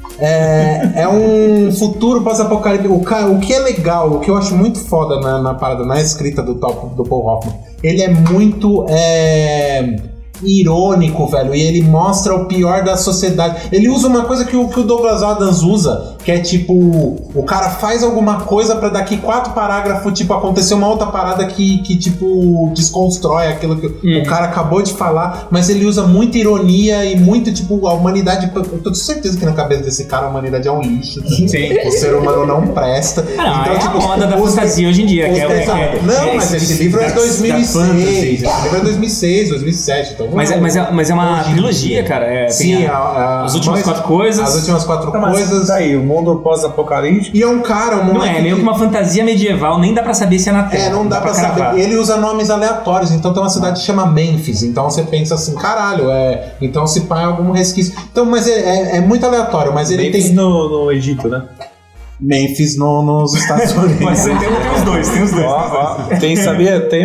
É, é um futuro pós-apocalíptico. O, ca- o que é legal, o que eu acho muito foda na, na parada, na escrita do, top, do Paul Hoffman, ele é muito é, irônico, velho, e ele mostra o pior da sociedade. Ele usa uma coisa que o, que o Douglas Adams usa, que é tipo, o cara faz alguma coisa pra daqui quatro parágrafos, tipo, acontecer uma outra parada que, que tipo, desconstrói aquilo que Uhum. o cara acabou de falar, mas ele usa muita ironia e muito, tipo, a humanidade, eu tô com certeza que na cabeça desse cara a humanidade é um lixo, tá? Sim. O ser humano não presta. Ah, não, é a moda da os- fantasia hoje em dia, os- que é o- é- exato. é- Não, é mas esse esse livro é da- dois mil e da fantasy. seis. Esse livro é dois mil e seis, dois mil e sete. Então Mas, é, vamos- mas, é, mas é uma hoje em trilogia, dia. cara. É, tem Sim, a- a- a- as últimas mas- quatro coisas. As últimas quatro Tá, mas coisas. tá aí, o mundo pós-apocalíptico. E é um cara, um Não moleque é, é meio que uma fantasia medieval, nem dá pra saber se é na Terra. É, não dá pra saber. cravar. Ele usa nomes aleatórios, então tem uma cidade que chama Memphis. Então você pensa assim, caralho, é. Então se pá é algum resquício. Então, mas é, é, é muito aleatório, mas ele Memphis tem. no, no Egito, né? Memphis no, nos Estados Unidos. Mas tem, tem os dois, tem os dois. Ó, ó, tem, sabia? Tem mesmo.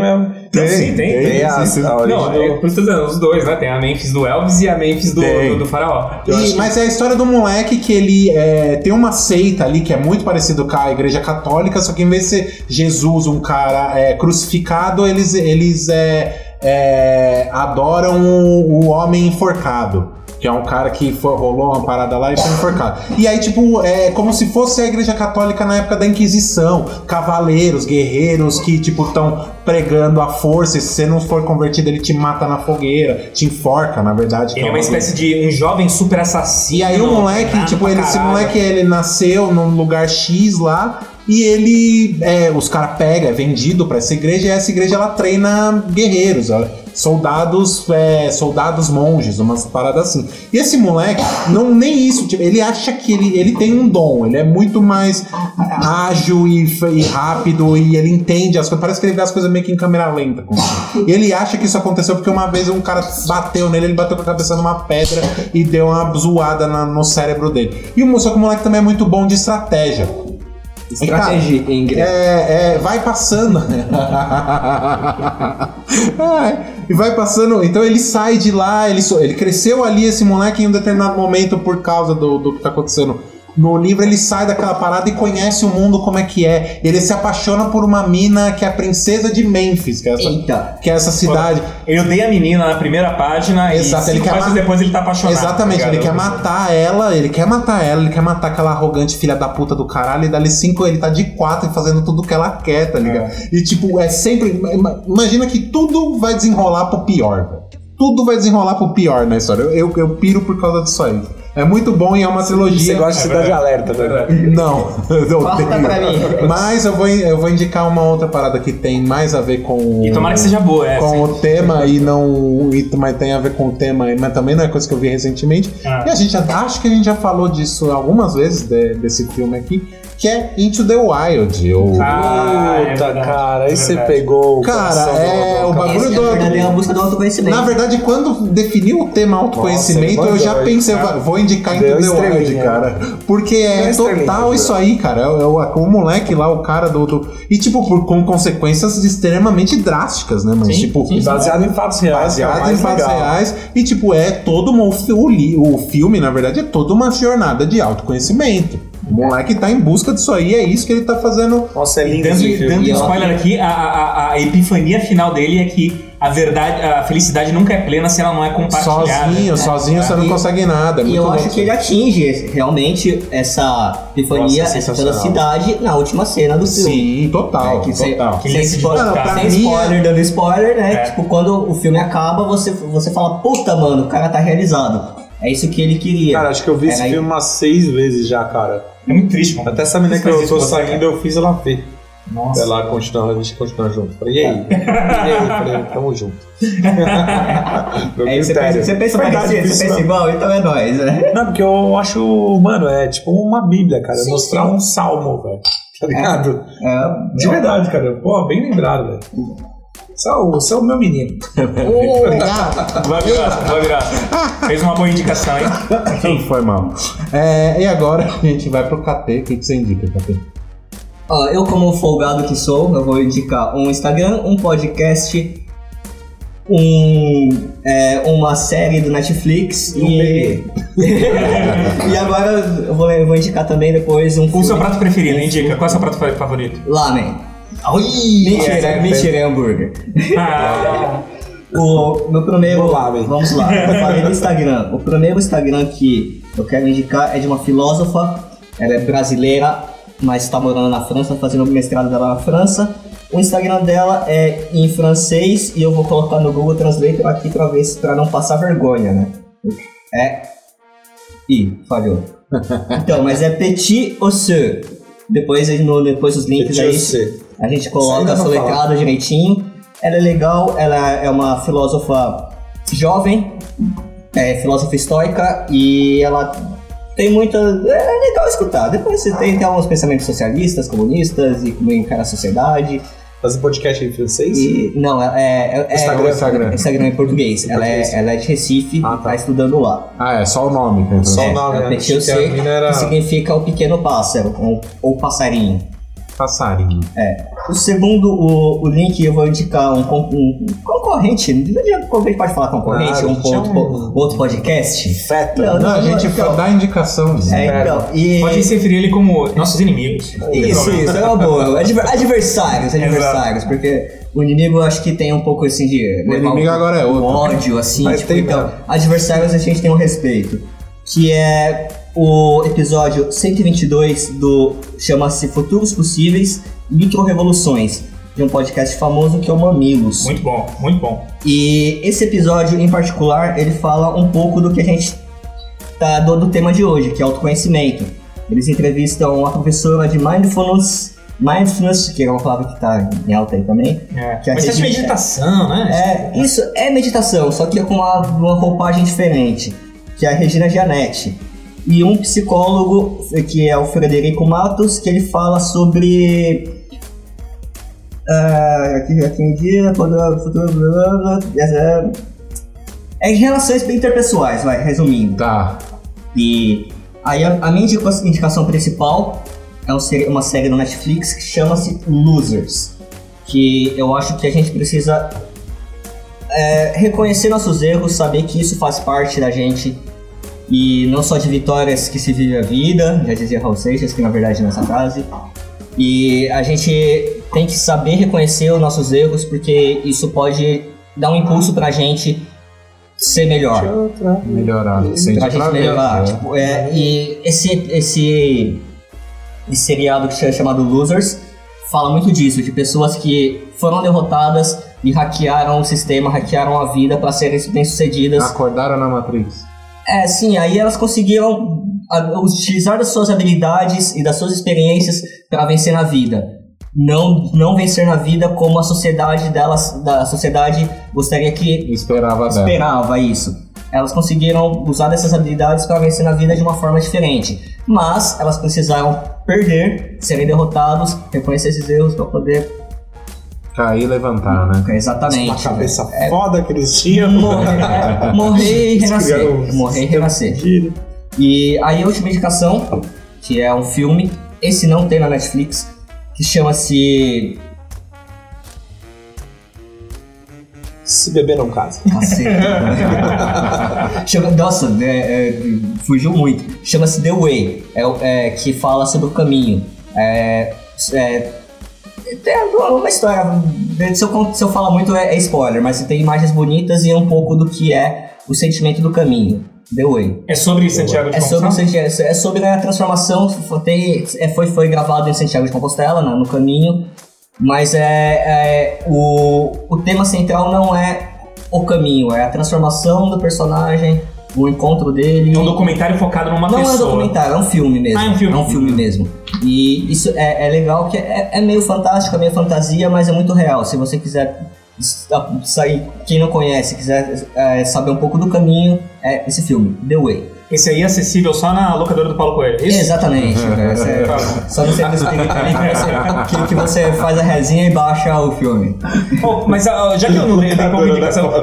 Tem, sim, tem. Tem, tem a, a origem Não, do... é, por isso que eu tô dizendo, os dois, né? Tem a Memphis do Elvis e a Memphis do, do, do Faraó. E, mas é a história do moleque que ele é, tem uma seita ali que é muito parecido com a igreja católica, só que em vez de ser Jesus, um cara é, crucificado, eles, eles é, é, adoram o, o homem enforcado. Que é um cara que foi, rolou uma parada lá e foi enforcado. E aí, tipo, é como se fosse a igreja católica na época da Inquisição. Cavaleiros, guerreiros que, tipo, estão pregando a força. E se você não for convertido, ele te mata na fogueira. Te enforca, na verdade. Ele é uma espécie de um jovem super assassino. E aí o moleque, tipo, ele, esse moleque, ele nasceu num lugar X lá. E ele, é, os caras pegam, é vendido pra essa igreja. E essa igreja, ela treina guerreiros, ela, soldados, é, soldados monges, umas paradas assim. E esse moleque, não nem isso, tipo, ele acha que ele, ele tem um dom, ele é muito mais ágil e, e rápido, e ele entende as coisas, parece que ele vê as coisas meio que em câmera lenta. E ele acha que isso aconteceu porque uma vez um cara bateu nele, ele bateu com a cabeça numa pedra e deu uma zoada na, no cérebro dele. E o, só que o moleque também é muito bom de estratégia. Estratégia em inglês. É, é, vai passando. é, e vai passando. Então ele sai de lá, ele, ele cresceu ali, esse moleque, em um determinado momento, por causa do, do que tá acontecendo no livro, ele sai daquela parada e conhece o mundo como é que é. Ele se apaixona por uma mina que é a princesa de Memphis, que é essa, Eita. que é essa cidade. Ele odeia a menina na primeira página. Exato, e ele cinco quer páginas ma- depois ele tá apaixonado. Exatamente, tá ele ligado? quer matar ela, ele quer matar ela, ele quer matar aquela arrogante filha da puta do caralho, e dali cinco ele tá de quatro e fazendo tudo que ela quer, tá ligado? É. E tipo, é sempre. Imagina que tudo vai desenrolar pro pior, velho. Tudo vai desenrolar pro pior na história. Eu, eu, eu piro por causa disso aí. É muito bom e é uma trilogia. Você gosta de cidade alerta, tá? Não, eu Corta tenho. pra mim. Mas eu vou, eu vou indicar uma outra parada que tem mais a ver com. E tomara que seja boa, é. Com sim. o tema e não. E, mas tem a ver com o tema, mas também não é coisa que eu vi recentemente. Ah. E a gente já, acho que a gente já falou disso algumas vezes, de, desse filme aqui, que é Into the Wild. Ou... Ah, é Puta, verdade, cara, aí é você verdade. pegou o Cara, coração é do- o do- bagulho Esse do- é a verdadeira busca do autoconhecimento. Na verdade, quando definiu o tema autoconhecimento, Nossa, eu já mandou, pensei, cara. vou indicar Into Deu the Wild, estrelinha. cara. Porque Deu é estrelinha, total cara. isso aí, cara. É, o- é o, o moleque lá, o cara do. do- e, tipo, por, com consequências extremamente drásticas, né? Mas, Sim, tipo, sim, sim. Baseado em fatos reais. que é o baseado em mais fatos legal. reais. E, tipo, é todo uma, o, fi- o, li- o filme, na verdade, é toda uma jornada de autoconhecimento. O moleque tá em busca disso aí, é isso que ele tá fazendo. Nossa, é E lindo dando, esse filme. dando E um ela- spoiler aqui, a, a, a epifania final dele é que a verdade, a felicidade nunca é plena se ela não é compartilhada. Sozinho, sozinho você não E- consegue nada. É E muito eu louco. acho que ele atinge realmente essa epifania, Nossa, essa sensacional. felicidade na última cena do filme. Sim, total, É, que sem- total. que ele sem, se spo- justifica. sem Pra mim spoiler, dando spoiler, né? É. Tipo, quando o filme acaba, você, você fala, puta, mano, o cara tá realizado. É isso que ele queria. Cara, acho que eu vi Era esse aí- filma umas seis vezes já, cara. É muito triste, mano. Até essa menina que Você eu faz tô isso com você, saindo, eu fiz ela ver. Nossa. Ela continuar, a gente continua junto. Falei, e aí? E aí? Falei, tamo junto. Meu Aí você critério. pensa, você pensa Verdade, parecido, isso você pensa não. igual, então é nóis, né? Não, porque eu acho, mano, é tipo uma bíblia, cara. Sim, Mostrar sim. um salmo, velho. Tá ligado? É, De verdade, cara. Pô, bem lembrado, velho. Você é o, você é o meu menino. Vai virar, vai virar. Fez uma boa indicação, hein? Não foi mal. É, e agora a gente vai pro K T. O que que você indica, K T? Ó, eu como folgado que sou, eu vou indicar um Instagram, um podcast, um, é, uma série do Netflix e... e agora eu vou, eu vou indicar também depois um O seu filme. prato preferido, indica. Qual é o seu prato fa- favorito? Lamen. Mentira, essa é mentira, é hambúrguer. Ah, O meu primeiro. Vamos lá, velho. Vamos lá. Eu falei do Instagram. O primeiro Instagram que eu quero indicar é de uma filósofa. Ela é brasileira, mas está morando na França, fazendo o mestrado dela na França. O Instagram dela é em francês e eu vou colocar no Google Translator aqui pra ver se para não passar vergonha, né? É. Ih, falhou. Então, mas é Petit Osseux. Depois, no, depois os links Petit aí. Osseux. A gente Isso aí coloca dá pra soletrado direitinho. Ela é legal, ela é uma filósofa jovem, é filósofa estoica e ela tem muita. É legal escutar. Depois você tem, tem alguns pensamentos socialistas, comunistas e como encarar a sociedade. Fazer podcast em francês? E, não, é, é, é Instagram, Instagram. Instagram em português. Em ela, português. É, ela é de Recife, Ah, tá. tá estudando lá. Ah, é só o nome. Tá? Só É, o nome, é né? Petit Achei que a Osseux, mina era- que significa o pequeno pássaro, ou, ou passarinho. Passarinho. É. O segundo, o, o link, eu vou indicar um, con- um concorrente. Como a gente pode falar concorrente? Ah, um, a gente é outro, um- outro podcast? Feta. Não, Não, a gente então- dá indicação. É, então. E... Pode se referir ele como nossos inimigos. Isso, isso, é uma boa. Adver- adversários, adversários, porque o inimigo eu acho que tem um pouco assim de. O inimigo um, agora é um outro. ódio, assim, Mas tipo, tem então. mesmo. Adversários a gente tem um respeito. Que é o episódio cento e vinte e dois do. Chama-se Futuros Possíveis Micro-Revoluções, de um podcast famoso que é o Mamilos. Muito bom, muito bom. E esse episódio em particular, ele fala um pouco do que a gente tá do, do tema de hoje, que é autoconhecimento. Eles entrevistam a professora de Mindfulness, Mindfulness, que é uma palavra que tá em alta aí também. É. Que a Mas é de gente- meditação, né? É, isso é meditação, só que é com uma, uma roupagem diferente, que é a Regina Gianetti. E um psicólogo, que é o Frederico Matos, que ele fala sobre... Ah, aqui, aqui em dia, quando... É em relações interpessoais, vai, resumindo. Tá. E aí a, a minha indica- indicação principal é um ser- uma série no Netflix que chama-se Losers. Que eu acho que a gente precisa é, reconhecer nossos erros, saber que isso faz parte da gente. E não só de vitórias que se vive a vida, já dizia Raul Seixas, que na verdade é nessa frase. E a gente tem que saber reconhecer os nossos erros, porque isso pode dar um impulso pra gente ser melhor. Melhorar. Pra Sente gente pra ver, melhorar. né? Tipo, é, e esse, esse, esse seriado que é chamado Losers fala muito disso, de pessoas que foram derrotadas e hackearam o sistema, hackearam a vida pra serem bem-sucedidas. Acordaram na Matrix. É, sim, aí elas conseguiram a, utilizar das suas habilidades e das suas experiências para vencer na vida. Não, não vencer na vida como a sociedade delas, da sociedade gostaria que Esperava dela. esperava isso. Elas conseguiram usar dessas habilidades para vencer na vida de uma forma diferente. Mas elas precisaram perder, serem derrotados, reconhecer esses erros para poder... Cair e levantar, né? Exatamente. Uma cabeça É, foda que eles tinham. morrer, é, morrer e Eles renascer. criaram um Morrer e sistema renascer. fudido. E aí a última indicação, que é um filme, esse não tem na Netflix, que chama-se... Se beber não casa. Cacete. Chama... Nossa, é, é, fugiu muito. Chama-se The Way, é, o- é, que fala sobre o caminho. É, é, tem uma história, se eu, con- se eu falar muito é, é spoiler, mas tem imagens bonitas e um pouco do que é o sentimento do caminho. The Way. É sobre Santiago de É sobre, Compostela? o Santiago- é sobre a transformação, foi, tem- é, foi, foi gravado em Santiago de Compostela, né, no caminho, mas é, é o, o tema central não é o caminho, é a transformação do personagem, o encontro dele. É um documentário focado numa Não pessoa. é um documentário, é um filme mesmo. Ah, é um filme. filme mesmo. E isso é, é legal, que é, é meio fantástico, é meio fantasia, mas é muito real. Se você quiser sair, quem não conhece, quiser é, saber um pouco do caminho, é esse filme, The Way. Esse aí é acessível só na locadora do Paulo Coelho, é isso? Exatamente. né? Esse é- só no serviço que, que, que você faz a resinha e baixa o filme. Oh, mas ah, já que eu não dei dei pouca indicação,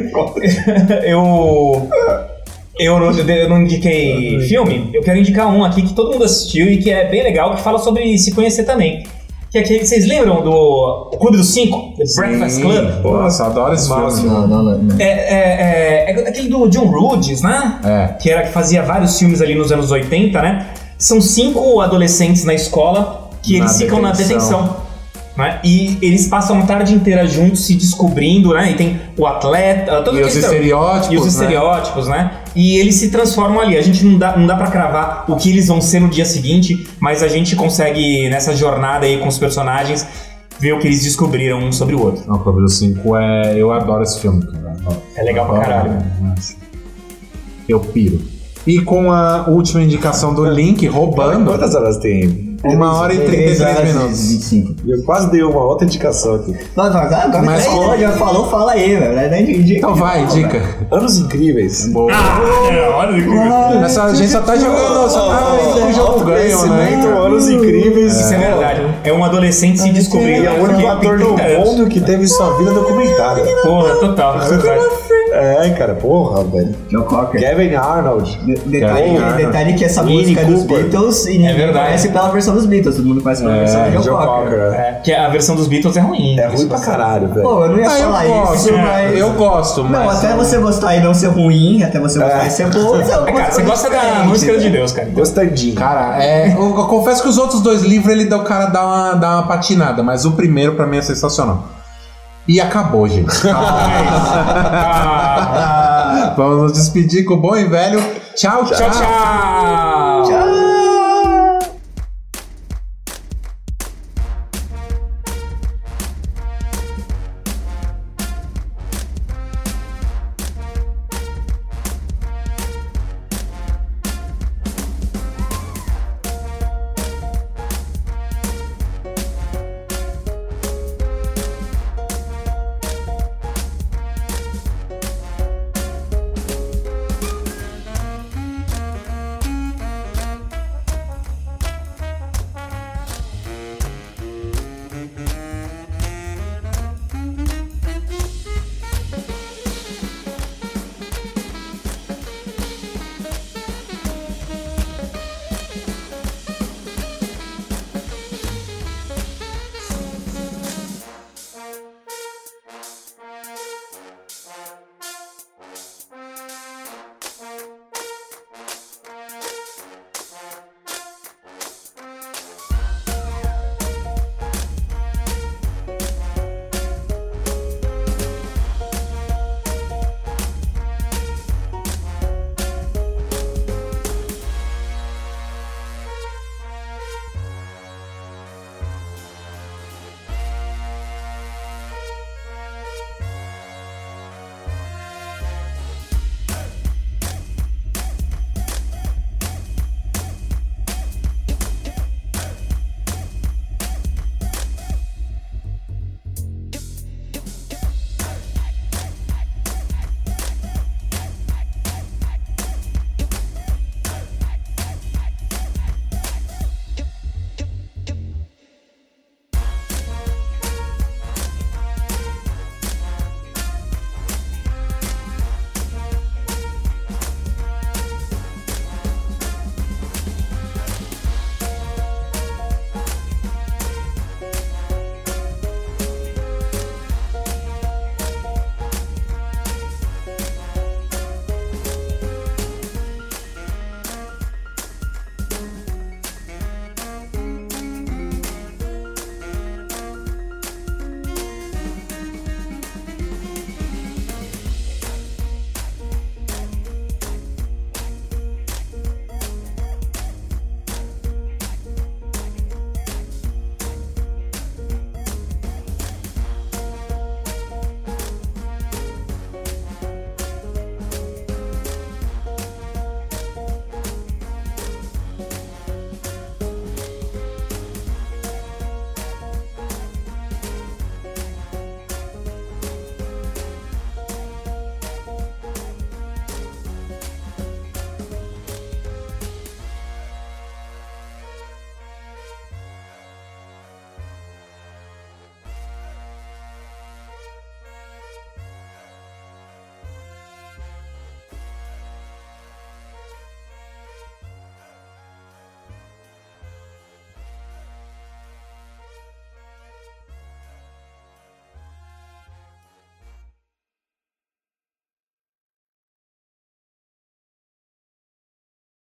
eu, eu, não, eu não indiquei filme, eu quero indicar um aqui que todo mundo assistiu e que é bem legal, que fala sobre se conhecer também. Que é aquele, vocês lembram do o Clube dos Cinco? The Breakfast Club? Nossa, adoro esse filme. Não, não, não. não. É, é, é, é aquele do John Rudis, né? É. Que era que fazia vários filmes ali nos anos oitenta, né? São cinco adolescentes na escola que eles Na ficam na detenção. detenção. Né? E eles passam a tarde inteira juntos se descobrindo, né? E tem o atleta, todo E os aquele- estereótipos, e os né? estereótipos, né? E eles se transformam ali. A gente não dá, não dá pra cravar o que eles vão ser no dia seguinte, mas a gente consegue, nessa jornada aí com os personagens, ver o que eles descobriram um sobre o outro. Não, Clube dos Cinco é... Eu adoro esse filme, cara. É legal pra caralho. Nossa. Eu piro. E com a última indicação do link, roubando, Quantas horas tem? uma hora e trinta e três minutos. vinte e cinco. Eu quase dei uma outra indicação aqui. Mas agora, agora Mas já, como- já falou, fala aí, velho. Não entendi. Então vai, dica. Anos Incríveis. Boa. Ah, é, olha que Essa, a gente só tá jogando, só tá indo pro jogo ganho, né? Conhecimento, Anos Incríveis. Isso é verdade. É um adolescente se descobrindo. E é o único porque ator tem do trinta anos. mundo que teve sua vida documentada. Porra, total. É verdade. É, cara, porra, velho. Joe Cocker. Kevin Arnold. De- Detalhe, Kevin Arnold. detalhe que essa Winnie música é dos Cooper. Beatles e ninguém verdade. conhece pela versão dos Beatles, todo mundo conhece pela versão do Joe, Joe Cocker. Cocker. É, É, que a versão dos Beatles é ruim. é ruim pra caralho, velho. Pô, eu não ia Ah, falar eu isso, gosto, mas... eu gosto, mas... Não, até você gostar e não ser ruim, até você gostar e ser bom, é É, cara, você gosta da música de Deus, cara. Então, Gostandinho. Cara, é, eu, eu confesso que os outros dois livros ele dá o cara dá uma, dá uma patinada, mas o primeiro pra mim é sensacional. E acabou, gente. ah, Vamos nos despedir com o bom e velho. Tchau, tchau. tchau, tchau.